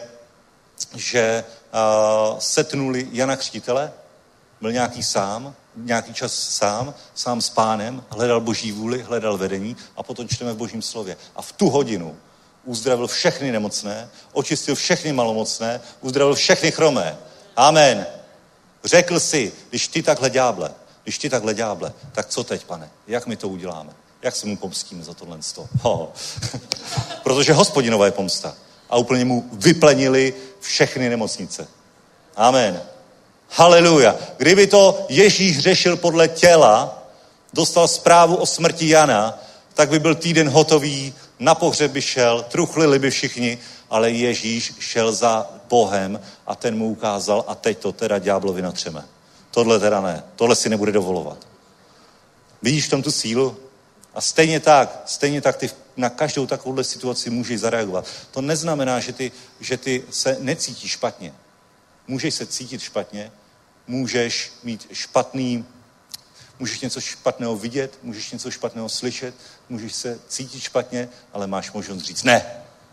Speaker 2: že uh, setnuli Jana Křtitele? Byl nějaký sám, nějaký čas sám, sám s Pánem, hledal Boží vůli, hledal vedení a potom čteme v Božím slově. A v tu hodinu uzdravil všechny nemocné, očistil všechny malomocné, uzdravil všechny chromé. Amen. Řekl si, když ty takhle ďáble, když ty takhle ďáble, tak co teď, Pane? Jak my to uděláme? Jak se mu pomstíme za tohle sto? Oh. Protože Hospodinova je pomsta. A úplně mu vyplenili všechny nemocnice. Amen. Haleluja. Kdyby to Ježíš řešil podle těla, dostal zprávu o smrti Jana, tak by byl týden hotový, na pohřeb by šel, truchlili by všichni, ale Ježíš šel za Bohem a ten mu ukázal a teď to teda ďáblovi natřeme. Tohle teda ne, tohle si nebude dovolovat. Vidíš v tom tu sílu? A stejně tak, stejně tak ty na každou takovouhle situaci můžeš zareagovat. To neznamená, že ty, že ty se necítíš špatně. Můžeš se cítit špatně, můžeš mít špatný, můžeš něco špatného vidět, můžeš něco špatného slyšet, můžeš se cítit špatně, ale máš možnost říct ne.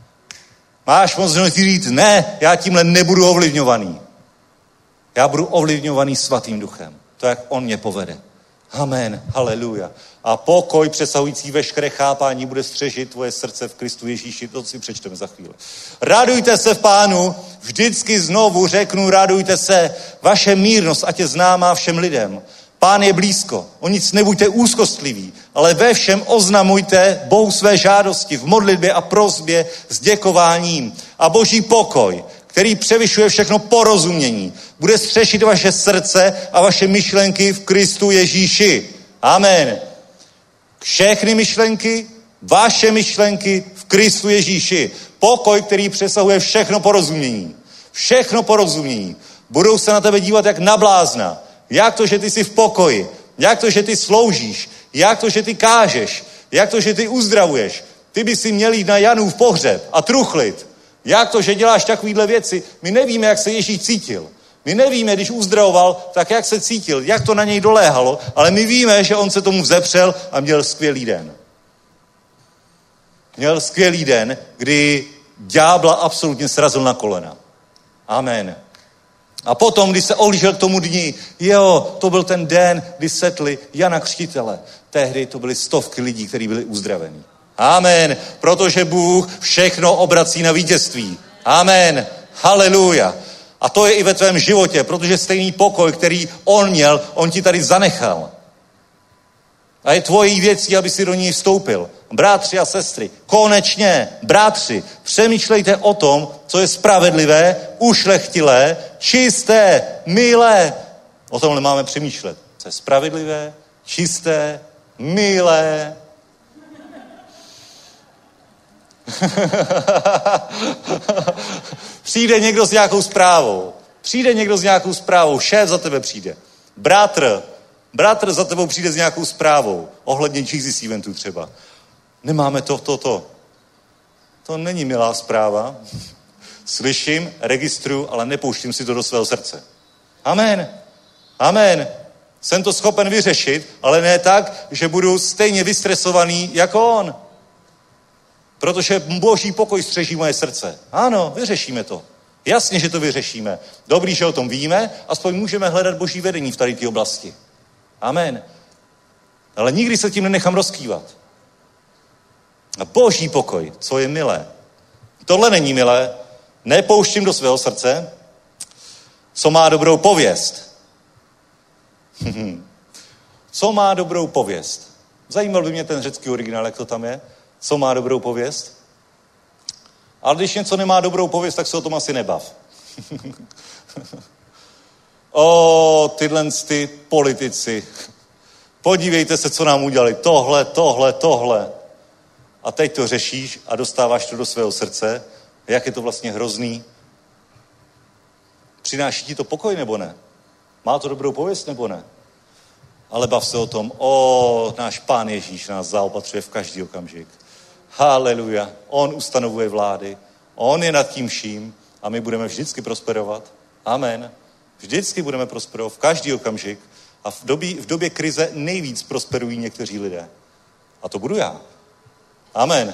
Speaker 2: Máš možnost říct ne, já tímhle nebudu ovlivňovaný. Já budu ovlivňovaný Svatým Duchem. To, jak on mě povede. Amen, haleluja. A pokoj přesahující veškeré chápání bude střežit tvoje srdce v Kristu Ježíši. To si přečteme za chvíli. Radujte se v Pánu, vždycky znovu řeknu, radujte se. Vaše mírnost, ať je známá všem lidem. Pán je blízko. O nic nebuďte úzkostliví, ale ve všem oznamujte Bohu své žádosti v modlitbě a prosbě s děkováním. A Boží pokoj, který převyšuje všechno porozumění, bude střešit vaše srdce a vaše myšlenky v Kristu Ježíši. Amen. Všechny myšlenky, vaše myšlenky v Kristu Ježíši. Pokoj, který přesahuje všechno porozumění. Všechno porozumění. Budou se na tebe dívat jak na blázna. Jak to, že ty jsi v pokoji? Jak to, že ty sloužíš? Jak to, že ty kážeš? Jak to, že ty uzdravuješ? Ty by si měl jít na Janův pohřeb a truchlit. Jak to, že děláš takovýhle věci? My nevíme, jak se Ježíš cítil. My nevíme, když uzdravoval, tak jak se cítil, jak to na něj doléhalo, ale my víme, že on se tomu vzepřel a měl skvělý den. Měl skvělý den, kdy ďábla absolutně srazil na kolena. Amen. A potom, když se ohlížel k tomu dni, jo, to byl ten den, kdy setli Jana Křtitele. Tehdy to byly stovky lidí, kteří byli uzdravení. Amen. Protože Bůh všechno obrací na vítězství. Amen. Haleluja. A to je i ve tvém životě, protože stejný pokoj, který on měl, on ti tady zanechal. A je tvojí věcí, aby si do ní vstoupil. Bratři a sestry, konečně, bratři, přemýšlejte o tom, co je spravedlivé, ušlechtilé, čisté, milé. O tomhle máme přemýšlet. Co je spravedlivé, čisté, milé. Přijde někdo s nějakou zprávou. Přijde někdo s nějakou zprávou. Šéf za tebe přijde. Bratr. Bratr za tebou přijde s nějakou zprávou. Ohledně Jesus eventu třeba. Nemáme to, to, to. To není milá zpráva. Slyším, registruju, ale nepouštím si to do svého srdce. Amen. Amen. Jsem to schopen vyřešit, ale ne tak, že budu stejně vystresovaný jako on. Protože Boží pokoj střeží moje srdce. Ano, vyřešíme to. Jasně, že to vyřešíme. Dobrý, že o tom víme, aspoň můžeme hledat Boží vedení v tady té oblasti. Amen. Ale nikdy se tím nenechám rozkývat. A Boží pokoj, co je milé. Tohle není milé, nepouštím do svého srdce, co má dobrou pověst. Co má dobrou pověst? Zajímal by mě ten řecký originál, jak to tam je. Co má dobrou pověst? Ale když něco nemá dobrou pověst, tak se o tom asi nebav. O, tyhle ty politici. Podívejte se, co nám udělali. Tohle, tohle, tohle. a teď to řešíš a dostáváš to do svého srdce. Jak je to vlastně hrozný? Přináší ti to pokoj nebo ne? Má to dobrou pověst nebo ne? Ale bav se o tom, o, náš Pán Ježíš nás zaopatřuje v každý okamžik. Haleluja. On ustanovuje vlády. On je nad tím vším a my budeme vždycky prosperovat. Amen. Vždycky budeme prosperovat v každý okamžik a v době, v době krize nejvíc prosperují někteří lidé. A to budu já. Amen.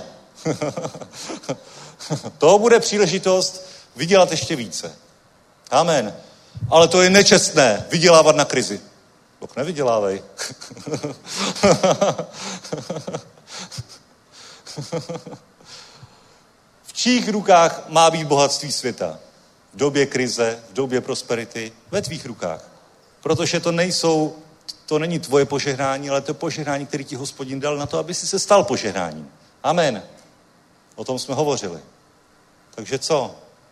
Speaker 2: To bude příležitost vydělat ještě více. Amen. Ale to je nečestné, vydělávat na krizi. Tak nevydělávej. V čích rukách má být bohatství světa? V době krize, v době prosperity, ve tvých rukách. Protože to nejsou, to není tvoje požehnání, ale to je požehnání, který ti Hospodin dal na to, aby si se stal požehnáním. Amen. O tom jsme hovořili. Takže co?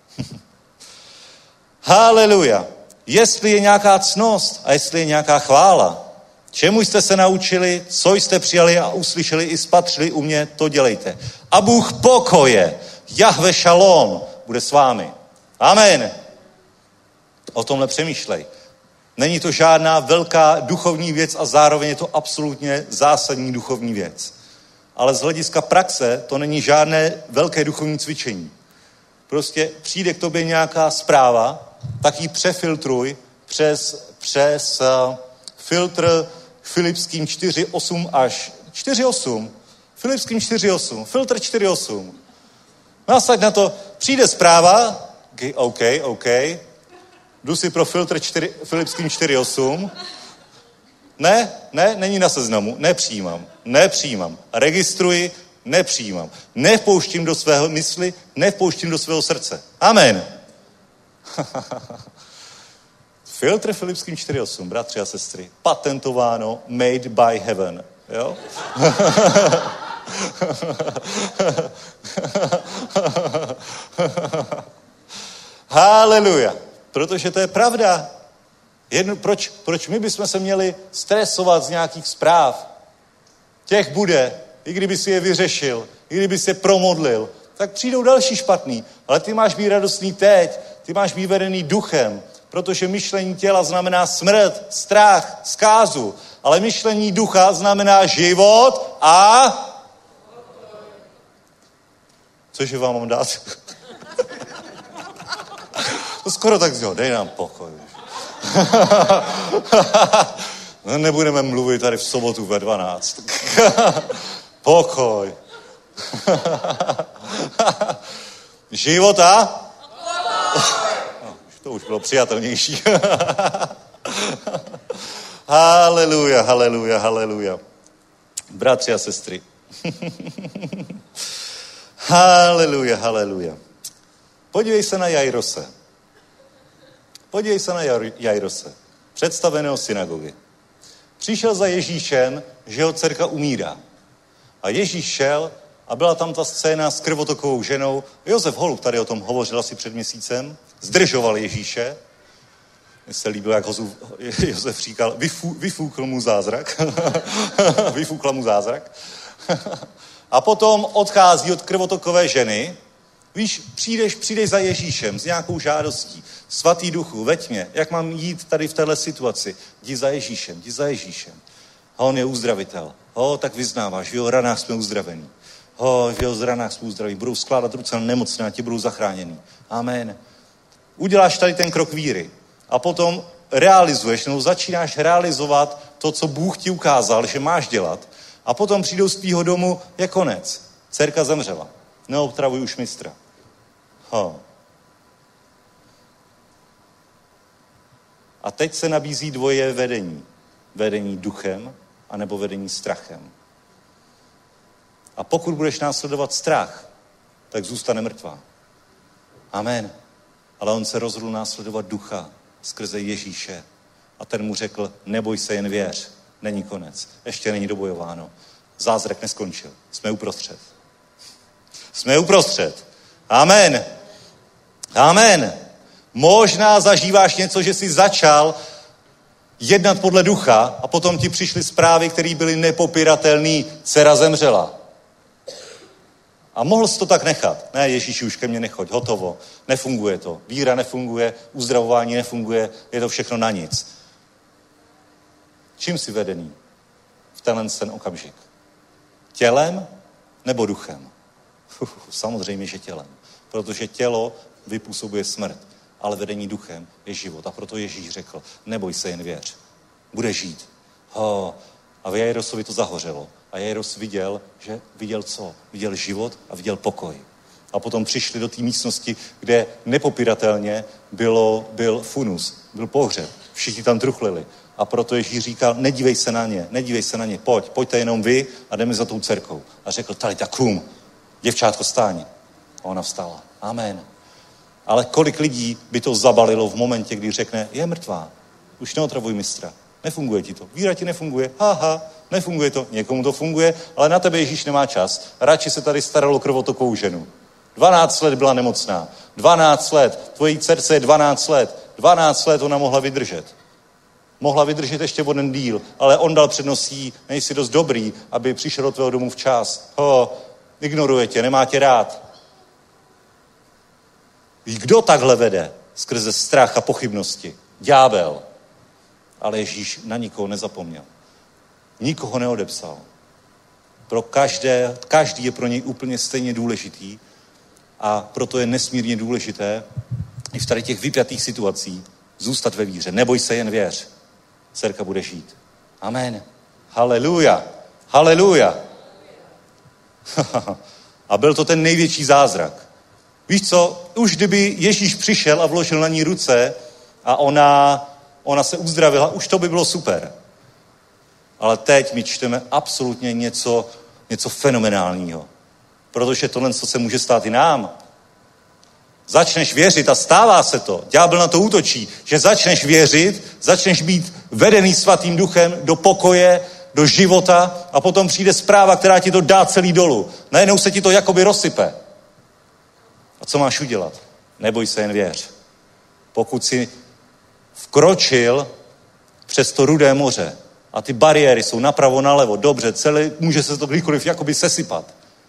Speaker 2: Haleluja. Jestli je nějaká ctnost a jestli je nějaká chvála, čemu jste se naučili, co jste přijali a uslyšeli i spatřili u mě, to dělejte. A Bůh pokoje, Jahve Šalom, bude s vámi. Amen. O tomhle přemýšlej. Není to žádná velká duchovní věc a zároveň je to absolutně zásadní duchovní věc. Ale z hlediska praxe to není žádné velké duchovní cvičení. Prostě přijde k tobě nějaká zpráva, tak ji přefiltruj přes, přes uh, filtr Filipským čtyři osm až čtyři osm. Filipským čtyři osm. Filtr čtyři osm. Nasaď na to, přijde zpráva, OK, OK, jdu si pro filtr čtyři, Filipským čtyři osm. Ne, ne, není na seznamu, nepřijímám, nepřijímám. Registruji, nepřijímám. Nevpouštím do svého mysli, nevpouštím do svého srdce. Amen. Filtr Filipským čtyři osm, bratři a sestry. Patentováno, made by heaven. Jo? Haleluja. Protože to je pravda. Jedno, proč, proč my bychom se měli stresovat z nějakých zpráv? Těch bude. I kdyby si je vyřešil, i kdyby si je promodlil, tak přijdou další špatný. Ale ty máš být radostný teď. Ty máš být vedený duchem. Protože myšlení těla znamená smrt, strach, zkázu. Ale myšlení ducha znamená život a... Cože vám mám dát? To skoro tak zdělo. Dej nám pokoj. No, nebudeme mluvit tady v sobotu ve dvanáct. Pokoj. Život a... To už bylo přijatelnější. Haleluja, haleluja, haleluja. Bratři a sestry. Haleluja, haleluja. Podívej se na Jairose. Podívej se na Jairose, představeného synagogy. Přišel za Ježíšem, že jeho dcerka umírá. A Ježíš šel a byla tam ta scéna s krvotokovou ženou. Josef Holub tady o tom hovořil asi před měsícem. Zdržoval Ježíše. Mně se líbilo, jak Josef říkal, vyfů, vyfúkl mu zázrak. Vyfúkla mu zázrak. A potom odchází od krvotokové ženy. Víš, přijdeš, přijdeš za Ježíšem s nějakou žádostí. Svatý duchu, veď mě, jak mám jít tady v téhle situaci? Jdi za Ježíšem, jdi za Ježíšem. A on je uzdravitel. O, tak vyznáváš, v jeho ranách jsme uzdravení. O, v jeho ranách jsme uzdravení. Budou skládat ruce na nemocné a ti budou zachráněni. Amen. Uděláš tady ten krok víry. A potom realizuješ, nebo začínáš realizovat to, co Bůh ti ukázal, že máš dělat. A potom přijdou z tvýho domu, je konec. Dcerka zemřela. Neobtravuj už mistra. Ho. A teď se nabízí dvoje vedení. Vedení duchem, anebo vedení strachem. A pokud budeš následovat strach, tak zůstane mrtvá. Amen. Ale on se rozhodl následovat ducha skrze Ježíše. A ten mu řekl, neboj se, jen věř. Není konec. Ještě není dobojováno. Zázrak neskončil. Jsme uprostřed. Jsme uprostřed. Amen. Amen. Možná zažíváš něco, že jsi začal jednat podle ducha a potom ti přišly zprávy, které byly nepopiratelné. Dcera zemřela. A mohl jsi to tak nechat. Ne, Ježíši, už ke mně nechoď, hotovo. Nefunguje to. Víra nefunguje, uzdravování nefunguje, je to všechno na nic. Čím jsi vedený v tenhle ten okamžik? Tělem nebo duchem? Uf, samozřejmě, že tělem. Protože tělo vypůsobuje smrt, ale vedení duchem je život. A proto Ježíš řekl, neboj se, jen věř. Bude žít. Oh. A v Jairosovi to zahořelo. A Jairos viděl, že viděl co? Viděl život a viděl pokoj. A potom přišli do té místnosti, kde nepopiratelně bylo, byl funus, byl pohřeb. Všichni tam truchlili. A proto Ježíš říkal, nedívej se na ně, nedívej se na ně, pojď, pojďte jenom vy a jdeme za tou dcerkou. A řekl, talita kum, děvčátko stáň. A ona vstala. Amen. Ale kolik lidí by to zabalilo v momentě, kdy řekne, je mrtvá, už neotravuj mistra, nefunguje ti to, víra ti nefunguje, haha, nefunguje to, někomu to funguje, ale na tebe Ježíš nemá čas. Radši se tady staralo krvotokovou ženu. dvanáct let byla nemocná, dvanáct let, tvojí dcerce je dvanáct let, dvanáct let ona mohla vydržet. Mohla vydržet ještě jeden díl, ale on dal přednost jí, nejsi dost dobrý, aby přišel do tvého domu včas. Ho, ignoruje tě, nemá tě rád. Kdo takhle vede? Skrze strach a pochybnosti. Ďábel. Ale Ježíš na nikoho nezapomněl. Nikoho neodepsal. Pro každé, každý je pro něj úplně stejně důležitý a proto je nesmírně důležité i v tady těch vypjatých situacích zůstat ve víře. Neboj se, jen věř. Dcerka bude žít. Amen. Haleluja. Haleluja. A byl to ten největší zázrak. Víš co, už kdyby Ježíš přišel a vložil na ní ruce a ona, ona se uzdravila, už to by bylo super. Ale teď my čteme absolutně něco, něco fenomenálního. Protože tohle se může stát i nám. Začneš věřit a stává se to. Ďábel na to útočí, že začneš věřit, začneš být vedený svatým duchem do pokoje, do života a potom přijde zpráva, která ti to dá celý dolů. Najednou se ti to jakoby rozsype. A co máš udělat? Neboj se, jen věř. Pokud jsi vkročil přes to Rudé moře a ty bariéry jsou napravo, nalevo, dobře, celé, může se to kdykoliv jakoby sesypat.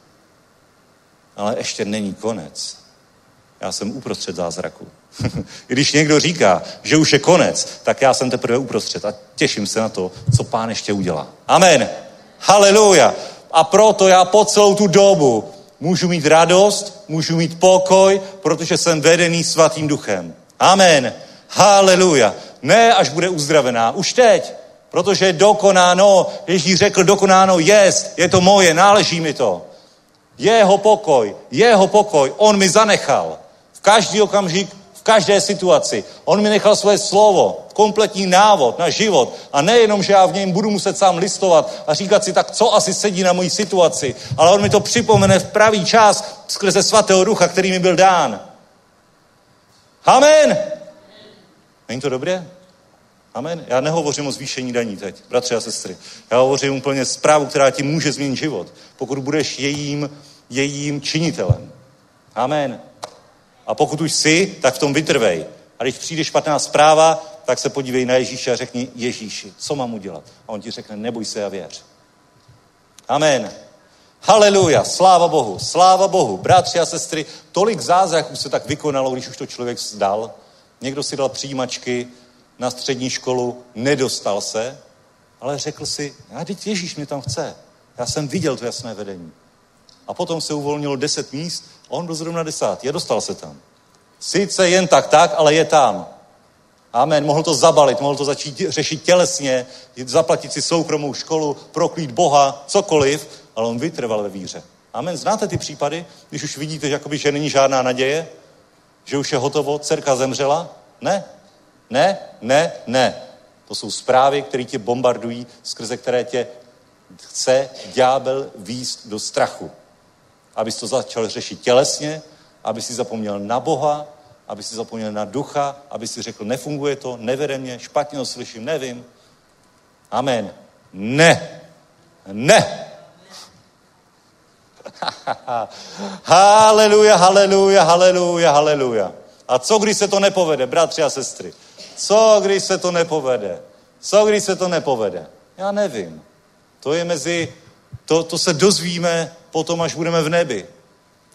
Speaker 2: Ale ještě není konec. Já jsem uprostřed zázraku. I když někdo říká, že už je konec, tak já jsem teprve uprostřed a těším se na to, co Pán ještě udělá. Amen. Haleluja. A proto já po celou tu dobu můžu mít radost, můžu mít pokoj, protože jsem vedený svatým duchem. Amen. Haleluja. Ne, až bude uzdravená. Už teď. Protože je dokonáno. Ježíš řekl, dokonáno jest. Je to moje, náleží mi to. Jeho pokoj, jeho pokoj, on mi zanechal. V každý okamžik, v každé situaci. On mi nechal svoje slovo, kompletní návod na život. A nejenom, že já v něm budu muset sám listovat a říkat si, tak co asi sedí na mojí situaci. Ale on mi to připomene v pravý čas skrze svatého ducha, který mi byl dán. Amen. Není to dobré? Amen. Já nehovořím o zvýšení daní teď, bratři a sestry. Já hovořím úplně zprávu, která ti může změnit život, pokud budeš jejím, jejím činitelem. Amen. A pokud už jsi, tak v tom vytrvej. A když přijde špatná zpráva, tak se podívej na Ježíše a řekni, Ježíši, co mám udělat? A on ti řekne, neboj se a věř. Amen. Haleluja, sláva Bohu, sláva Bohu. Bratři a sestry, tolik zázraků se tak vykonalo, když už to člověk vzdal. Někdo si dal přijímačky na střední školu, nedostal se, ale řekl si, já teď Ježíš mě tam chce. Já jsem viděl to jasné vedení. A potom se uvolnilo deset míst, on byl zrovna desátý a dostal se tam. Sice jen tak tak, ale je tam. Amen. Mohl to zabalit, mohl to začít řešit tělesně, zaplatit si soukromou školu, proklít Boha, cokoliv, ale on vytrval ve víře. Amen. Znáte ty případy, když už vidíte, že, jakoby, že není žádná naděje, že už je hotovo, dcerka zemřela? Ne. Ne, ne, ne. To jsou zprávy, které tě bombardují, skrze které tě chce ďábel vést do strachu. Abys to začal řešit tělesně, aby si zapomněl na Boha, aby si zapomněl na ducha, aby si řekl, nefunguje to, nevede mě, špatně ho slyším, nevím. Amen. Ne. Ne. Haleluja, haleluja, haleluja, haleluja. A co, když se to nepovede, bratři a sestry? Co, když se to nepovede? Co, když se to nepovede? Já nevím. To je mezi, to, to se dozvíme potom, až budeme v nebi.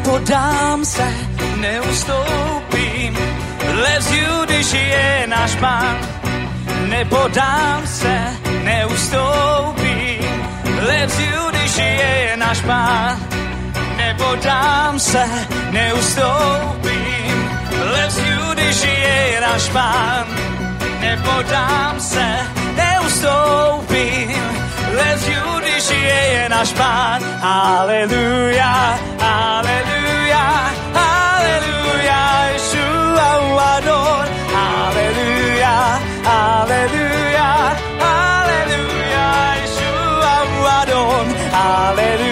Speaker 1: nepodám se, neustoupím, lezu, když je náš Pán. Nepodám se, neustoupím, lezu, když je náš Pán. Nepodám se, neustoupím, lezu, když je náš Pán. Nepodám se, neustoupím, lezu, když je náš Pán. Haleluja, haleluja, haleluja, Ješua ador. Haleluja, haleluja, haleluja, Ješua ador. Haleluja.